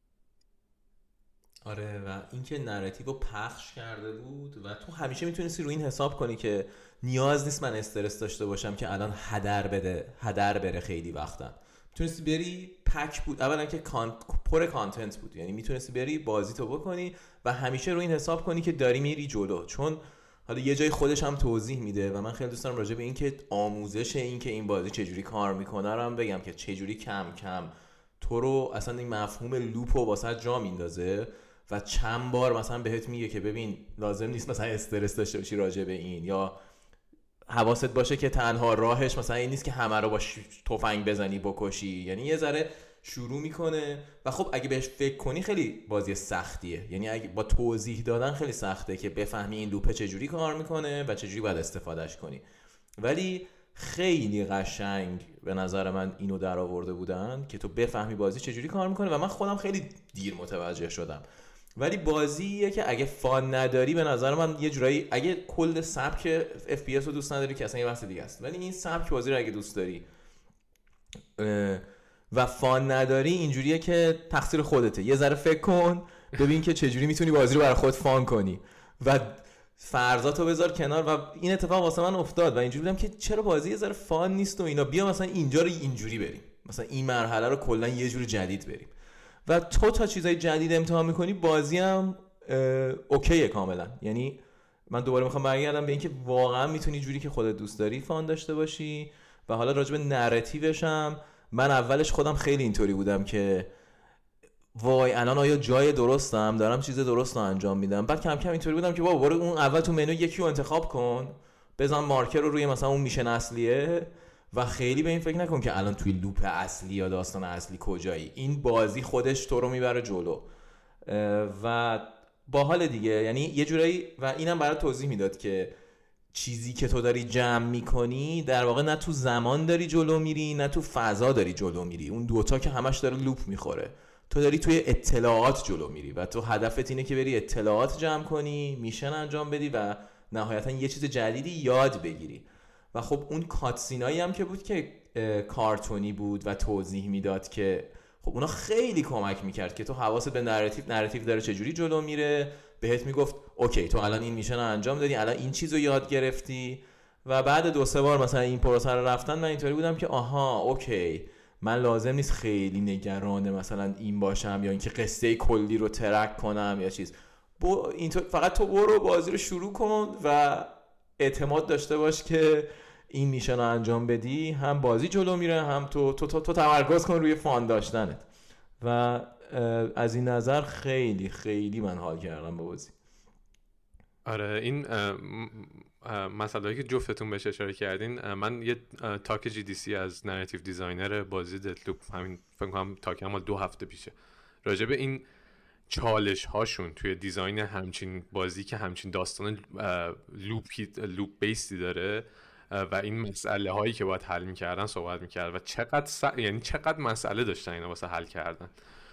آره و اینکه نراتیو پخش کرده بود و تو همیشه میتونستی رو این حساب کنی که نیاز نیست من استرس داشته باشم که الان هدر بده هدر بره خیلی وقتم. میتونستی بری پک بود، اولا که کان... پر کانتنت بود، یعنی میتونستی بری بازی تو بکنی و همیشه رو این حساب کنی که داری میری جلو، چون حالا یه جای خودش هم توضیح میده و من خیلی دوست دارم راجع به این که آموزش این که این بازی چجوری کار میکنه رو هم بگم که چجوری کم کم تو رو اصلا این مفهوم لوپو واسه جا میندازه و چند بار مثلا بهت میگه که ببین لازم نیست مثلا استرس داشته باشی راجع به این، یا حواست باشه که تنها راهش مثلا این نیست که همه رو با تفنگ بزنی بکشی، یعنی یه ذره شروع میکنه و خب اگه بهش فکر کنی خیلی بازی سختیه، یعنی اگه با توضیح دادن خیلی سخته که بفهمی این لوپ چجوری کار میکنه و چجوری باید استفادهش کنی، ولی خیلی قشنگ به نظر من اینو در آورده بودن که تو بفهمی بازی چجوری کار میکنه و من خودم خیلی دیر متوجه شدم. ولی بازیه که اگه فان نداری به نظر من یه جورایی، اگه کل سبک اف پی اس رو دوست نداری که اصلا یه بحث دیگه است، ولی این سبک بازی رو اگه دوست داری و فان نداری اینجوریه که تقصیر خودته، یه ذره فکر کن ببین که چجوری میتونی بازی رو برای خود فان کنی و فرضاتو بذار کنار. و این اتفاق واسه من افتاد و اینجوری بودم که چرا بازی یه ذره فان نیست و اینا، بیا مثلا اینجا رو اینجوری بریم، مثلا این مرحله رو کلا یه جور جدید بریم و تو تا چیزای جدید امتحان میکنی بازی هم اوکیه کاملا. یعنی من دوباره میخوام برگردم به این که واقعا میتونی جوری که خودت دوست داری فان داشته باشی. و حالا راجع به نراتیوش هم من اولش خودم خیلی اینطوری بودم که وای الان آیا جای درستم دارم چیز درست رو انجام میدم. بعد کم کم اینطوری بودم که بابا برو اون اول تو منو یکی رو انتخاب کن، بزن مارکر رو روی مثلا اون میشن اصلیه و خیلی به این فکر نکن که الان توی لوپ اصلی یا داستان اصلی کجایی. این بازی خودش تو رو میبره جلو و باحال دیگه. یعنی یه جورایی و اینم برات توضیح میداد که چیزی که تو داری جمع میکنی در واقع نه تو زمان داری جلو میری نه تو فضا داری جلو میری، اون دوتا که همش داره لوپ میخوره. تو داری توی اطلاعات جلو میری و تو هدفت اینه که بری اطلاعات جمع کنی، میشن انجام بدی و نهایتا یه چیز جدیدی یاد بگیری. و خب اون کاتسینایی هم که بود که کارتونی بود و توضیح میداد که خب اونا خیلی کمک میکرد که تو حواست به نراتیو نراتیو داره چجوری جلو میره، بهت میگفت اوکی تو الان این میشن رو انجام دادی، الان این چیزو یاد گرفتی. و بعد دو سه بار مثلا این پروسه رو رفتن من اینطوری بودم که آها اوکی من لازم نیست خیلی نگران مثلا این باشم یا اینکه قصه کلی رو ترک کنم یا چیز. با اینطور فقط تو برو بازی رو شروع کن و اعتماد داشته باش که این میشن رو انجام بدی، هم بازی جلو میره هم تو تو تو, تو تمرکز کن روی فان داشتنت. و از این نظر خیلی خیلی من حال کردم با بازی. آره این مسئله‌ای که جفتتون بهش اشاره کردین، من یه تاک جی دی سی از نراتیو دیزاینر بازی دتلوپ همین فکر کنم تاک هم دو هفته پیشه راجع به این چالش هاشون توی دیزاین همچین بازی که همچین داستان لوپ لوپ بیسی داره و این مسئله هایی که باید حل میکردن صحبت میکرد و چقدر س... یعنی چقدر مسئله داشتن اینا واسه حل کردن.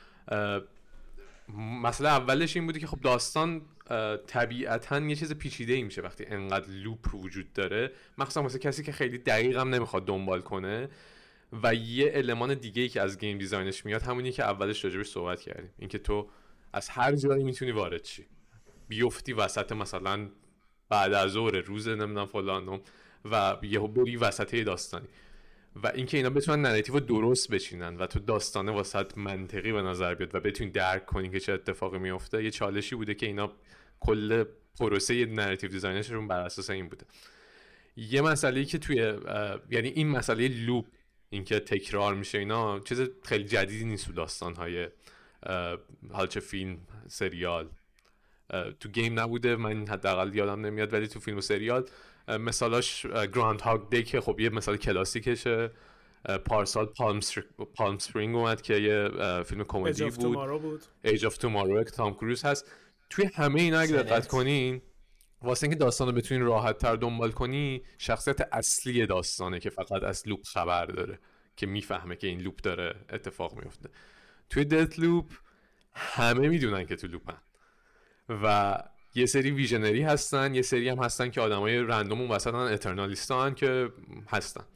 مسئله اولش این بوده که خب داستان طبیعتاً یه چیز پیچیده ای میشه وقتی انقدر لوپ وجود داره، مخصوصا واسه کسی که خیلی دقیق هم نمیخواد دنبال کنه. و یه المان دیگه ای که از گیم دیزاینش میاد همونیه که اولش راجبش صحبت کردیم، اینکه تو از هر جایی میتونی وارد شی، بیفتی وسط مثلا بعد از ظهر روز نمیدونم فلانم و یهو بری وسط داستانی و اینکه اینا بتونن نراتیو درست بچینن و تو داستانه واسط منطقی به نظر بیاد و بتونی درک کنی که چه اتفاقی میفته. یه چالشی بوده که اینا کل پروسه نراتیو دیزاینشون بر اساس این بوده. یه مسئله‌ای که توی یعنی این مسئله لوپ، اینکه تکرار میشه، اینا چیز خیلی جدیدی نیست تو داستان‌های حالا چه فیلم سریال. تو گیم نبوده من حداقل یادم نمیاد، ولی تو فیلم و سریال مثالاش گراند هاگ دی که خب یه مثال کلاسیکشه، پارسال پالم, پالم سپرینگ اومد که یه فیلم کمدی بود، بود ایج آف تومارو که تام کروز هست. توی همه اینا اگه دقت کنین واسه اینکه داستانو بتونین راحت تر دنبال کنی، شخصیت اصلی داستانه که فقط از لوپ خبر داره که میفهمه که این لوپ داره اتفاق میفته. توی دت لوپ همه میدونن که تو لوپن و یه سری ویژنری هستن، یه سری هم هستن که آدمای رندوم اون وسطن، اترنالیستان که هستن.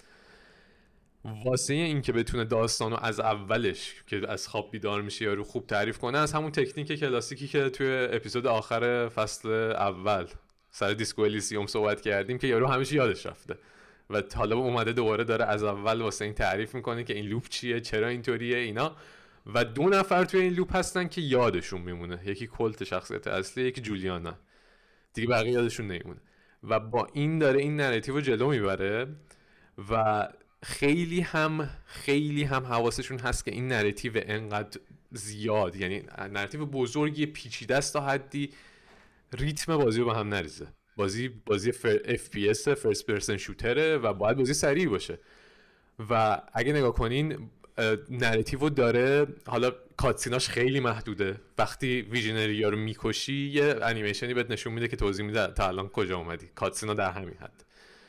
واسه این که بتونه داستانو از اولش که از خواب بیدار میشه یا رو خوب تعریف کنه، از همون تکنیک کلاسیکی که توی اپیزود آخر فصل اول سر دیسکو الیسیوم صحبت کردیم که یارو همیشه یادش رفته و حالا اومده دوباره داره از اول واسه این تعریف میکنه که این لوپ چیه، چرا اینطوریه اینا. و دو نفر توی این لوپ هستن که یادشون میمونه، یکی کولت شخصیت اصلی، یکی جولیانا، دیگه بقیه یادشون نمیمونه. و با این داره این نراتیو جلو میبره و خیلی هم خیلی هم حواسشون هست که این نراتیو انقدر زیاد، یعنی نراتیو بزرگی پیچیده است تا حدی ریتم بازی رو به هم نریزه. بازی بازی اف پی اس فرست پرسن شوتره و باید بازی سریع باشه و اگه نگاه کنین نراتیو داره، حالا کاتسیناش خیلی محدوده، وقتی ویژنری ها رو میکشی یه انیمیشنی بهت نشون میده که توضیح میده تا الان کجا اومدی. کاتسینا در همین حد.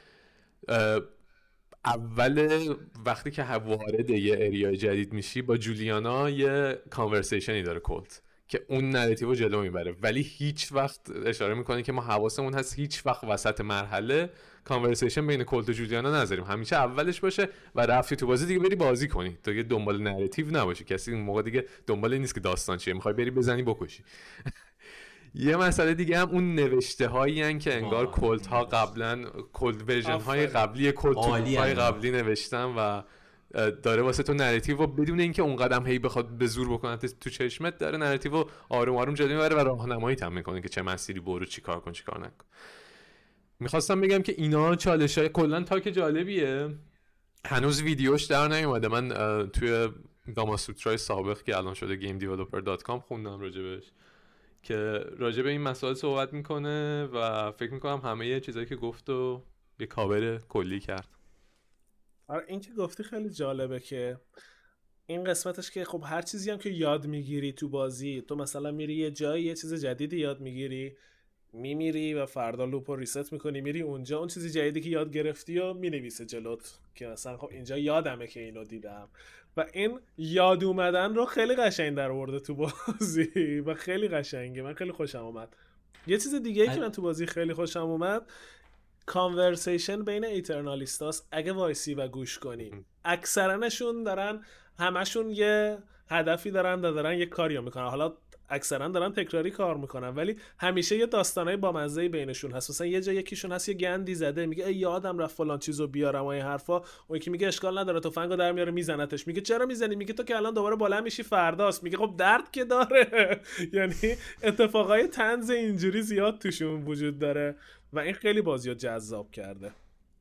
اول وقتی که وارد یه اریای جدید میشی با جولیانا یه کانورسیشنی داره کولت که اون نراتیو جلو میبره، ولی هیچ وقت اشاره میکنه که ما حواسمون هست هیچ وقت وسط مرحله کانورسیشن بین کولت و جولیانا نذاریم، همیشه اولش باشه و رفتی تو بازی دیگه بری بازی کنی، تو دیگه دنبال نراتیو نباشی. کسی اون موقع دیگه دنبال نیست که داستان چیه، میخوای بری بزنی بکشی. یه مسئله دیگه هم اون نوشته هایی ان که انگار کولت ها قبلا کولت ورژن های قبلی کولت های قبلی نوشتن و داره واسه تو نراتیو بدون اینکه اون قدم هی بخواد به زور بکنه تو چشمت، داره نراتیو آروم آروم جلو میبره و راهنمایی تام میکنه که چه مسیری برو، چیکار کن چیکار نکن. میخواستم بگم که اینا چالشای کلا تاک جالبیه، هنوز ویدیوش در نیومده. من توی گاماسوترای سابق که الان شده گیم دیولپر دات کام خوندم راجبش که راجب این مسائل صحبت میکنه و فکر میکنم همه چیزایی که گفت و یه کاور کلی کرد. آره این که گفتی خیلی جالبه که این قسمتش که خب هر چیزی هم که یاد میگیری تو بازی، تو مثلا میری یه جایی یه چیز جدیدی یاد میگیری، میمیری و فردا لوپ رو ریست میکنی میری اونجا، اون چیزی جدیدی که یاد گرفتی و مینویسه جلوت که مثلا خب اینجا یادمه که اینو دیدم و این یاد اومدن رو خیلی قشنگ در آورده تو بازی و خیلی قشنگه. من خیلی خوشم اومد. یه چیز دیگه ای که من تو بازی خیلی خوشم اومد کانورسیشن بین ایترنالیستاست. اگه وایسی و گوش کنی اکثرنشون دارن همشون یه هدفی دارن و دارن یه کاریو میکنن، حالا اکثرا دارن تکراری کار میکنن ولی همیشه یه داستانای بامزه‌ای بینشون هست. مثلا یه جا یکیشون هست یه گندی زده میگه ای یادم رفت فلان چیزو بیارم و این حرفا، اون یکی میگه اشکال نداره تفنگو در میاره میزنتش، میگه چرا میزنی، میگه تو که الان دوباره بالا میشی فرداست، میگه خب درد که داره. یعنی اتفاقای طنز اینجوری زیاد توشون وجود داره و این خیلی بازیو جذاب کرده.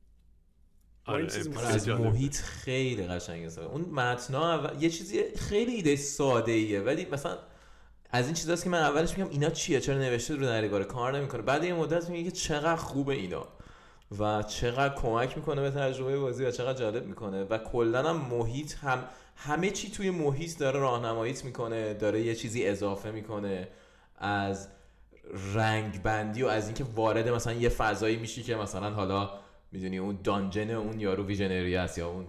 آره از محیط خیلی قشنگه. اون متنا یه چیزی خیلی ایده ساده ایه ولی مثلا از این چیزاست که من اولش میگم اینا چیه، چرا نوشته رو نریگاره کار نمیکنه، بعد یه مدت میگه که چقدر خوبه اینا و چقدر کمک میکنه به تجربه بازی و چقدر جالب میکنه و کلا هم محیط هم همه چی توی محیط داره راهنماییت میکنه، داره یه چیزی اضافه میکنه از رنگ بندی و از اینکه وارد مثلا یه فضایی میشی که مثلا حالا میدونی اون دانجن اون یارو ویژنری است یا اون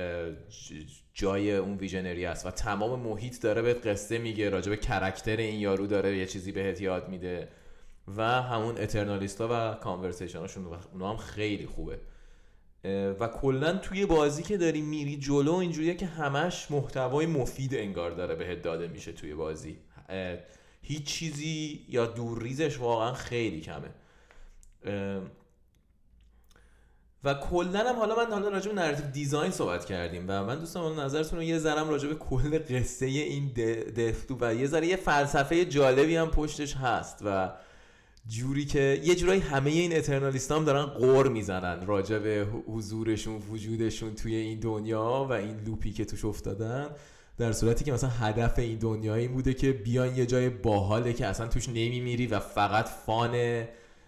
جای اون ویژنری است و تمام محیط داره بهت قصه میگه راجع به کاراکتر این یارو، داره یه چیزی بهت یاد میده و همون اترنالیستا و کانورسیشناشون اونا هم خیلی خوبه و کلا توی بازی که داری میری جلو اینجوریه که همش محتوای مفید انگار داره بهت داده میشه توی بازی، هیچ چیزی یا دور ریزش واقعا خیلی کمه و کلا هم حالا من حالا راجع به نراتیو دیزاین صحبت کردیم و من دوستم حالا نظرتون رو یه ذرم راجع به کل قصه این دفتو و یه ذره یه فلسفه جالبی هم پشتش هست و جوری که یه جورایی همه این اترنالیستا هم دارن قور میزنن راجع به حضورشون وجودشون توی این دنیا و این لوپی که توش افتادن، در صورتی که مثلا هدف این دنیا این بوده که بیان یه جای باحاله که اصلا توش نمیمیری و فقط فان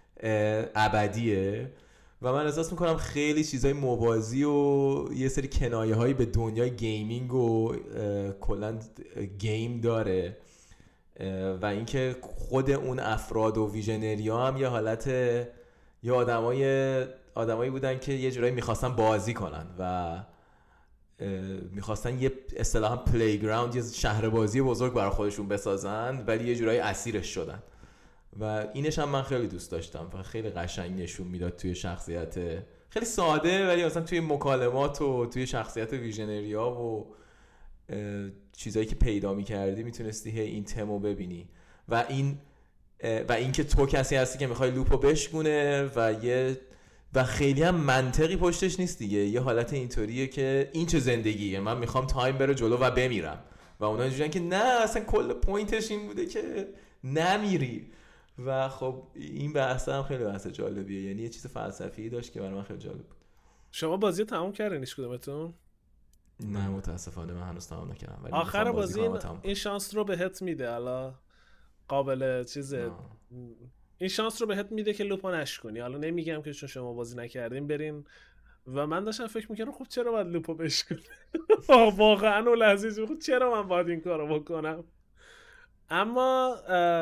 ابدیه و من احساس میکنم خیلی چیزای موازی و یه سری کنایه هایی به دنیای گیمینگ و کلا گیم داره و اینکه خود اون افراد و ویژنری ها هم یه حالت یه آدمای آدمایی بودن که یه جورایی میخواستن بازی کنن و میخواستن یه اصطلاحاً پلیگراند، یه شهر بازی بزرگ برای خودشون بسازن ولی یه جورایی اسیرش شدن و اینش هم من خیلی دوست داشتم و خیلی قشنگ نشون میداد توی شخصیت خیلی ساده ولی مثلا توی مکالمات و توی شخصیت ویژنریا و چیزایی که پیدا میکردی میتونستی هی این تمو ببینی و این و اینکه تو کسی هستی که میخوای لوپو بشگونه و یه و خیلی هم منطقی پشتش نیست دیگه، یه حالت اینطوریه که این چه زندگیه، من میخوام تایم بره جلو و بمیرم و اونا اینجوریه که نه اصلا کل پوینتش این بوده که نمیری و خب این بحث هم خیلی بحث جالبیه، یعنی یه چیز فلسفی داشت که برای من خیلی جالب بود. شما بازی تموم کردین هیچ کدومتون؟ نه متاسفانه من هنوز تمام نکردم ولی آخر بازی این, این شانس رو بهت میده، حالا قابل چیزه این شانس رو بهت میده که لوپو نشکنی. حالا نمیگم که چون شما بازی نکردین برین و من داشتم فکر میکردم خب چرا باید لوپو بشکنم واقعا اون لحظه خب چرا من باید این کارو بکنم. اما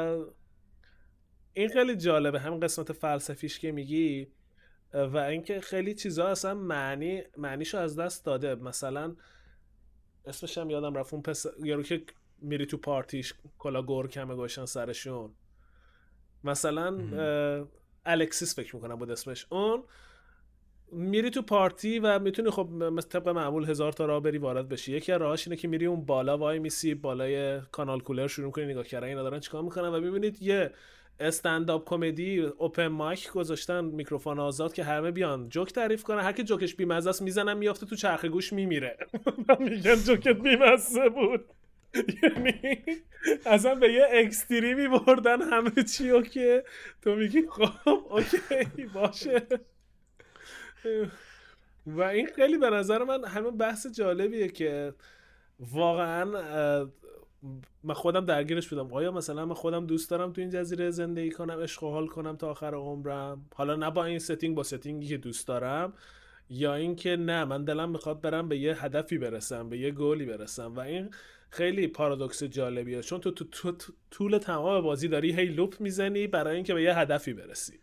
این خیلی جالبه همین قسمت فلسفیش که میگی و اینکه خیلی چیزا اصلا معنی معنیشو از دست داده. مثلا اسمش هم یادم رفت اون پس یارو که میری تو پارتیش کلا گورکمه گوشن سرشون، مثلا الکسیس فکر میکنم بود اسمش، اون میری تو پارتی و میتونی خب طبق معمول هزار تا راه بری وارد بشی. یکی از راهاش اینه که میری اون بالا وای میسی بالای کانال کولر شروع میکنی نگاه کردن اینا دارن چیکار میکنن و ببینید یه استندآپ کمدی اوپن مایک گذاشتن، میکروفون آزاد که همه بیان جوک تعریف کنن، هر کی جوکش بیمزه است میزنن میافته تو چرخ گوش میمیره میگن جوکت بیمزه بود. یعنی اصلا به یه اکستریمی بردن همه چیو که تو میگی خب اوکی باشه. و این خیلی به نظر من همین بحث جالبیه که واقعا من خودم درگیرش بودم. آیا مثلا من خودم دوست دارم تو این جزیره زندگی کنم، عشق و حال کنم تا آخر عمرم، حالا نه با این ستینگ، با ستینگی که دوست دارم، یا اینکه نه من دلم میخواد برم به یه هدفی برسم، به یه گولی برسم. و این خیلی پارادوکس جالبیه، چون تو, تو, تو, تو طول تمام بازی داری هی لوپ میزنی برای اینکه به یه هدفی برسی.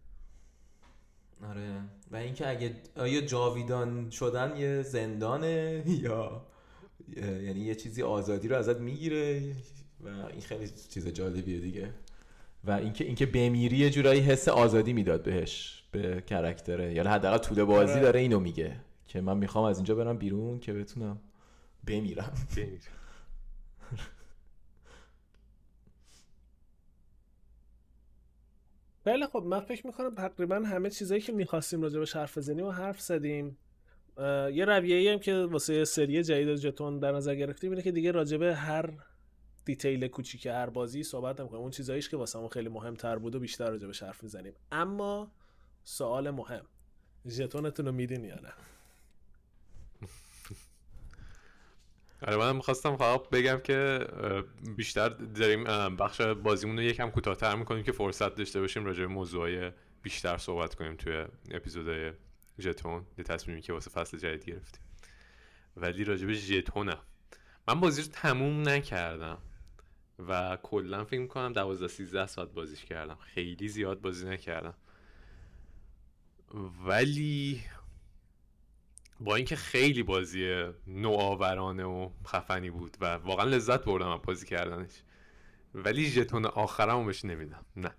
آره. و اینکه اگه آیا جاویدان شدن یه زندانه یا یعنی یه چیزی آزادی رو ازت میگیره، و این خیلی چیز جالبیه دیگه. و اینکه اینکه بمیری یه جورایی حس آزادی میداد بهش، به کرکتره، یا حداقل طول بازی آره. داره اینو میگه که من میخوام از اینجا برم بیرون که بتونم بمیرم. بمیرم. خیلی خب، من فکر میکنم تقریبا همه چیزایی که میخواستیم راجع بهش حرف بزنیم و حرف زدیم. یه رویه‌ای هم که واسه سری جدید ژتون در نظر گرفتیم اینه که دیگه راجع به هر دیتیل کوچیک هر بازی صحبت نمی‌کنیم. اون چیزاییش که واسمون خیلی مهم‌تر بود و بیشتر راجع بهش حرف میزنیم. اما سوال مهم، ژتونتون رو میدین یا نه؟ آره منم می‌خواستم فقط بگم که بیشتر داریم بخش بازیمون رو یکم کوتاه‌تر می‌کنیم که فرصت داشته باشیم راجع به موضوعای بیشتر صحبت کنیم توی اپیزودهای ژتون. یه تصمیمی که واسه فصل جدید گرفتیم. ولی راجع به ژتونم، من بازی رو تموم نکردم و کلا فکر می‌کنم دوازده سیزده ساعت بازیش کردم. خیلی زیاد بازی نکردم، ولی با اینکه خیلی بازی نوآورانه و خفنی بود و واقعا لذت بردم از بازی کردنش، ولی ژتون آخرمو بهش نمیدم. نه.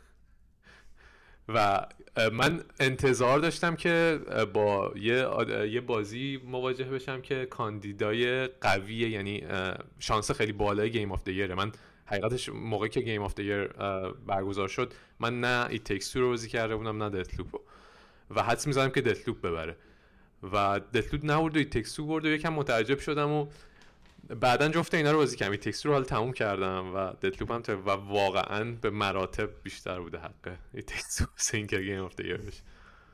و من انتظار داشتم که با یه یه بازی مواجه بشم که کاندیدای قویه، یعنی شانس خیلی بالای گیم آف د ایره. من حقیقتش موقعی که گیم آف د ایر برگزار شد من نه ایت تیکس تو رو بازی کرده بودم نه دث لوپ، و حدس می‌زدم که دث لوپ ببره و دث لوپ نبرد و ایت تیکس تو برد و یکم متعجب شدم و بعدن جفت اینا رو بازی کردم. ایت تیکس رو حالا تموم کردم و دث لوپ هم تا و واقعا به مراتب بیشتر بوده حق ایت تیکس تو سین که گیم آف د ایر بشه.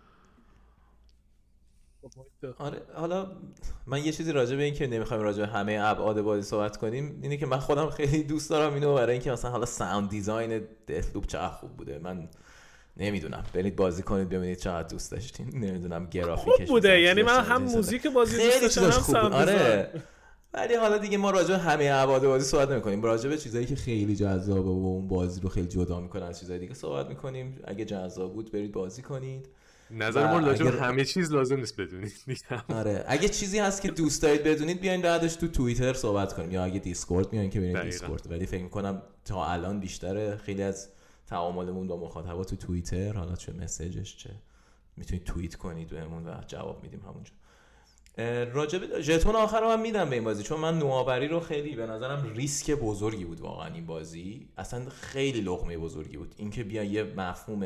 آره حالا من یه چیزی راجع به این که نمیخوایم راجع به همه ابعاد بازی صحبت کنیم اینه که من خودم خیلی دوست دارم اینو، برای اینکه مثلا حالا ساوند دیزاین دث لوپ چقدر خوب بوده. من نمیدونم، برید بازی کنید ببینید چقدر دوست داشتین. نمیدونم گرافیکش خوب بوده، یعنی من هم موزیک بازی دوست داشتم هم ساوند آره. ولی حالا دیگه ما راجع به همه ابعاد بازی صحبت نمی‌کنیم، راجع به چیزایی که خیلی جذابه و اون بازی رو خیلی جدا می‌کنه از چیزای دیگه صحبت می‌کنیم. اگه جذاب بود برید بازی کنید. نظر ما راجع به همه چیز لازم نیست بدونید. آره اگه چیزی هست که دوست دارید بدونید بیاین بعدش تو توییتر صحبت کنیم، یا اگه دیسکورد میاین که برید دیسکورد. ولی فکر می‌کنم تا الان بیشتره خیلی از تعاملمون با مخاطبا تو توییتر، حالا چه مسیجش چه میتونید توییت کنید بهمون و جواب میدیم همونجا. راجع به ژتون آخر رو من میدم به این بازی، چون من نوآوری رو خیلی به نظرم ریسک بزرگی بود واقعا. این بازی اصلا خیلی لقمه بزرگی بود، اینکه بیا یه مفهوم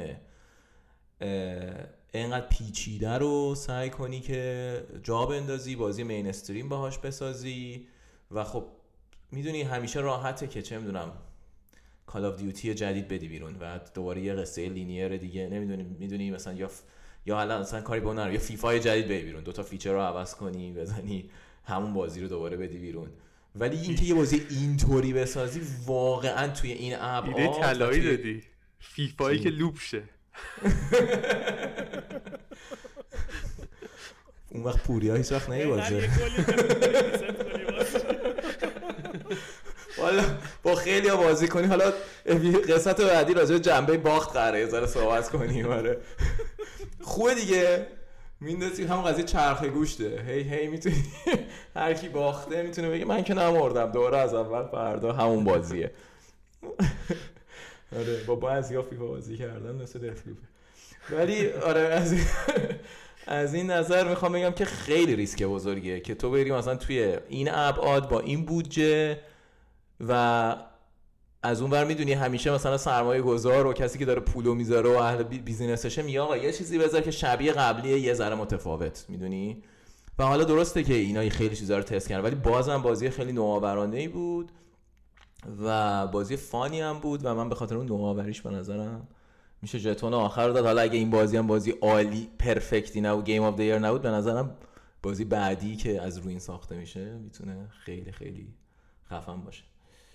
اینقدر پیچیده رو سعی کنی که جا بندازی، بازی مینستریم باهاش بسازی. و خب میدونی همیشه راحته که چه میدونم کال آف دیوتی جدید بدی بیرون و دوباره یه قصه لینیر دیگه، نمیدونی میدونی مثلا یا ف... یا حالا مثلا کاری به اون نرو، یا فیفا جدید بدی بیرون، دو تا فیچر رو عوض کنی بزنی همون بازی رو دوباره بدی بیرون. ولی اینکه یه بازی اینطوری بسازی واقعا توی این ابعاد ایده طلایی توی... دادی فیفایی که لوپ شه. اون وقت پوریا هیچ وقت نمی‌بازه. حالا با خیلی ها بازی کنی. حالا قسمت بعدی راجع به جنبه باخت قراره یه ذره صحبت کنیم. آره خوبه دیگه، میندازی همون قضیه چرخ گوشته، هی هی میتونی هر کی باخته میتونه بگه من که نمردم، دوباره از اول فردا همون بازیه. آره با بعضیا فیفا بازی کردن مثل دفلوپه. ولی آره از این از این نظر میخوام بگم که خیلی ریسک بزرگیه که تو بری مثلا توی این ابعاد با این بودجه و از اون ور میدونی همیشه مثلا سرمایه گذار و کسی که داره پولو میذاره و اهل بیزینسشه میگه آقا یه چیزی بذار که شبیه قبلیه یه ذره متفاوت، میدونی. و حالا درسته که اینا خیلی چیزا رو تست کردن ولی بازم بازی خیلی نوآورانه‌ای بود و بازی فانی هم بود و من به خاطر اون نوآوریش به نظرم میشه ژتون آخر داد. حالا اگه این بازی هم بازی عالی پرفکتی نبود، گیم آف د ایر نبود، به نظرم بازی بعدی که از روی این ساخته میشه میتونه خیلی خیلی خفن باشه.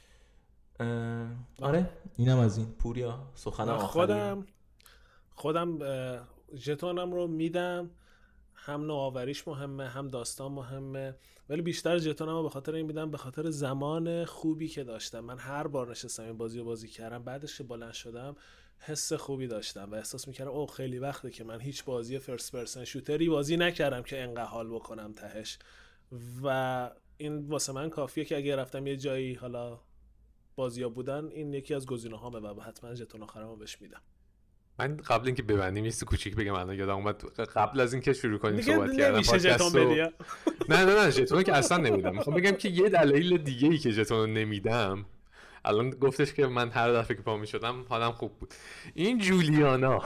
آره اینم از این. پوریا سخن آخری. خودم خودم ژتونم رو میدم، هم نوآوریش مهمه هم داستان مهمه، ولی بیشتر ژتونم رو به خاطر این میدم، به خاطر زمان خوبی که داشتم. من هر بار نشستم این بازی رو بازی کردم، بعدش که بلند شدم حس خوبی داشتم و احساس میکردم اوه خیلی وقته که من هیچ بازی فرست پرسن شوتری بازی نکردم که انقدر حال بکنم تهش، و این واسه من کافیه که اگه رفتم یه جایی حالا بازی‌ها بودن این یکی از گزینه‌هامه و حتما ژتون آخرامو بهش میدم. من قبل اینکه ببندیم یه کوچیک بگم، الان یادم اومد قبل از اینکه شروع کنیم دیگه صحبت کردن پادکست رو نه نه نه ژتون که اصلا نمیدم. میخوام بگم که یه دلیل دیگه ای که ژتون رو نمیدم، الان گفتش که من هر دفعه که پا میشدم حالم خوب بود، این جولیانا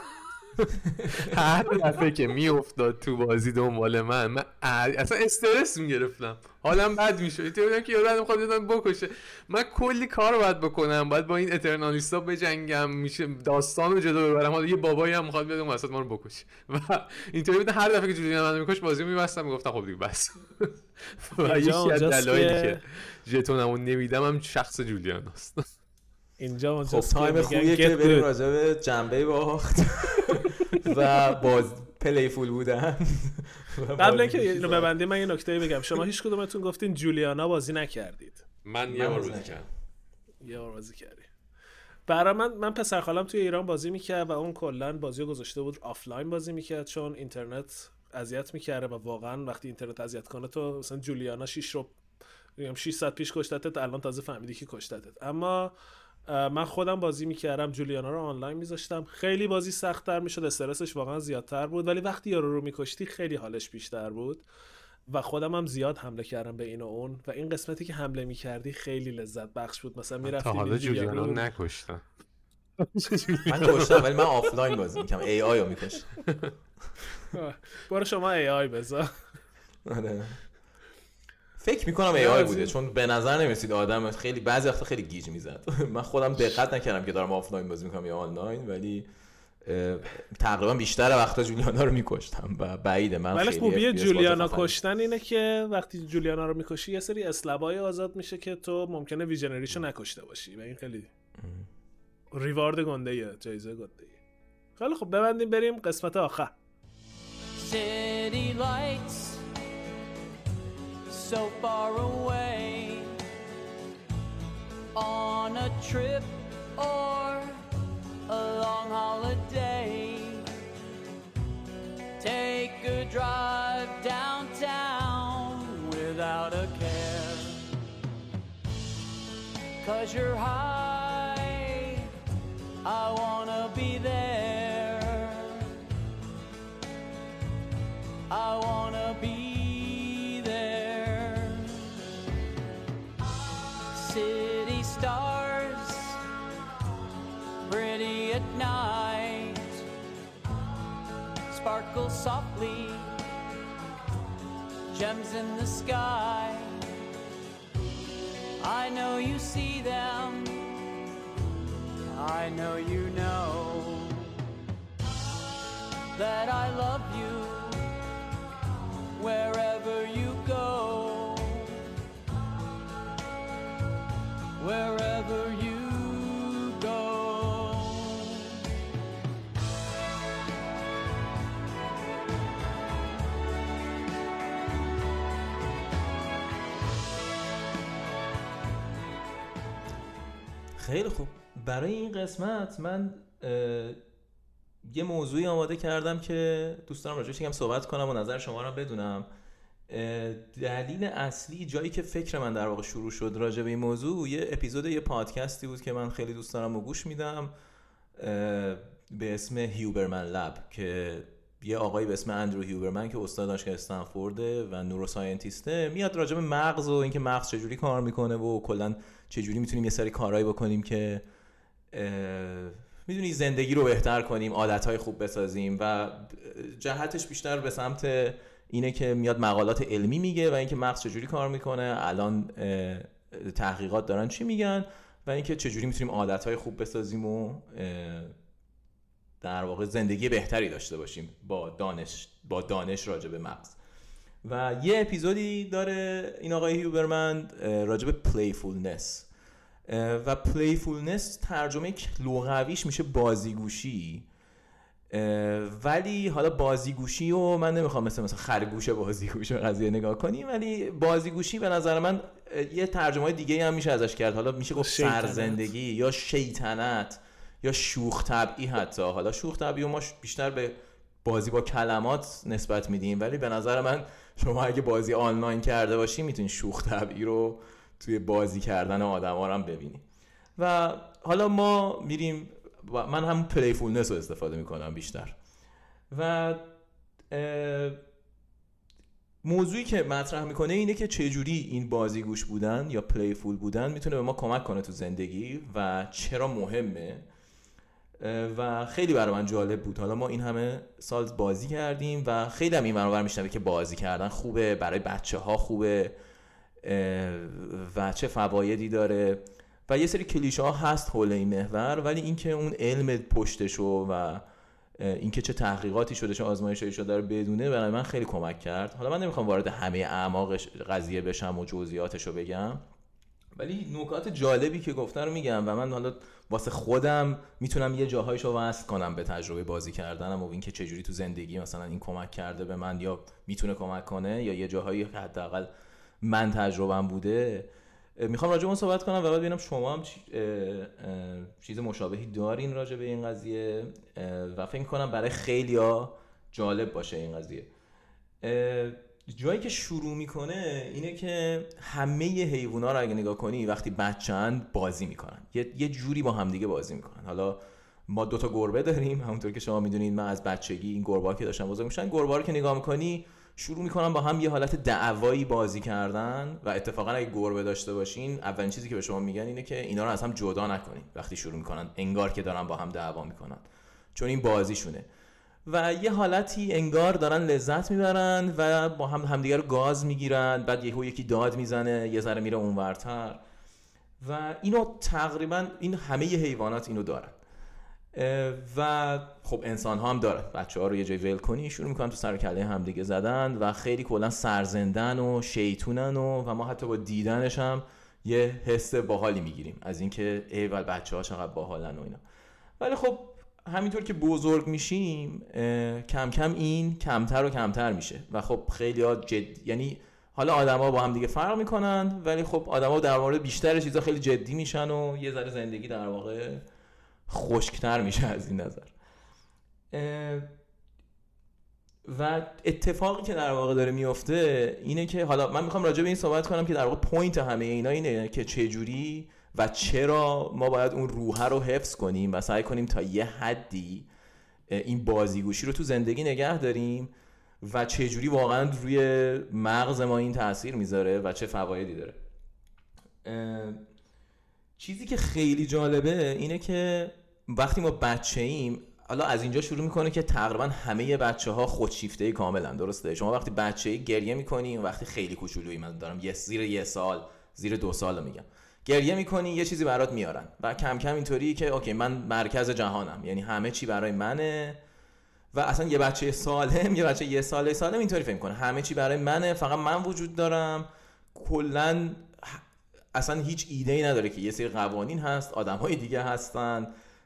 هر دفعه که میافتاد تو بازی دنبال من من اصلا استرس میگرفتم، حالم بد میشد. تو بودم که یادم خود دادم بکشه، من کلی کار باید بکنم، باید با این اترنالیستا بجنگم، میشه داستانو جلو ببرم، حالا یه بابایی هم میخواد بیاد اون وسط ما رو بکشه و اینطوری بود. هر دفعه که جولیانا منو میکش بازیو میبستم، میگفتم خب دیگه بس. و یکی از دلایلی که ژتونمو نمیدم هم شخص جولیاناست. اینجا خب تایم خوبیه که بریم راجع به جنبه باخت و باز پلی فول بودن. قبل اینکه اینو ببندیم من یه نکته بگم، شما هیچ کدومتون گفتین جولیانا بازی نکردید؟ من یه بار بازی کردم. یه بار بازی کردی. برای من من پسر خالم توی ایران بازی میکرد و اون کلا بازیو گذاشته بود آفلاین بازی میکرد، چون اینترنت اذیت میکره و واقعا وقتی اینترنت اذیت کنه تو مثلا جولیانا شش رو میگم ششصد پیش کشتتت، الان تازه فهمیدی کی کشتتت. اما من خودم بازی میکردم، جولیانا رو آنلاین میذاشتم، خیلی بازی سخت‌تر میشد، استرسش واقعا زیادتر بود، ولی وقتی یارو رو میکشتی خیلی حالش بیشتر بود و خودم هم زیاد حمله کردم به این و اون و این قسمتی که حمله میکردی خیلی لذت بخش بود. مثلا میرفتی تا حالا جولیانا رو نکشتم. من کشتم ولی من آفلاین بازی میکردم، ای آی رو میکشم. برو شما ای آی بذار. آره فکر میکنم ای آی بوده، چون به نظر نمیرسید آدم خیلی بعضی وقتا خیلی گیج میزد. من خودم دقت نکردم که دارم آفلاین بازی میکنم یا آنلاین، ولی تقریبا بیشتر وقتا جولیانا رو میکشتم و بعیده من ولی خیلی خوبیه جولیانا کشتن اینه که وقتی جولیانا رو میکشی یه سری اسلبای آزاد میشه که تو ممکنه ویژنریشو نکشته باشی و این خیلی ریوارد گنده‌ایه، جایزه گنده‌ایه. خیلی خب ببندیم بریم قسمت آخر. City lights so far away on a trip or a long holiday, take a drive downtown without a care, 'cause you're high, I wanna be there, I wanna be there. City stars, pretty at night, sparkle softly, gems in the sky. I know you see them, I know you know that I love you wherever you go, wherever you go. خیلی خوب. برای این قسمت من یه موضوعی آماده کردم که دوست دارم راجعش یکم صحبت کنم و نظر شما رو بدونم. دلیل اصلی جایی که فکر من در واقع شروع شد راجع به این موضوع یه اپیزود یه پادکستی بود که من خیلی دوست دارم و گوش میدم به اسم هیوبرمن لب، که یه آقایی به اسم اندرو هیوبرمن که استاد دانشگاه استنفورده و نوروساینتیسته میاد راجع به مغز و اینکه مغز چجوری کار میکنه و کلا چجوری میتونیم یه سری کارهایی بکنیم که میدونی زندگی رو بهتر کنیم، عادتهای خوب بسازیم و جهتش بیشتر به سمت اینه که میاد مقالات علمی میگه و اینکه مغز چجوری کار میکنه، الان تحقیقات دارن چی میگن و اینکه چجوری میتونیم عادتهای خوب بسازیم و در واقع زندگی بهتری داشته باشیم با دانش با دانش راجع به مغز. و یه اپیزودی داره این آقای هیوبرمن راجع به پلیفولنس و پلیفولنس ترجمه لغویش میشه بازیگوشی، ولی حالا بازیگوشی و من نمیخوام مثل مثلا خرگوش بازیگوش قضیه نگاه کنیم، ولی بازیگوشی به نظر من یه ترجمه دیگه هم میشه ازش کرد. حالا میشه گفت سرزندگی یا شیطنت یا شوخ طبعی. حتی حالا شوخ طبعی و ما بیشتر به بازی با کلمات نسبت میدیم، ولی به نظر من شما اگه بازی آنلاین کرده باشی میتونی شوخ طبعی رو توی بازی کردن آدم‌ها رو هم ببینی. و حالا ما میریم، من هم پلیفولنس رو استفاده میکنم بیشتر. و موضوعی که مطرح میکنه اینه که چجوری این بازیگوش بودن یا پلیفول بودن میتونه به ما کمک کنه تو زندگی و چرا مهمه. و خیلی برای من جالب بود. حالا ما این همه سال بازی کردیم و خیلی هم این منور میشنوه که بازی کردن خوبه، برای بچه ها خوبه و چه فوایدی داره و یه سری کلیشه ها هست حول این محور، ولی اینکه اون علم پشتشو و اینکه چه تحقیقاتی شده چه آزمایشی شده رو بدونه برای من خیلی کمک کرد. حالا من نمیخوام وارد همه اعماق قضیه بشم و جزئیاتشو بگم، ولی نکات جالبی که گفتن رو میگم و من حالا واسه خودم میتونم یه جاهایشو وصل کنم به تجربه بازی کردنم و اینکه چجوری تو زندگی مثلا این کمک کرده به من یا میتونه کمک کنه یا یه جاهایی حداقل من تجربه‌ام بوده. میخوام راجع به اون صحبت کنم و بعد ببینم شما هم چیز مشابهی دارین راجع به این قضیه و فکر کنم برای خیلیا جالب باشه این قضیه. جایی که شروع میکنه اینه که همه حیوونا رو اگه نگاه کنی وقتی بچه‌ن بازی میکنن، یه یه جوری با همدیگه بازی میکنن. حالا ما دوتا گربه داریم، همونطور که شما میدونید من از بچگی این گربه‌ها که داشتن بزرگ میشن، گربه‌ها رو که نگاه میکنی شروع میکنن با هم یه حالت دعوایی بازی کردن و اتفاقا اگه گربه داشته باشین اولین چیزی که به شما میگن اینه که اینا رو از هم جدا نکنین وقتی شروع میکنن انگار که دارن با هم دعوا میکنن، چون این بازیشونه و یه حالتی انگار دارن لذت میبرن و با هم همدیگه رو گاز میگیرن، بعد یهو یکی داد میزنه یه ذره میره اونورتر و اینو تقریبا این همه حیوانات اینو دارن و خب انسان ها هم دارن. بچه ها رو یه جای ول کنی شروع میکنن تو سر کله هم دیگه زدن و خیلی کلا سرزندن و شیطونن و, و ما حتی با دیدنش هم یه حس باحالی میگیریم از اینکه ای ول بچه ها چقدر باحالن و اینا. ولی خب همینطور که بزرگ میشیم کم کم این کمتر و کمتر میشه و خب خیلی ها جد، یعنی حالا آدما با هم دیگه فرق میکنن ولی خب آدما در مورد بیشتر چیزا خیلی جدی میشن و یه ذره زندگی در واقع خشکتر میشه از این نظر. و اتفاقی که در واقع داره میفته اینه که حالا من میخوام راجع به این صحبت کنم که در واقع پوینت همه اینا اینه که چجوری و چرا ما باید اون روحه رو حفظ کنیم و سعی کنیم تا یه حدی این بازیگوشی رو تو زندگی نگه داریم و چجوری واقعا روی مغز ما این تأثیر میذاره و چه فوایدی داره. چیزی که خیلی جالبه اینه که وقتی ما بچه ایم، حالا از اینجا شروع میکنه که تقریبا همه بچه ها خودشیفته کاملا، درسته؟ شما وقتی بچه ای گریه میکنی و وقتی خیلی کوچولویی، من دارم یه زیر یه سال زیر دو سال میگم، گریه میکنی یه چیزی برات میارن و کم کم اینطوری که اوکی من مرکز جهانم، یعنی همه چی برای منه و اصلا یه بچه سالم یه بچه یه ساله سالم اینطوری فکر میکنه همه چی برای منه، فقط من وجود دارم. کلا اصلا هیچ ایده‌ای نداره که یه سری قوانین هست، آدم‌های دیگه هستن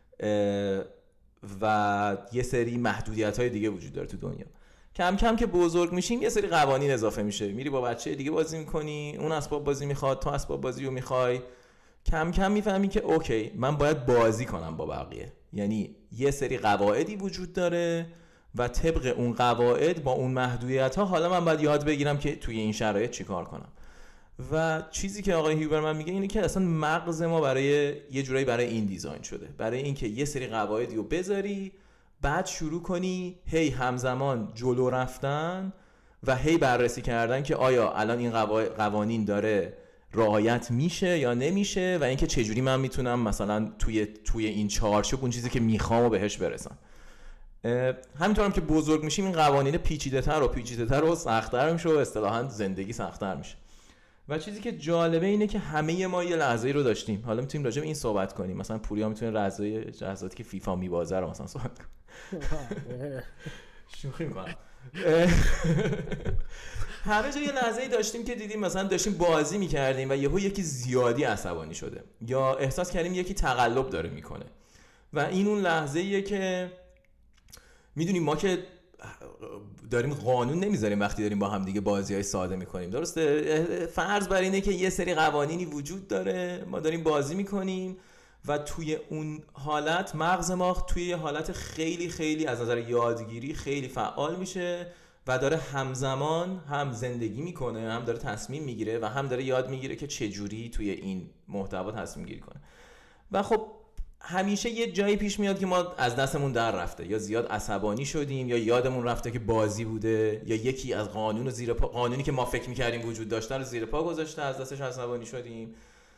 و یه سری محدودیت‌های دیگه وجود داره تو دنیا. کم کم که بزرگ میشیم یه سری قوانین اضافه میشه، میری با بچه دیگه بازی میکنی، اون اسباب بازی میخواد، تو اسباب بازی رو میخوای، کم کم میفهمی که اوکی من باید بازی کنم با بقیه، یعنی یه سری قواعدی وجود داره و طبق اون قواعد با اون محدودیت‌ها حالا من باید یاد بگیرم که توی این شرایط چیکار کنم. و چیزی که آقای هیوبرمن میگه اینه که اصلا مغز ما برای یه جورایی برای این دیزاین شده، برای اینکه یه سری قواعدی رو بذاری بعد شروع کنی هی همزمان جلو رفتن و هی بررسی کردن که آیا الان این قوانین داره رعایت میشه یا نمیشه و اینکه چجوری من میتونم مثلا توی توی این چارچوب اون چیزی که میخوام و بهش برسم. همینطورم که بزرگ میشیم این قوانین پیچیده‌تر و پیچیده‌تر و سخت‌تر میشه و اصطلاحاً زندگی سخت‌تر میشه. و چیزی که جالبه اینه که همه ما یه لحظه‌ای رو داشتیم، حالا میتونیم راجع به این صحبت کنیم، مثلا پوریا میتونه لحظه لحظاتی که فیفا میبازه رو مثلا صحبت کنه. شوخی می‌کنم. همه جا یه لحظه‌ای داشتیم که دیدیم مثلا داشتیم بازی می‌کردیم و یهو یکی زیادی عصبانی شده یا احساس کردیم یکی تقلب داره میکنه و این اون لحظه‌ایه که میدونیم ما که داریم قانون نمیذاریم وقتی داریم با هم دیگه بازی‌های ساده میکنیم، درسته؟ فرض بر اینه که یه سری قوانینی وجود داره، ما داریم بازی میکنیم و توی اون حالت مغز ما توی یه حالت خیلی خیلی از نظر یادگیری خیلی فعال میشه و داره همزمان هم زندگی میکنه، هم داره تصمیم میگیره و هم داره یاد میگیره که چجوری توی این محتوا تصمیم گیری کنه. و خب همیشه یه جایی پیش میاد که ما از دستمون در رفته، یا زیاد عصبانی شدیم یا یادمون رفته که بازی بوده، یا یکی از قانون زیر پا، قانونی که ما فکر میکردیم وجود داشته رو زیر پا گذاشته، از دستش عصبانی شدیم.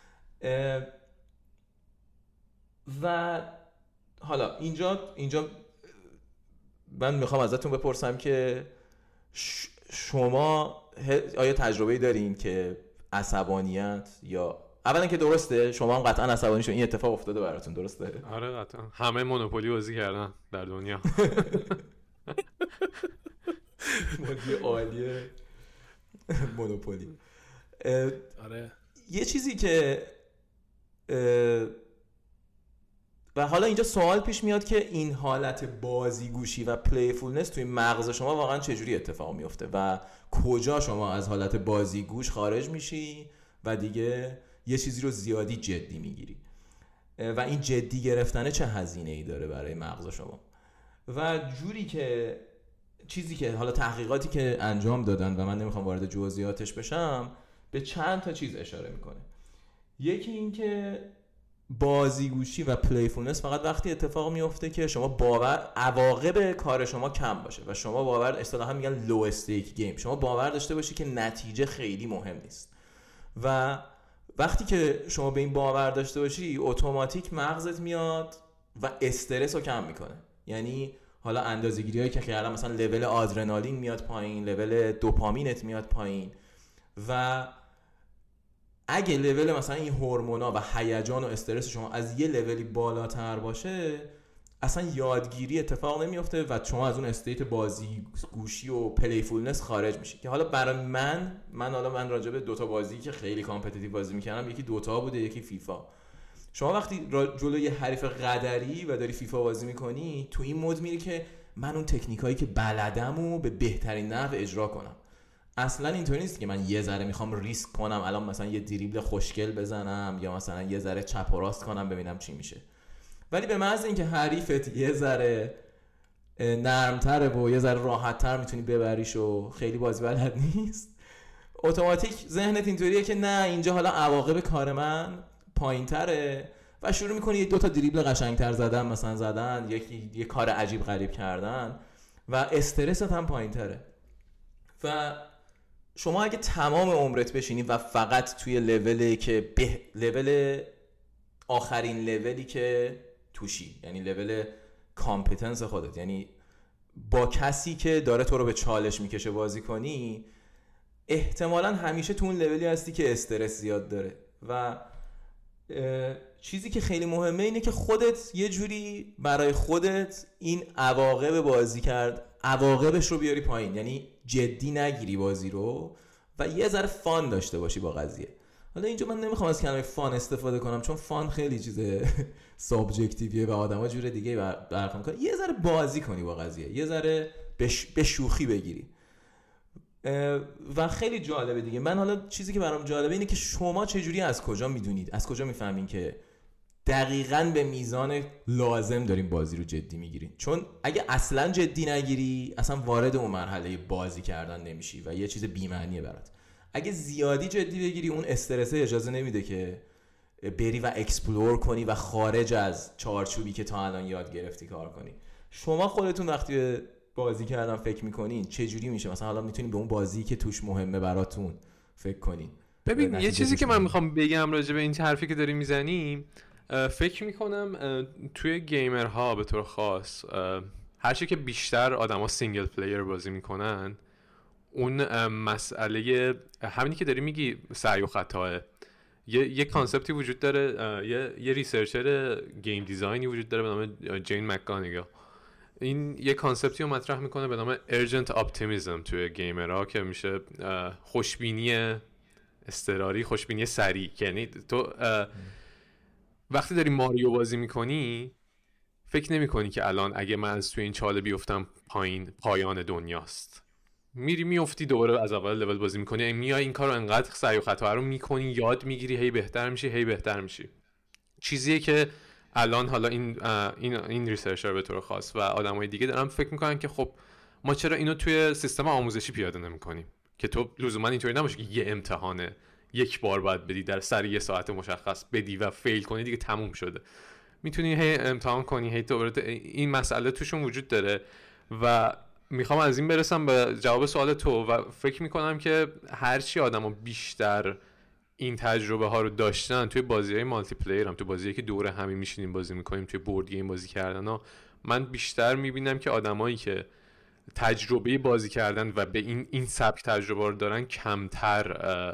و حالا اینجا اینجا من میخوام ازتون بپرسم که شما آیا تجربه‌ای دارین که عصبانیت یا اولا که درسته شما هم قطعا عصبانی شدین، این اتفاق افتاده براتون، درسته؟ آره قطعا همه مونوپولی بازی کردن در دنیا. بازی عالیه مونوپولی. آره یه چیزی که و حالا اینجا سوال پیش میاد که این حالت بازیگوشی و پلیفولنس توی مغز شما واقعا چجوری اتفاق میفته و کجا شما از حالت بازیگوش خارج میشی و دیگه یه چیزی رو زیادی جدی میگیری و این جدی گرفتن چه هزینه ای داره برای مغز شما. و جوری که چیزی که حالا تحقیقاتی که انجام دادن و من نمیخوام وارد جزئیاتش بشم به چند تا چیز اشاره میکنه. یکی این که بازیگوشی و پلیفولنس فقط وقتی اتفاق میفته که شما باور عواقب کار شما کم باشه و شما باور، اصطلاحا میگن لو استیک گیم، شما باور داشته باشی که نتیجه خیلی مهم نیست. و وقتی که شما به این باور داشته باشی اتوماتیک مغزت میاد و استرس رو کم میکنه. یعنی حالا اندازه‌گیری هایی که کردن مثلا لول آدرنالین میاد پایین، لول دوپامینت میاد پایین و اگه لول مثلا این هورمونا و هیجان و استرس شما از یه لولی بالاتر باشه اصلا یادگیری اتفاق نمیفته و شما از اون استیت بازی گوشی و پلیفولنس خارج میشی. که حالا برای من من حالا من راجع به دوتا بازی که خیلی کامپتیتیو بازی میکردم، یکی دوتا بوده یکی فیفا. شما وقتی جلوی یه حریف قدری و داری فیفا بازی میکنی تو این مود میری که من اون تکنیکایی که بلدمو به بهترین نحو اجرا کنم. اصلا اینطوری نیست که من یه ذره میخوام ریسک کنم الان مثلا یه دریبل خوشگل بزنم یا مثلا یه ذره چپ و راست کنم ببینم چی میشه. ولی به محض اینکه حریفت یه ذره نرمتره و یه ذره راحت‌تر میتونی ببریش و خیلی بازی بلد نیست، اتوماتیک ذهنت اینطوریه که نه اینجا حالا عواقب کار من پایین‌تره و شروع میکنی دو تا دریبل قشنگتر زدن مثلا زدن، یکی یه کار عجیب غریب کردن و استرست هم پایین‌تره. و شما اگه تمام عمرت بشینی و فقط توی لولی که به لول آخرین لولی که توشی، یعنی لول کامپتنس خودت، یعنی با کسی که داره تو رو به چالش میکشه بازی کنی، احتمالاً همیشه تو اون لولی هستی که استرس زیاد داره. و چیزی که خیلی مهمه اینه که خودت یه جوری برای خودت این عواقب بازی کرد عواقبش رو بیاری پایین، یعنی جدی نگیری بازی رو و یه ذره فان داشته باشی با قضیه. حالا اینجا من نمیخوام از کلمه فان استفاده کنم چون فان خیلی چیز سابجکتیویه و آدما جور دیگه برخورد میکنن. یه ذره بازی کنی با قضیه، یه ذره به شوخی بگیری و خیلی جالبه دیگه. من حالا چیزی که برام جالبه اینه که شما چجوری از کجا میدونید، از کجا میفهمین که دقیقاً به میزان لازم داریم بازی رو جدی میگیرین؟ چون اگه اصلا جدی نگیری اصلا وارد اون مرحله بازی کردن نمیشی و یه چیز بی‌معنیه برات. اگه زیادی جدی بگیری اون استرس اجازه نمیده که بری و اکسپلور کنی و خارج از چارچوبی که تا الان یاد گرفتی کار کنی. شما خودتون وقتی به بازی کردن فکر میکنین چه جوری میشه؟ مثلا حالا میتونین به اون بازی که توش مهمه براتون فکر کنین. ببین یه چیزی که من میخوام بگم راجع به این حرفی که داریم میزنیم، فکر میکنم توی گیمرها به طور خاص هرچی که بیشتر آدما سینگل پلیر بازی میکنن، اون مسئله همینی که داری میگی سعی و خطاه، یه یه کانسپتی وجود داره، یه یه ریسرچر گیم دیزاینی وجود داره به نام جین مکگانیگل این یه کانسپتی رو مطرح میکنه به نام urgent optimism توی گیمرها که میشه خوشبینی اضطراری، خوشبینی سریع. یعنی تو وقتی داری ماریو بازی میکنی فکر نمی کنی که الان اگه من از توی این چاله بیفتم پایین پایان دنیاست. میری میافتی دوباره از اول لول بازی میکنی، میای این کارو انقدر سعی و خطا رو میکنی، یاد میگیری، هی بهتر میشی هی بهتر میشی. چیزیه که الان حالا این این این ریسرچر به طور خاص و آدمای دیگه دارن فکر میکنن که خب ما چرا اینو توی سیستم آموزشی پیاده نمیکنیم که تو لزوما اینطوری نباشه که یه امتحانه یک بار باید بدی در سر یه ساعت مشخص بدی و فیل کنی دیگه تموم شده. میتونی هی امتحان کنی هی دوباره. این مسئله توشون وجود داره و میخوام از این برسم به جواب سوال تو و فکر میکنم که هرچی آدما بیشتر این تجربه ها رو داشتن توی بازی‌های مالتی پلیئر هم، تو بازیایی که دوره همی میشینیم بازی میکنیم، توی بورد گیم بازی کردن ها، من بیشتر میبینم که آدمایی که تجربه بازی کردن و به این این سبک تجربه رو دارن کمتر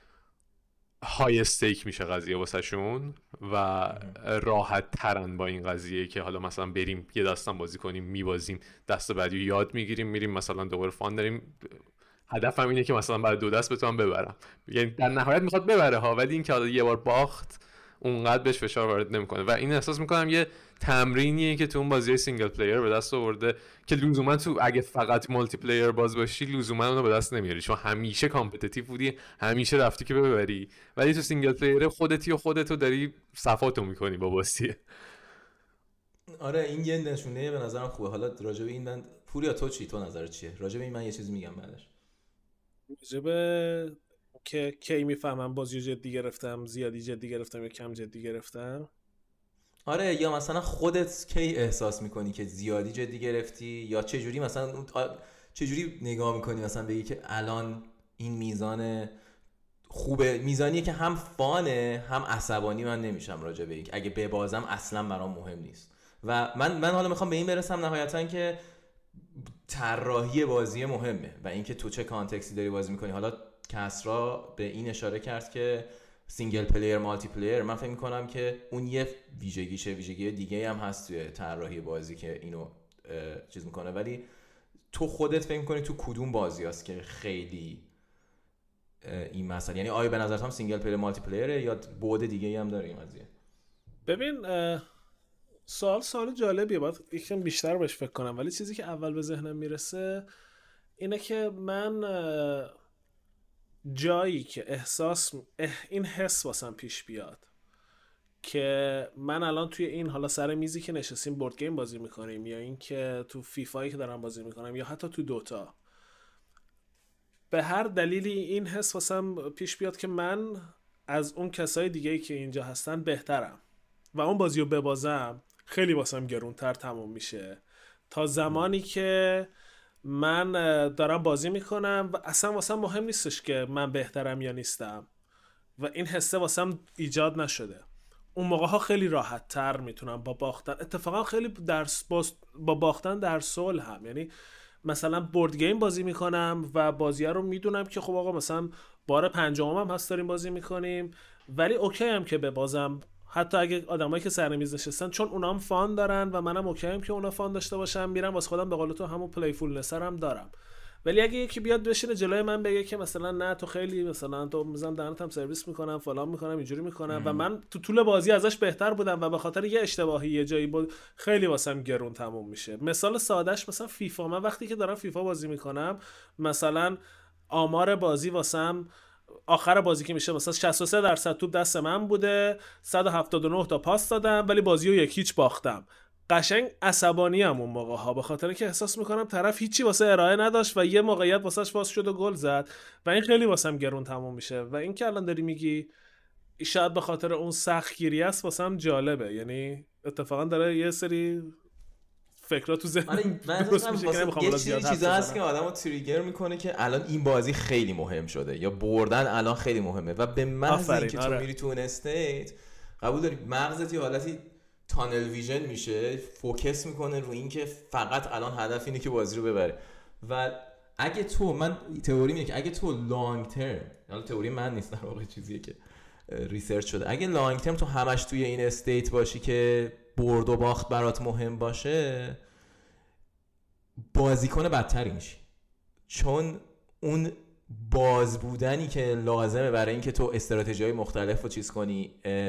های استیک میشه قضیه واسه شون و راحت ترن با این قضیه که حالا مثلا بریم یه داستان بازی کنیم میبازیم، دست بعدی یاد میگیریم میریم مثلا دوباره فان داریم. هدفم اینه که مثلا بعد دو دست بتونم ببرم، یعنی در نهایت میخواد ببره ها، ولی این که حالا یه بار باخت اونقدر بهش فشار وارد نمیکنه و این احساس میکنم یه تمرینیه که تو اون بازی سینگل پلیئر به دست آورده که لزوما تو اگه فقط مالتی پلیئر باز باشی لزوما اونو به دست نمیاری، چون همیشه کامپتیتیو بودی، همیشه رفتی که ببری، ولی تو سینگل پلیئر خودتی و خودتو داری صفاتو میکنی با بازی. آره این یه نشونه به نظرم خوبه. حالا راجع به این من پوریا تو چی، تو نظرت چیه راجع به این؟ من یه چیزی میگم بعدش. راجع به که کی میفهمم بازیو جدی گرفتم، زیادی جدی گرفتم یا کم جدی گرفتم. آره یا مثلا خودت کی احساس میکنی که زیادی جدی گرفتی، یا چه جوری مثلا چه جوری نگاه میکنی مثلا بگی که الان این میزان خوبه، میزانیه که هم فانه هم عصبانی من نمیشم راجع به این اگه ببازم اصلا برام مهم نیست. و من من حالا میخوام به این برسم نهایتا که طراحی بازی مهمه و اینکه تو چه کانتکستی داری بازی میکنی. حالا کسرا به این اشاره کرد که سینگل پلیر مالتی پلیر، من فکر میکنم که اون یه ویژگیشه، ویژگی دیگه هم هست توی طراحی بازی که اینو چیز میکنه. ولی تو خودت فکر میکنی تو کدوم بازی هست که خیلی این مسئله، یعنی آیا به نظرت هم سینگل پلیر مالتی پلیره یا بعد دیگه هم داره این قضیه؟ ببین سوال سوال جالبیه، باید یکم بیشتر بهش فکر کنم، ولی چیزی که اول به ذهنم میرسه اینه که من جایی که احساس این حس واسم پیش بیاد که من الان توی این حالا سر میزی که نشستیم بورد گیم بازی میکنیم یا این که تو فیفایی که دارم بازی میکنم یا حتی تو دوتا، به هر دلیلی این حس واسم پیش بیاد که من از اون کسای دیگه‌ای که اینجا هستن بهترم و اون بازی رو ببازم خیلی واسم گرونتر تموم میشه تا زمانی که من دارم بازی میکنم و اصلا واسم مهم نیستش که من بهترم یا نیستم و این حسه واسم ایجاد نشده. اون موقع ها خیلی راحت تر میتونم با باختن، اتفاقا خیلی در با باختن در صلح هم، یعنی مثلا بورد گیم بازی میکنم و بازیه رو میدونم که خب آقا مثلا بار پنجم هم هست داریم بازی میکنیم ولی اوکی هم که ببازم، حتی اگه آدمایی که سر میز نشستن، چون اونا هم فان دارن و منم اوکی ام که اونا فان داشته باشم، میرم واسه خودم به قول تو همون پلیفولنس هم دارم. ولی اگه یکی بیاد بشینه جلوی من بگه که مثلا نه تو خیلی مثلا تو میذارم دهنتم سرویس میکنم فلان میکنم اینجوری میکنم و من تو طول بازی ازش بهتر بودم و به خاطر یه اشتباهی یه جایی بود، خیلی واسم گرون تموم میشه. مثال سادهش مثلا فیفا، من وقتی که دارم فیفا بازی میکنم مثلا آمار بازی واسم آخر بازی که میشه مثلا شصت و سه درصد توپ دست من بوده، صد و هفتاد و نه تا پاس دادم ولی بازی رو یک هیچ باختم. قشنگ عصبانی ام اون موقع ها، به خاطر که احساس میکنم طرف هیچی واسه ارائه نداشت و یه موقعیت واسش باز شد و گل زد و این خیلی واسم گرون تموم میشه. و این که الان داری میگی شاید به خاطر اون سختگیری است واسم جالبه، یعنی اتفاقا داره یه سری فکرات تو ذهنم درست میشه که نمیخوام یه چیزی چیزا هست که آدمو تریگر میکنه که الان این بازی خیلی مهم شده یا بردن الان خیلی مهمه و به محض اینکه تو میری تو اون استیت قبول داری مغزت یه حالتی تانل ویژن میشه، فوکس میکنه رو این که فقط الان هدف اینه که بازی رو ببره. و اگه تو من تئوری میگه که اگه تو لانگ ترم، حالا تئوری من نیست در واقع چیزیه که ریسرچ شده، اگه لانگ ترم تو همش توی این استیت باشی که برد و باخت برات مهم باشه، بازیکن بدتری میشی، چون اون باز بودنی که لازمه برای اینکه تو استراتژی‌های مختلف رو چیز کنی،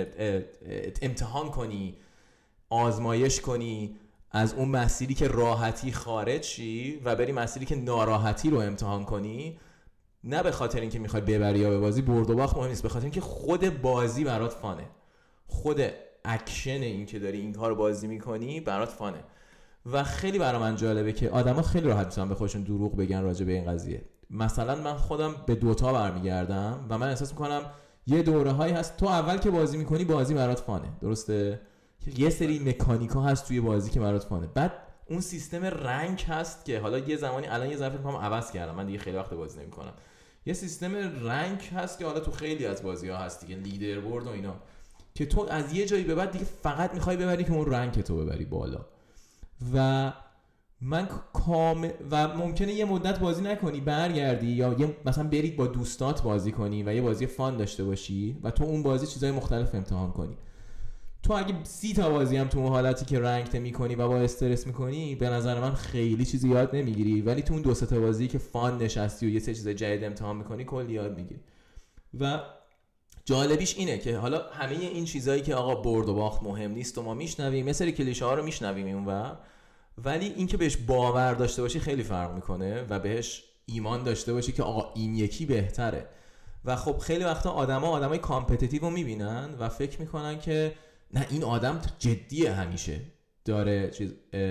امتحان کنی، آزمایش کنی، از اون مسیری که راحتی خارج شی و بری مسیری که ناراحتی رو امتحان کنی، نه به خاطر اینکه میخوای ببری یا ببازی، برد و باخت مهم نیست، به خاطر اینکه خود بازی برات فانه، خود اکشن این که داری این کار رو بازی میکنی برات فانه. و خیلی برای من جالبه که آدما خیلی راحت میتونن به خودشون دروغ بگن راجع به این قضیه. مثلا من خودم به دوتا برمیگردم و من احساس میکنم یه دوره هایی هست تو اول که بازی میکنی بازی برات فانه، درسته؟ یه سری مکانیکا هست توی بازی که برات فانه، بعد اون سیستم رنگ هست که حالا یه زمانی الان یه ظرف میگم عوض کردم، من دیگه خیلی وقت بازی نمیکنم، یه سیستم رنگ هست که حالا تو خیلی از بازی‌ها هست دیگه، لیدر بورد و اینا، که تو از یه جایی به بعد دیگه فقط میخوای ببری که اون رنگ تو ببری بالا. و من کامل و ممکنه یه مدت بازی نکنی برگردی یا یه مثلا برید با دوستات بازی کنی و یه بازی فان داشته باشی و تو اون بازی چیزای مختلف امتحان کنی. تو اگه سی تا بازی هم تو اون حالتی که رنگت میکنی و با استرس میکنی، به نظر من خیلی چیزی یاد نمیگیری، ولی تو اون دو سه تا بازی که فان نشستی و یه سه چیز جدید امتحان میکنی کلی یاد میگیری. و جالبیش اینه که حالا همه این چیزایی که آقا برد و باخت مهم نیست و ما میشنویم، مثل کلیشه ها رو میشنویم اونور، ولی این که بهش باور داشته باشی خیلی فرق میکنه و بهش ایمان داشته باشی که آقا این یکی بهتره. و خب خیلی وقتا آدما آدمای کامپتیتیو رو میبینن و فکر میکنن که نه این آدم جدیه، همیشه داره چیز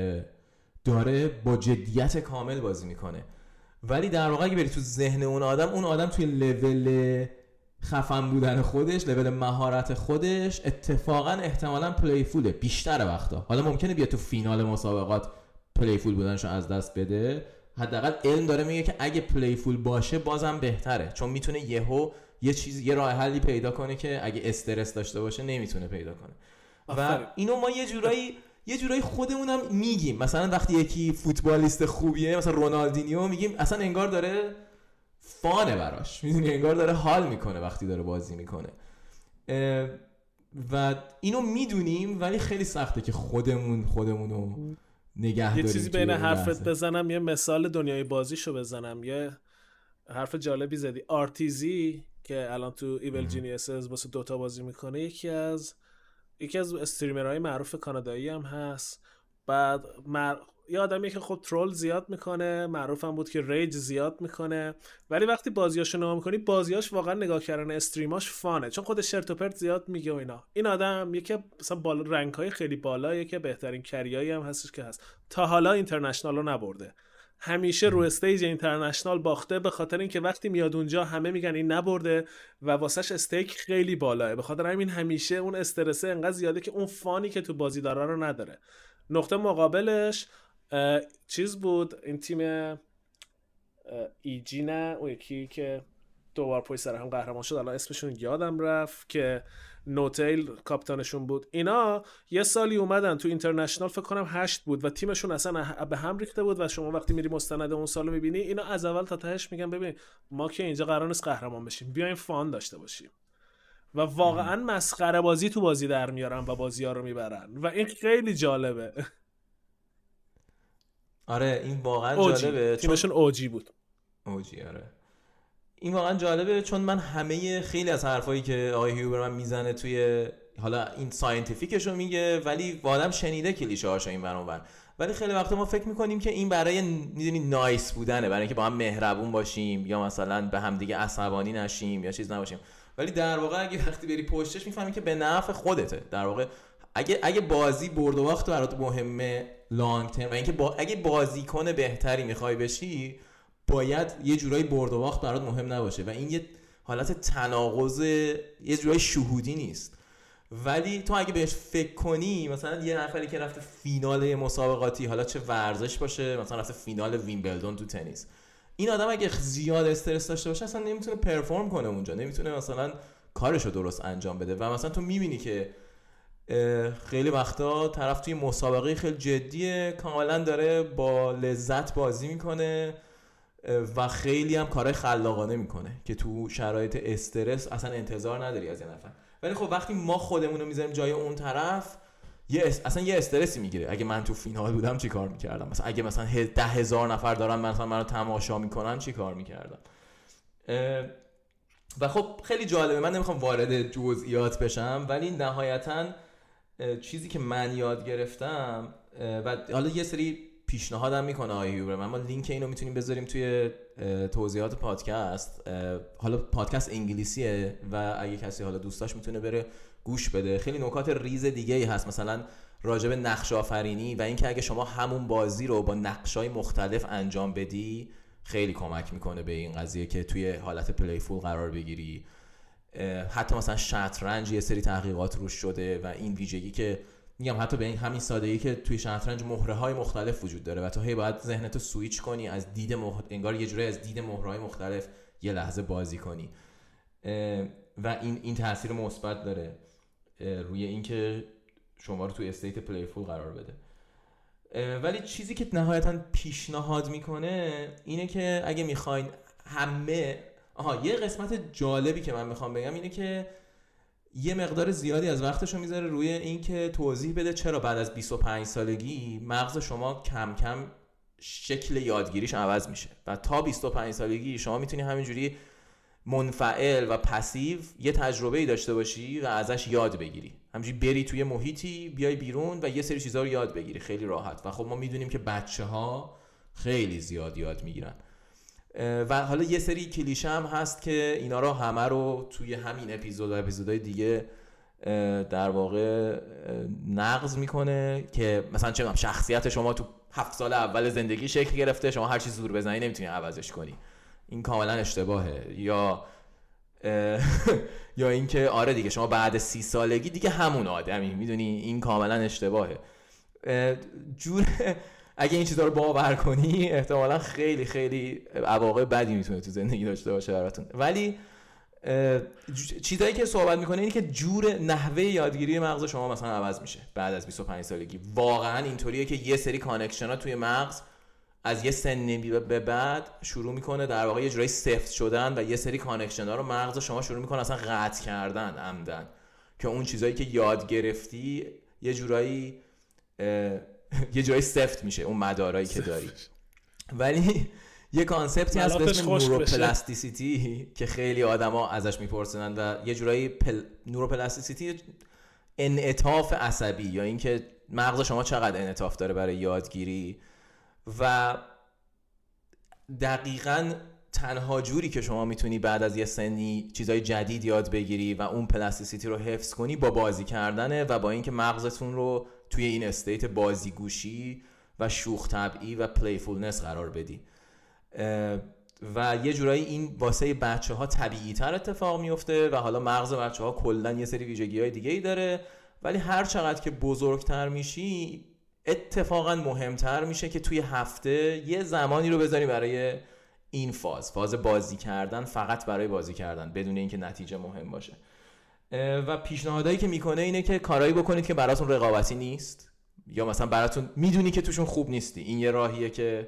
داره با جدیت کامل بازی میکنه، ولی در واقع اگه بری تو ذهن اون آدم، اون آدم توی لول خفن بودن خودش، لول مهارت خودش اتفاقا احتمالاً پلیفوله بیشتر وقتا. حالا ممکنه بیا تو فینال مسابقات پلیفول بودنشو از دست بده، حداقل علم داره میگه که اگه پلیفول باشه بازم بهتره، چون میتونه یهو یه چیز یه راه حلی پیدا کنه که اگه استرس داشته باشه نمیتونه پیدا کنه. و اینو ما یه جورایی یه جورایی خودمونم میگیم، مثلا وقتی یکی فوتبالیست خوبیه مثلا رونالدینیو، میگیم اصلا انگار داره فانه براش، میدونی، انگار داره حال میکنه وقتی داره بازی میکنه. و اینو میدونیم ولی خیلی سخته که خودمون خودمونو نگه داریم. یه چیزی بین حرفت بزنم، یه مثال دنیای بازیشو بزنم، یه حرف جالبی زدی. آرتیزی که الان تو ایول جینیسز واسه دوتا بازی میکنه، یکی از یکی از استریمرهای معروف کانادایی هم هست. بعد مر... یه آدمیه که خب ترول زیاد میکنه، معروف هم بود که ریج زیاد میکنه، ولی وقتی بازیاشو نگاه میکنی بازیاش واقعا نگاه کردن استریماش فانه، چون خودش شرت و پرت زیاد میگه و اینا. این آدم یکی مثلا بالا رنگ‌های خیلی بالاییه که بهترین کریایی هم هستش که هست. تا حالا اینترنشنال رو نبرده، همیشه رو استیج اینترنشنال باخته، به خاطر اینکه وقتی میاد اونجا همه میگن این نبرده و واسش استیک خیلی بالاه، به خاطر همین همیشه اون استرسه انقدر زیاده که اون فانی که تو بازی داره رو نداره. نقطه مقابلش چیز بود، این تیم ایجی، نه اون یکی که دوبار پشت سر هم قهرمان شد، الان اسمشون یادم رفت، که نوتیل کاپیتانشون بود. اینا یه سالی اومدن تو اینترنشنال، فکر کنم هشت بود و تیمشون اصلا به هم ریخته بود و شما وقتی میری مستند اون سالو میبینی اینا از اول تا تهش میگن ببین ما که اینجا قرار نیست قهرمان بشیم، بیایم فان داشته باشیم. و واقعا مسخره بازی تو بازی در میارن و بازی‌ها رو میبرن و این خیلی جالبه. آره این واقعا اوجی. جالبه، تیمشون اوجی بود. اوجی آره. این واقعا جالبه چون من همه خیلی از حرفایی که آقای هیوبرمن میزنه توی حالا این ساینتیفیکشو میگه، ولی آدم شنیده کلیشه هاشو این ور اون ور، ولی خیلی وقتا ما فکر میکنیم که این برای میدونی نایس بودنه، برای اینکه با هم مهربون باشیم یا مثلا به هم دیگه عصبانی نشیم یا چیز نباشیم، ولی در واقع اگه وقتی بری پشتش میفهمی که به نفع خودته. در واقع اگه اگه بازی برد و باخت برات مهمه لانگ ترم و اینکه با اگه بازیکن بهتری میخوای بشی، باید یه جورایی برد و باخت برات مهم نباشه و این یه حالت تناقض یه جورایی شهودی نیست. ولی تو اگه بهش فکر کنی، مثلا یه نفری که رفته فینال مسابقاتی، حالا چه ورزش باشه، مثلا رفته فینال ویمبلدون تو تنیس، این آدم اگه زیاد استرس داشته باشه اصلا نمیتونه پرفورم کنه اونجا، نمیتونه مثلا کارشو درست انجام بده. و مثلا تو میبینی که خیلی وقتا طرف توی مسابقه خیلی جدیه، کاملا داره با لذت بازی میکنه و خیلی هم کارهای خلاقانه میکنه که تو شرایط استرس اصلا انتظار نداری از این نفر. ولی خب وقتی ما خودمون رو میذاریم جای اون طرف، یه اس... اصلا یه استرسی میگیره. اگه من تو فینال بودم چی کار میکردم؟ مثلا اگه مثلا ده هزار نفر دارن مثلا منو تماشا میکنن چی کار میکردم؟ و خب خیلی جالبه، من نمیخوام وارد جزئیات بشم، ولی نهایتاً چیزی که من یاد گرفتم و حالا یه سری پیشنهادم میکنه آقای هیوبر، من ما لینک اینو میتونیم بذاریم توی توضیحات پادکست. حالا پادکست انگلیسیه و اگه کسی حالا دوست داشت میتونه بره گوش بده. خیلی نکات ریز دیگه ای هست، مثلا راجع به نقش آفرینی و اینکه اگه شما همون بازی رو با نقشای مختلف انجام بدی خیلی کمک میکنه به این قضیه که توی حالت پلی فول قرار بگیری. حتی مثلا شطرنج یه سری تحقیقات روش شده و این ویژگی که میگم حتی به این همین سادگی که توی شطرنج مهره‌های مختلف وجود داره و تو هی باید ذهنتو سویچ کنی از دید مح... انگار یه جوری از دید مهره‌های مختلف یه لحظه بازی کنی و این این تاثیر مثبت داره روی اینکه شما رو توی استیت پلی فول قرار بده. ولی چیزی که نهایتاً پیشنهاد میکنه اینه که اگه میخواین همه آها یه قسمت جالبی که من میخوام بگم اینه که یه مقدار زیادی از وقتشو میذاره روی این که توضیح بده چرا بعد از بیست و پنج سالگی مغز شما کم کم شکل یادگیریش عوض میشه و تا بیست و پنج سالگی شما میتونی همینجوری منفعل و پسیو یه تجربه‌ای داشته باشی و ازش یاد بگیری، همینجوری بری توی محیطی بیای بیرون و یه سری چیزا رو یاد بگیری خیلی راحت. و خب ما میدونیم که بچه‌ها خیلی زیاد یاد میگیرن و حالا یه سری کلیشه هم هست که اینا رو همه رو توی همین اپیزود و اپیزودهای دیگه در واقع نقض میکنه که مثلا چه می‌دونم شخصیت شما تو هفت سال اول زندگی شکل گرفته، شما هر چی زور بزنی نمیتونی عوضش کنی، این کاملا اشتباهه. یا یا اینکه آره دیگه شما بعد سی سالگی دیگه همون آدمی، میدونی این کاملا اشتباهه. جور اگه این چیزا رو باور کنی احتمالا خیلی خیلی عواقب بدی میتونه تو زندگی داشته باشه براتون. ولی چیزایی که صحبت میکنه اینه که جور نحوه یادگیری مغز شما مثلا عوض میشه بعد از بیست و پنج سالگی. واقعا اینطوریه که یه سری کانکشن ها توی مغز از یه سنی به بعد شروع میکنه در واقع یه جورایی سفت شدن و یه سری کانکشن ها رو مغز شما شروع میکنه اصلا قطع کردن عمدن، که اون چیزایی که یاد گرفتی یه جورایی یه جورایی سفت میشه اون مدارایی که داری. ولی یه کانسپتی هست به اسم نوروپلاستیسیتی که خیلی آدما ازش میپرسنن و یه جورایی پل... نوروپلاستیسیتی انعطاف عصبی یا اینکه مغز شما چقدر انعطاف داره برای یادگیری و دقیقاً تنها جوری که شما میتونی بعد از یه سنی چیزای جدید یاد بگیری و اون پلاستیسیتی رو حفظ کنی با بازی کردنه و با اینکه مغزتون رو توی این استیت بازیگوشی و شوخ طبعی و پلیفولنس قرار بدی و یه جورایی این واسه بچه ها طبیعی تر اتفاق میفته و حالا مغز بچه ها کلن یه سری ویژگی های دیگه ای داره، ولی هر چقدر که بزرگتر میشی اتفاقا مهمتر میشه که توی هفته یه زمانی رو بذاری برای این فاز فاز بازی کردن، فقط برای بازی کردن بدون اینکه نتیجه مهم باشه. و پیشنهادایی که میکنه اینه که کارایی بکنید که براتون رقابتی نیست یا مثلا براتون میدونی که توشون خوب نیستی. این یه راهیه که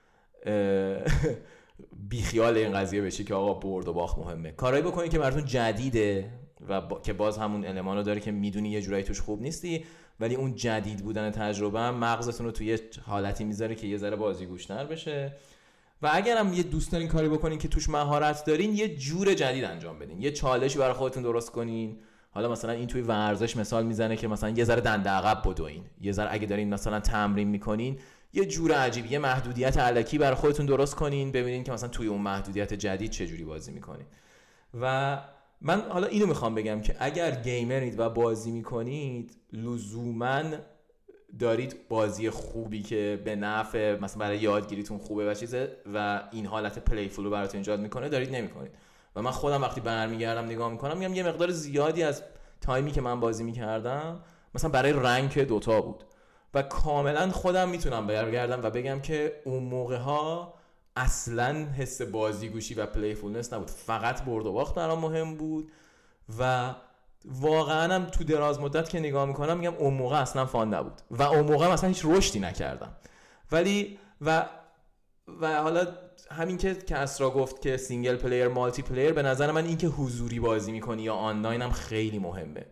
بیخیال این قضیه بشی که آقا برد و باخت مهمه. کارایی بکنید که براتون جدیده و با... که باز همون المانو داره که میدونی یه جورایی توش خوب نیستی، ولی اون جدید بودن تجربه هم مغزتون رو توی یه حالتی میذاره که یه ذره بازیگوش‌تر بشه. و اگر هم یه دوست دارین کاری بکنین که توش مهارت دارین یه جور جدید انجام بدین، یه چالشی برای خودتون درست کنین. حالا مثلا این توی ورزش مثال میزنه که مثلا یه ذره دنده عقب بدوین، یه ذره اگه دارین مثلا تمرین میکنین یه جور عجیب، یه محدودیت الکی برای خودتون درست کنین، ببینین که مثلا توی اون محدودیت جدید چه جوری بازی میکنین. و من حالا اینو میخوام بگم که اگر گیمرید و بازی میکنید لزوماً دارید بازی خوبی که به نفع مثلا برای یادگیریتون خوبه و چیزه و این حالت پلی فول رو براتون ایجاد میکنه دارید نمیکنید. و من خودم وقتی برمیگردم نگاه میکنم میگم یه مقدار زیادی از تایمی که من بازی میکردم مثلا برای رنک دوتا بود و کاملا خودم میتونم برگردم و بگم که اون موقع ها اصلا حس بازیگوشی و پلی فولنس نبود، فقط برد و باخت برام مهم بود. و واقعا هم تو دراز مدت که نگاه میکنم میگم اون موقع اصلا فان نبود و اون موقع مثلا هیچ رشدی نکردم. ولی و و حالا همین که کسرا گفت که سینگل پلیر مالتی پلیر، به نظر من این که حضوری بازی میکنی یا آنلاین هم خیلی مهمه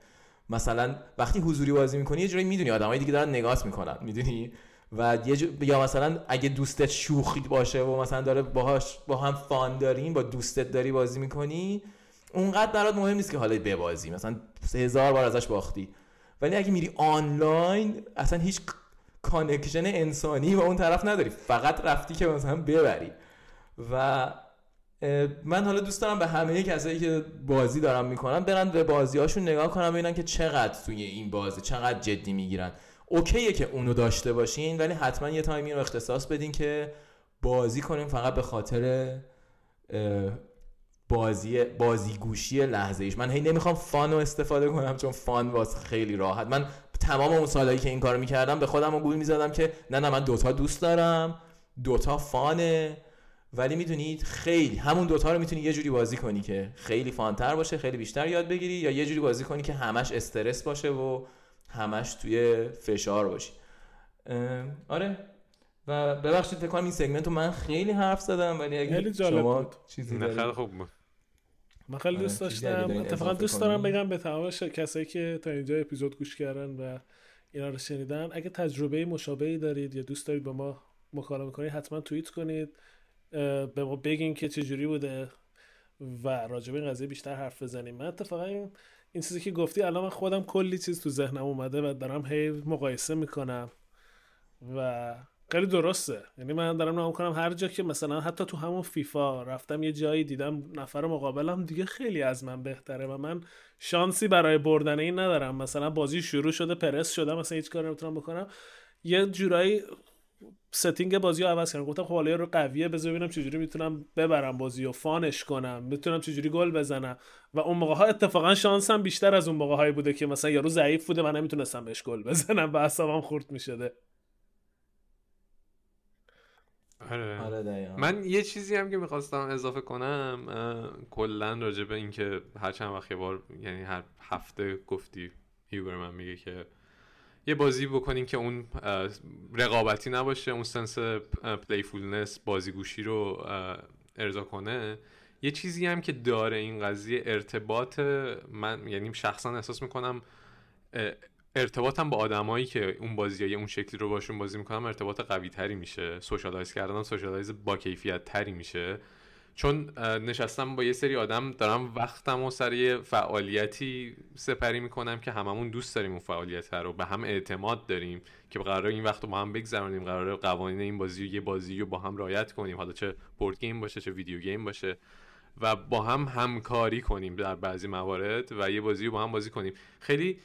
مثلا وقتی حضوری بازی میکنی یه جوری میدونی آدمای دیگه دارن نگاهت میکنن، میدونی، و یه جو... یا مثلا اگه دوستت شوخی باشه و مثلا داره باهاش با هم فان دارین، با دوستت داری بازی میکنی، اونقدر برات مهم نیست که حالا ببازی، مثلا سه هزار بار ازش باختی. ولی اگه میری آنلاین اصلا هیچ کانکشن انسانی با اون طرف نداری، فقط رفتی که مثلا ببری. و من حالا دوست دارم به همه کسایی که بازی دارن میکنن برن به بازیاشون نگاه کنن، ببینن که چقدر توی این بازی چقدر جدی میگیرن. اوکیه که اونو داشته باشین، ولی حتما یه تایمی رو اختصاص بدین که بازی کنین فقط به خاطر بازی بازیگوشی لحظه ایش. من هی نمیخوام فان رو استفاده کنم چون فان واسه خیلی راحت. من تمام اون سالایی که این کارو میکردم به خودم رو گول میزدم که نه نه من دوتا دوست دارم، دوتا فانه، ولی میدونید خیلی همون دوتا رو میتونی یه جوری بازی کنی که خیلی فانتر باشه، خیلی بیشتر یاد بگیری، یا یه جوری بازی کنی که همش استرس باشه و همش توی فشار باشی. آره و ببخشید فکر کنم این سگمنت رو من خیلی حرف زدم، ولی اگه شما بود. چیزی نه دارید خیلی خوب بود. من خیلی دوست داشتم. اتفاقا دوست دارم بگم به تمام کسایی که تا اینجا اپیزود گوش کردن و اینا رو شنیدن، اگه تجربه مشابهی دارید یا دوست دارید با ما مکالمه کنید، حتما توییت کنید، به ما بگین که چه جوری بوده و راجع به این قضیه بیشتر حرف بزنیم. من اتفاقا این این چیزی که گفتی الان من خودم کلی چیز تو ذهنم اومده و دارم هی مقایسه میکنم و خیلی درسته. یعنی من دارم نگاه میکنم هر جا که مثلا حتی تو همون فیفا رفتم یه جایی دیدم نفر مقابلم دیگه خیلی از من بهتره و من شانسی برای بردن این ندارم. مثلا بازی شروع شده، پرس شدم، مثلا هیچ کاری نمیتونم بکنم، یه جورایی ستینگ بازی رو عوض کردم. گفتم خب حالا رو قویه، بذار ببینم چجوری میتونم ببرم بازی و فانش کنم، میتونم چجوری گل بزنم. و اون موقع ها اتفاقا شانسم بیشتر از اون موقع هایی بوده که مثلا یارو ضعیف بوده من نمیتونستم بهش گل بزنم و اعصابم خورد میشده. آره. آره من یه چیزی هم که میخواستم اضافه کنم کلا راجع به این که هر چند وقت یه بار، یعنی هر هفته گفتی هیوبر من میگه که یه بازی بکنین که اون رقابتی نباشه، اون سنس پلیفولنس بازیگوشی رو ارضا کنه. یه چیزی هم که داره این قضیه ارتباط، من یعنی شخصا احساس میکنم ارتباطم با آدمایی که اون بازیای اون شکلی رو باشون بازی میکنم ارتباط قوی تری میشه، سوشالایز کردن سوشالایز با کیفیت تری میشه، چون نشستم با یه سری آدم دارم وقتم و سر یه فعالیتی سپری میکنم که هممون دوست داریم اون فعالیت رو، به هم اعتماد داریم که قراره این وقت رو با هم بگذرونیم، قراره قوانین این بازی رو یه بازی رو با هم رعایت کنیم، حالا چه بورد گیم باشه چه ویدیو گیم باشه، و با هم همکاری کنیم در بعضی موارد و یه بازی رو با هم بازی کنیم. خیلی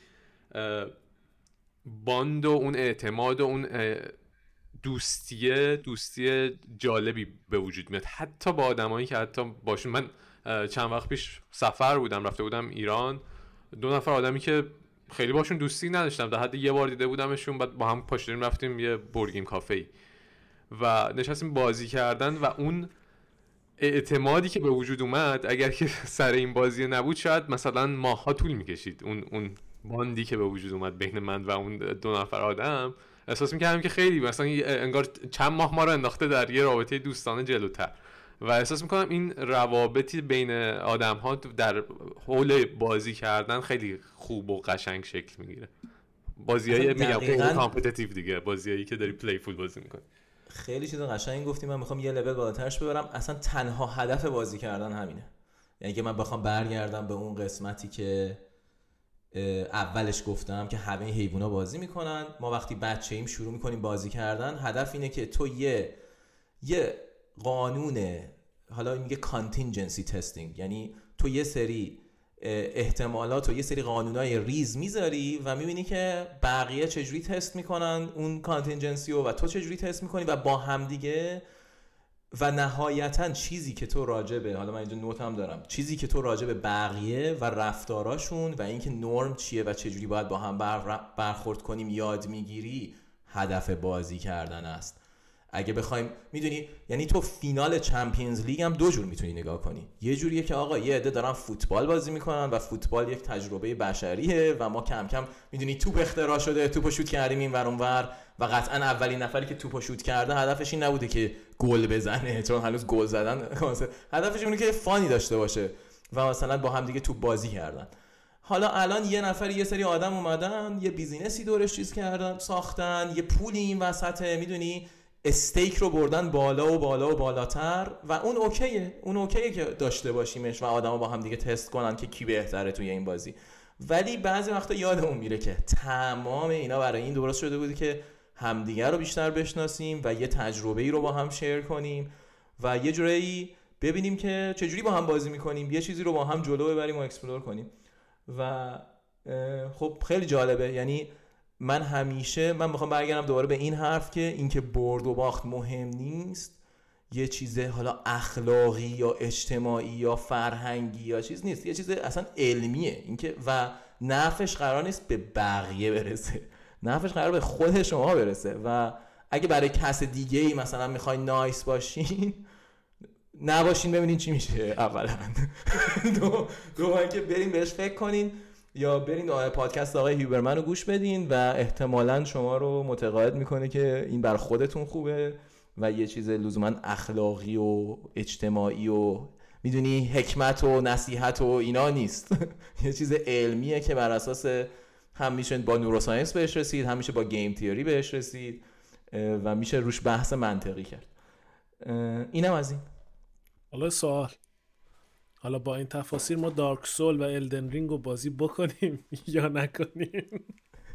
باند و اون اعتماد و اون دوستیه دوستی جالبی به وجود میاد، حتی با آدمایی که حتی باشون من چند وقت پیش سفر بودم، رفته بودم ایران، دو نفر آدمی که خیلی باشون دوستی نداشتم، در حد یه بار دیده بودمشون، بعد با هم پاشداریم رفتیم یه بورد گیم کافه و نشستیم بازی کردن و اون اعتمادی که به وجود اومد اگر که سر این بازی نبود شاید مثلا ماها طول میکشید. اون اون باندی که به وجود اومد بین من و اون دو نفر آدم، احساس می‌کردم که خیلی مثلا انگار چند ماه ما رو انداخته در یه رابطه دوستانه جلوتر و احساس می‌کنم این روابطی بین آدم‌ها در حول بازی کردن خیلی خوب و قشنگ شکل می‌گیره. بازیای میگم کامپتیتیو دیگه، بازیایی که داری پلی فول بازی می‌کنی. خیلی چیز قشنگ گفتی، من می‌خوام یه لول بالاترش ببرم. اصلا تنها هدف بازی کردن همینه. یعنی که من بخوام برگردم به اون قسمتی که اولش گفتم که همه حیوونا بازی میکنن، ما وقتی بچه ایم شروع میکنیم بازی کردن، هدف اینه که تو یه یه قانون، حالا میگه contingency testing، یعنی تو یه سری احتمالات و یه سری قانونای ریز میذاری و میبینی که بقیه چجوری تست میکنن اون contingency و تو چجوری تست میکنی و با هم دیگه، و نهایتاً چیزی که تو راجبه، حالا من اینجا نوت هم دارم، چیزی که تو راجبه بقیه و رفتاراشون و اینکه نرم چیه و چجوری باید با هم بر برخورد کنیم یاد میگیری، هدف بازی کردن است. اگه بخوایم میدونی، یعنی تو فینال چمپیونز لیگ هم دو جور میتونی نگاه کنی. یه جوریه که آقا یه عده دارن فوتبال بازی میکنن و فوتبال یک تجربه بشریه و ما کم کم میدونی توپ اختراع شده، توپو شوت کردیم این ور اون ور و قطعا اولین نفری که توپو شوت کرده هدفش این نبوده که گل بزنه، چون هنوز گل زدن هدفش اینه که فانی داشته باشه و مثلا با هم دیگه توپ بازی کردن. حالا الان یه نفر یه سری آدم اومدن یه بیزینسی دورش چیز کردن ساختن، یه پولی این وسطه، میدونی استیک رو بردن بالا و بالا و بالاتر و اون اوکیه، اون اوکیه که داشته باشیمش و آدما با هم دیگه تست کنن که کی بهتره توی این بازی. ولی بعضی وقتا یادمون میره که تمام اینا برای این درست شده بود که همدیگه رو بیشتر بشناسیم و یه تجربه‌ای رو با هم شیر کنیم و یه جوری ببینیم که چجوری با هم بازی میکنیم، یه چیزی رو با هم جلو ببریم و اکسپلور کنیم. و خب خیلی جالبه. یعنی من همیشه من میخوام برگردم دوباره به این حرف که اینکه برد و باخت مهم نیست، یه چیز حالا اخلاقی یا اجتماعی یا فرهنگی یا چیز نیست، یه چیز اصلا علمیه اینکه و نفعش قرار نیست به بقیه برسه، نفعش قرار به خود شما برسه و اگه برای کس دیگه ای مثلا میخواین نایس باشین نباشین ببینین چی میشه. اولا دو دوم که برین بهش فکر کنین یا برین پادکست آقای هیوبرمن رو گوش بدین و احتمالاً شما رو متقاعد میکنه که این بر خودتون خوبه و یه چیز لزوما اخلاقی و اجتماعی و میدونی حکمت و نصیحت و اینا نیست. یه چیز علمیه که بر اساس هم میشه با نوروساینس بهش رسید، هم میشه با گیم تیوری بهش رسید و میشه روش بحث منطقی کرد. اینم از این. حالا سوال، حالا با این تفاصیل ما دارک سول و الدن رینگ رو بازی بکنیم یا نکنیم؟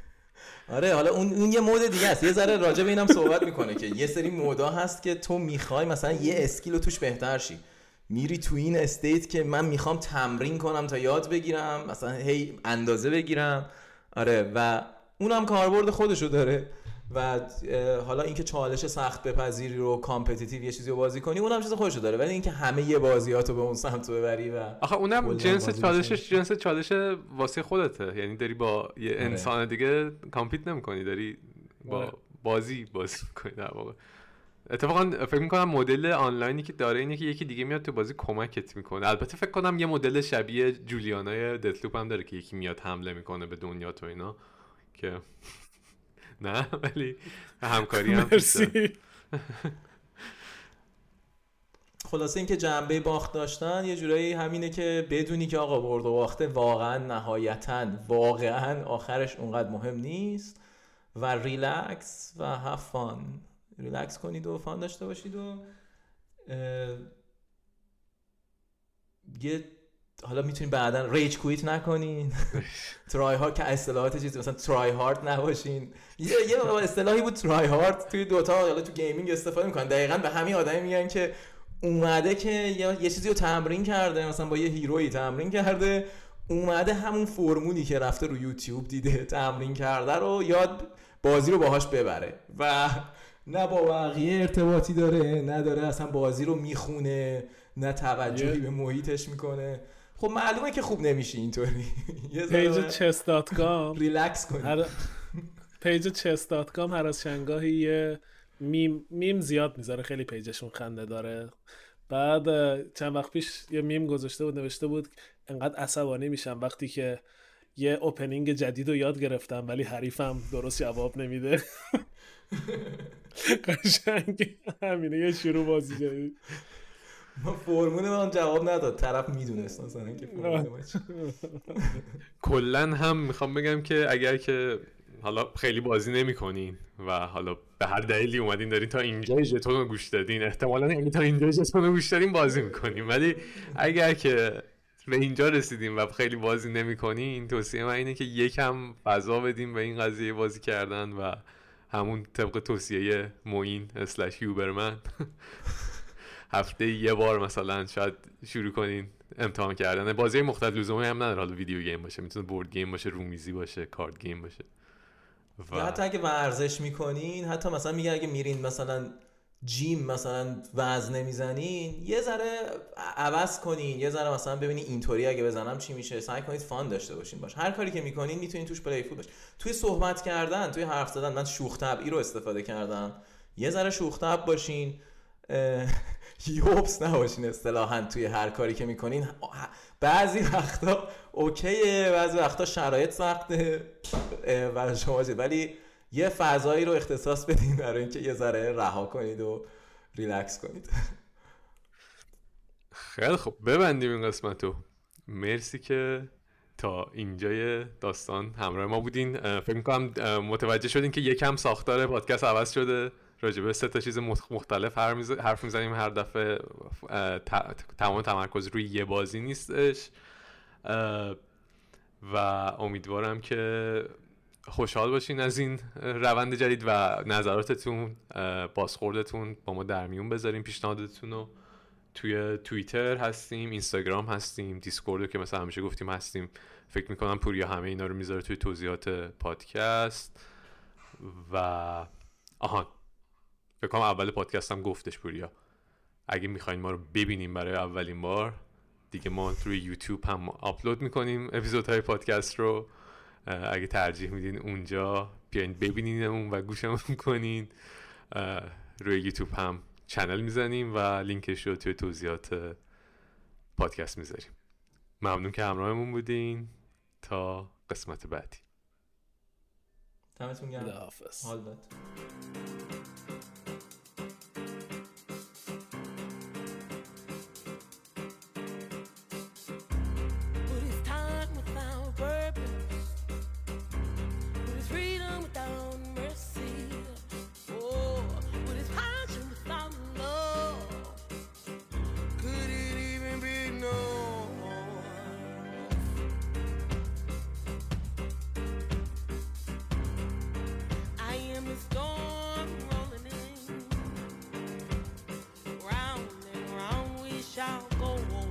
آره حالا اون اون یه مود دیگه است، یه ذره راجع به اینم صحبت میکنه که یه سری مودا هست که تو میخوای مثلا یه اسکیل رو توش بهتر شی، میری تو این استیت که من میخوام تمرین کنم تا یاد بگیرم، مثلا هی اندازه بگیرم. آره و اونم کاربرد خودشو داره و حالا اینکه چالش سخت بپذیری رو کامپتیتیو یه چیزی رو بازی کنی اونم چیز خودشو داره، ولی اینکه همه یه بازیاتو به اون سمت ببری و آخه اونم جنس چالشش جنس چالش واسه خودته، یعنی داری با یه آره. انسان دیگه کامپیت نمی‌کنی، داری با آره. بازی بازی می‌کنی در واقع. اتفاقا فکر می‌کنم مدل آنلاینی که داره اینه که یکی دیگه میاد تو بازی کمکت می‌کنه. البته فکر کنم یه مدل شبیه جولیانای دتلوپ هم داره که یکی میاد حمله می‌کنه به دنیا تو اینا که نه ولی همکاری هم مرسی. خلاصه اینکه جنبه باخت داشتن یه جورایی همینه که بدونی که آقا برد و باخته واقعا نهایتاً واقعا آخرش اونقدر مهم نیست و ریلکس و هاف فان، ریلکس کنید و فان داشته باشید و یه حالا میتونید بعداً ریج کویت نکنین، ترای هارد که اصطلاحات چیزی مثلا ترای هارد نباشین. یه یه اصطلاحی بود ترای هارد توی دوتا حالا تو گیمینگ استفاده میکنن، دقیقاً به همین آدمی میگن که اومده که یه چیزی رو تمرین کرده، مثلا با یه هیرویی تمرین کرده، اومده همون فرمولی که رفته رو یوتیوب دیده تمرین کرده رو یاد بازی رو باهاش ببره و نه با بقیه ارتباطی داره نداره، اصلا بازی رو میخونه نه توجهی به محیطش میکنه. خب معلومه که خوب نمیشه اینطوری. یه پیج چس دات کام ریلکس کنید. هر... پیج چس دات کام هر از چنگاهی یه میم میم زیاد میذاره، خیلی پیجشون خنده داره. بعد چند وقت پیش یه میم گذاشته بود نوشته بود انقدر عصبانی میشم وقتی که یه اوپنینگ جدید رو یاد گرفتم ولی حریفم درست جواب نمیده. قشنگ همینه، یه شروع بازی جدید. ما فرمول من جواب نداد، طرف میدونست مثلا که فرمول ما چی. کلا هم میخوام بگم که اگر که حالا خیلی بازی نمی‌کنین و حالا به هر دلیلی اومدین دارین تا اینجا ژتون رو گوش دادین، احتمالاً اگه تا اینجا ژتون رو گوش دادین بازی می‌کنین، ولی اگر که به اینجا رسیدین و خیلی بازی نمی‌کنین، توصیه من اینه که یکم فضا بدین به این قضیه بازی کردن و همون طبق توصیه موین اسلش هیوبرمن هفته یه بار مثلا شاید شروع کنین امتحان کردن بازی مختلف. لزومی هم نداره حالا ویدیو گیم باشه، میتونه بورد گیم باشه، رومیزی باشه، کارت گیم باشه. و حتی اگه ورزش میکنین، حتی مثلا میگه اگه میرین مثلا جیم مثلا وزن نمیزنین، یه ذره عوض کنین، یه ذره مثلا ببینین اینطوری اگه بزنم چی میشه، سعی کنید فان داشته باشین. باش هر کاری که میکنین میتونین توش پلیفول باشین. توی صحبت کردن، توی حرف زدن من شوخ طبعی رو استفاده کردم، یه ذره شوخ طبع باشین، یوبس نباشین اصطلاحاً توی هر کاری که میکنین. بعضی وقتا اوکیه، بعضی وقتا شرایط سخته برای شما، ولی یه فضایی رو اختصاص بدین برای اینکه یه ذره رها کنید و ریلکس کنید. خیلی خب ببندیم این قسمتو. مرسی که تا اینجای داستان همراه ما بودین. فکر میکنم متوجه شدین که یکم ساختار پادکست عوض شده، راجع به سه تا چیز مختلف حرف میزنیم هر دفعه، تمام تمرکز روی یه بازی نیستش و امیدوارم که خوشحال باشین از این روند جدید و نظراتتون، بازخوردتون با ما در میون بذارین. پیشنهادتون رو توی توییتر هستیم، اینستاگرام هستیم، دیسکورد که مثلا همیشه گفتیم هستیم. فکر میکنم پوریا همه اینا رو میذاره توی توضیحات پادکست. و آهان فکر کنم اول پادکست هم گفتش پوریا، اگه میخواین ما رو ببینیم برای اولین بار دیگه، ما روی یوتیوب هم آپلود میکنیم اپیزودهای پادکست رو. اگه ترجیح میدین اونجا بیاین ببینینمون و گوشمون کنین. روی یوتیوب هم چنل میزنیم و لینکش رو توی توضیحات پادکست میذاریم. ممنون که همراهمون بودین. تا قسمت بعدی. دمتون گرم. خداحافظ. حال داد. Round and round we shall go on.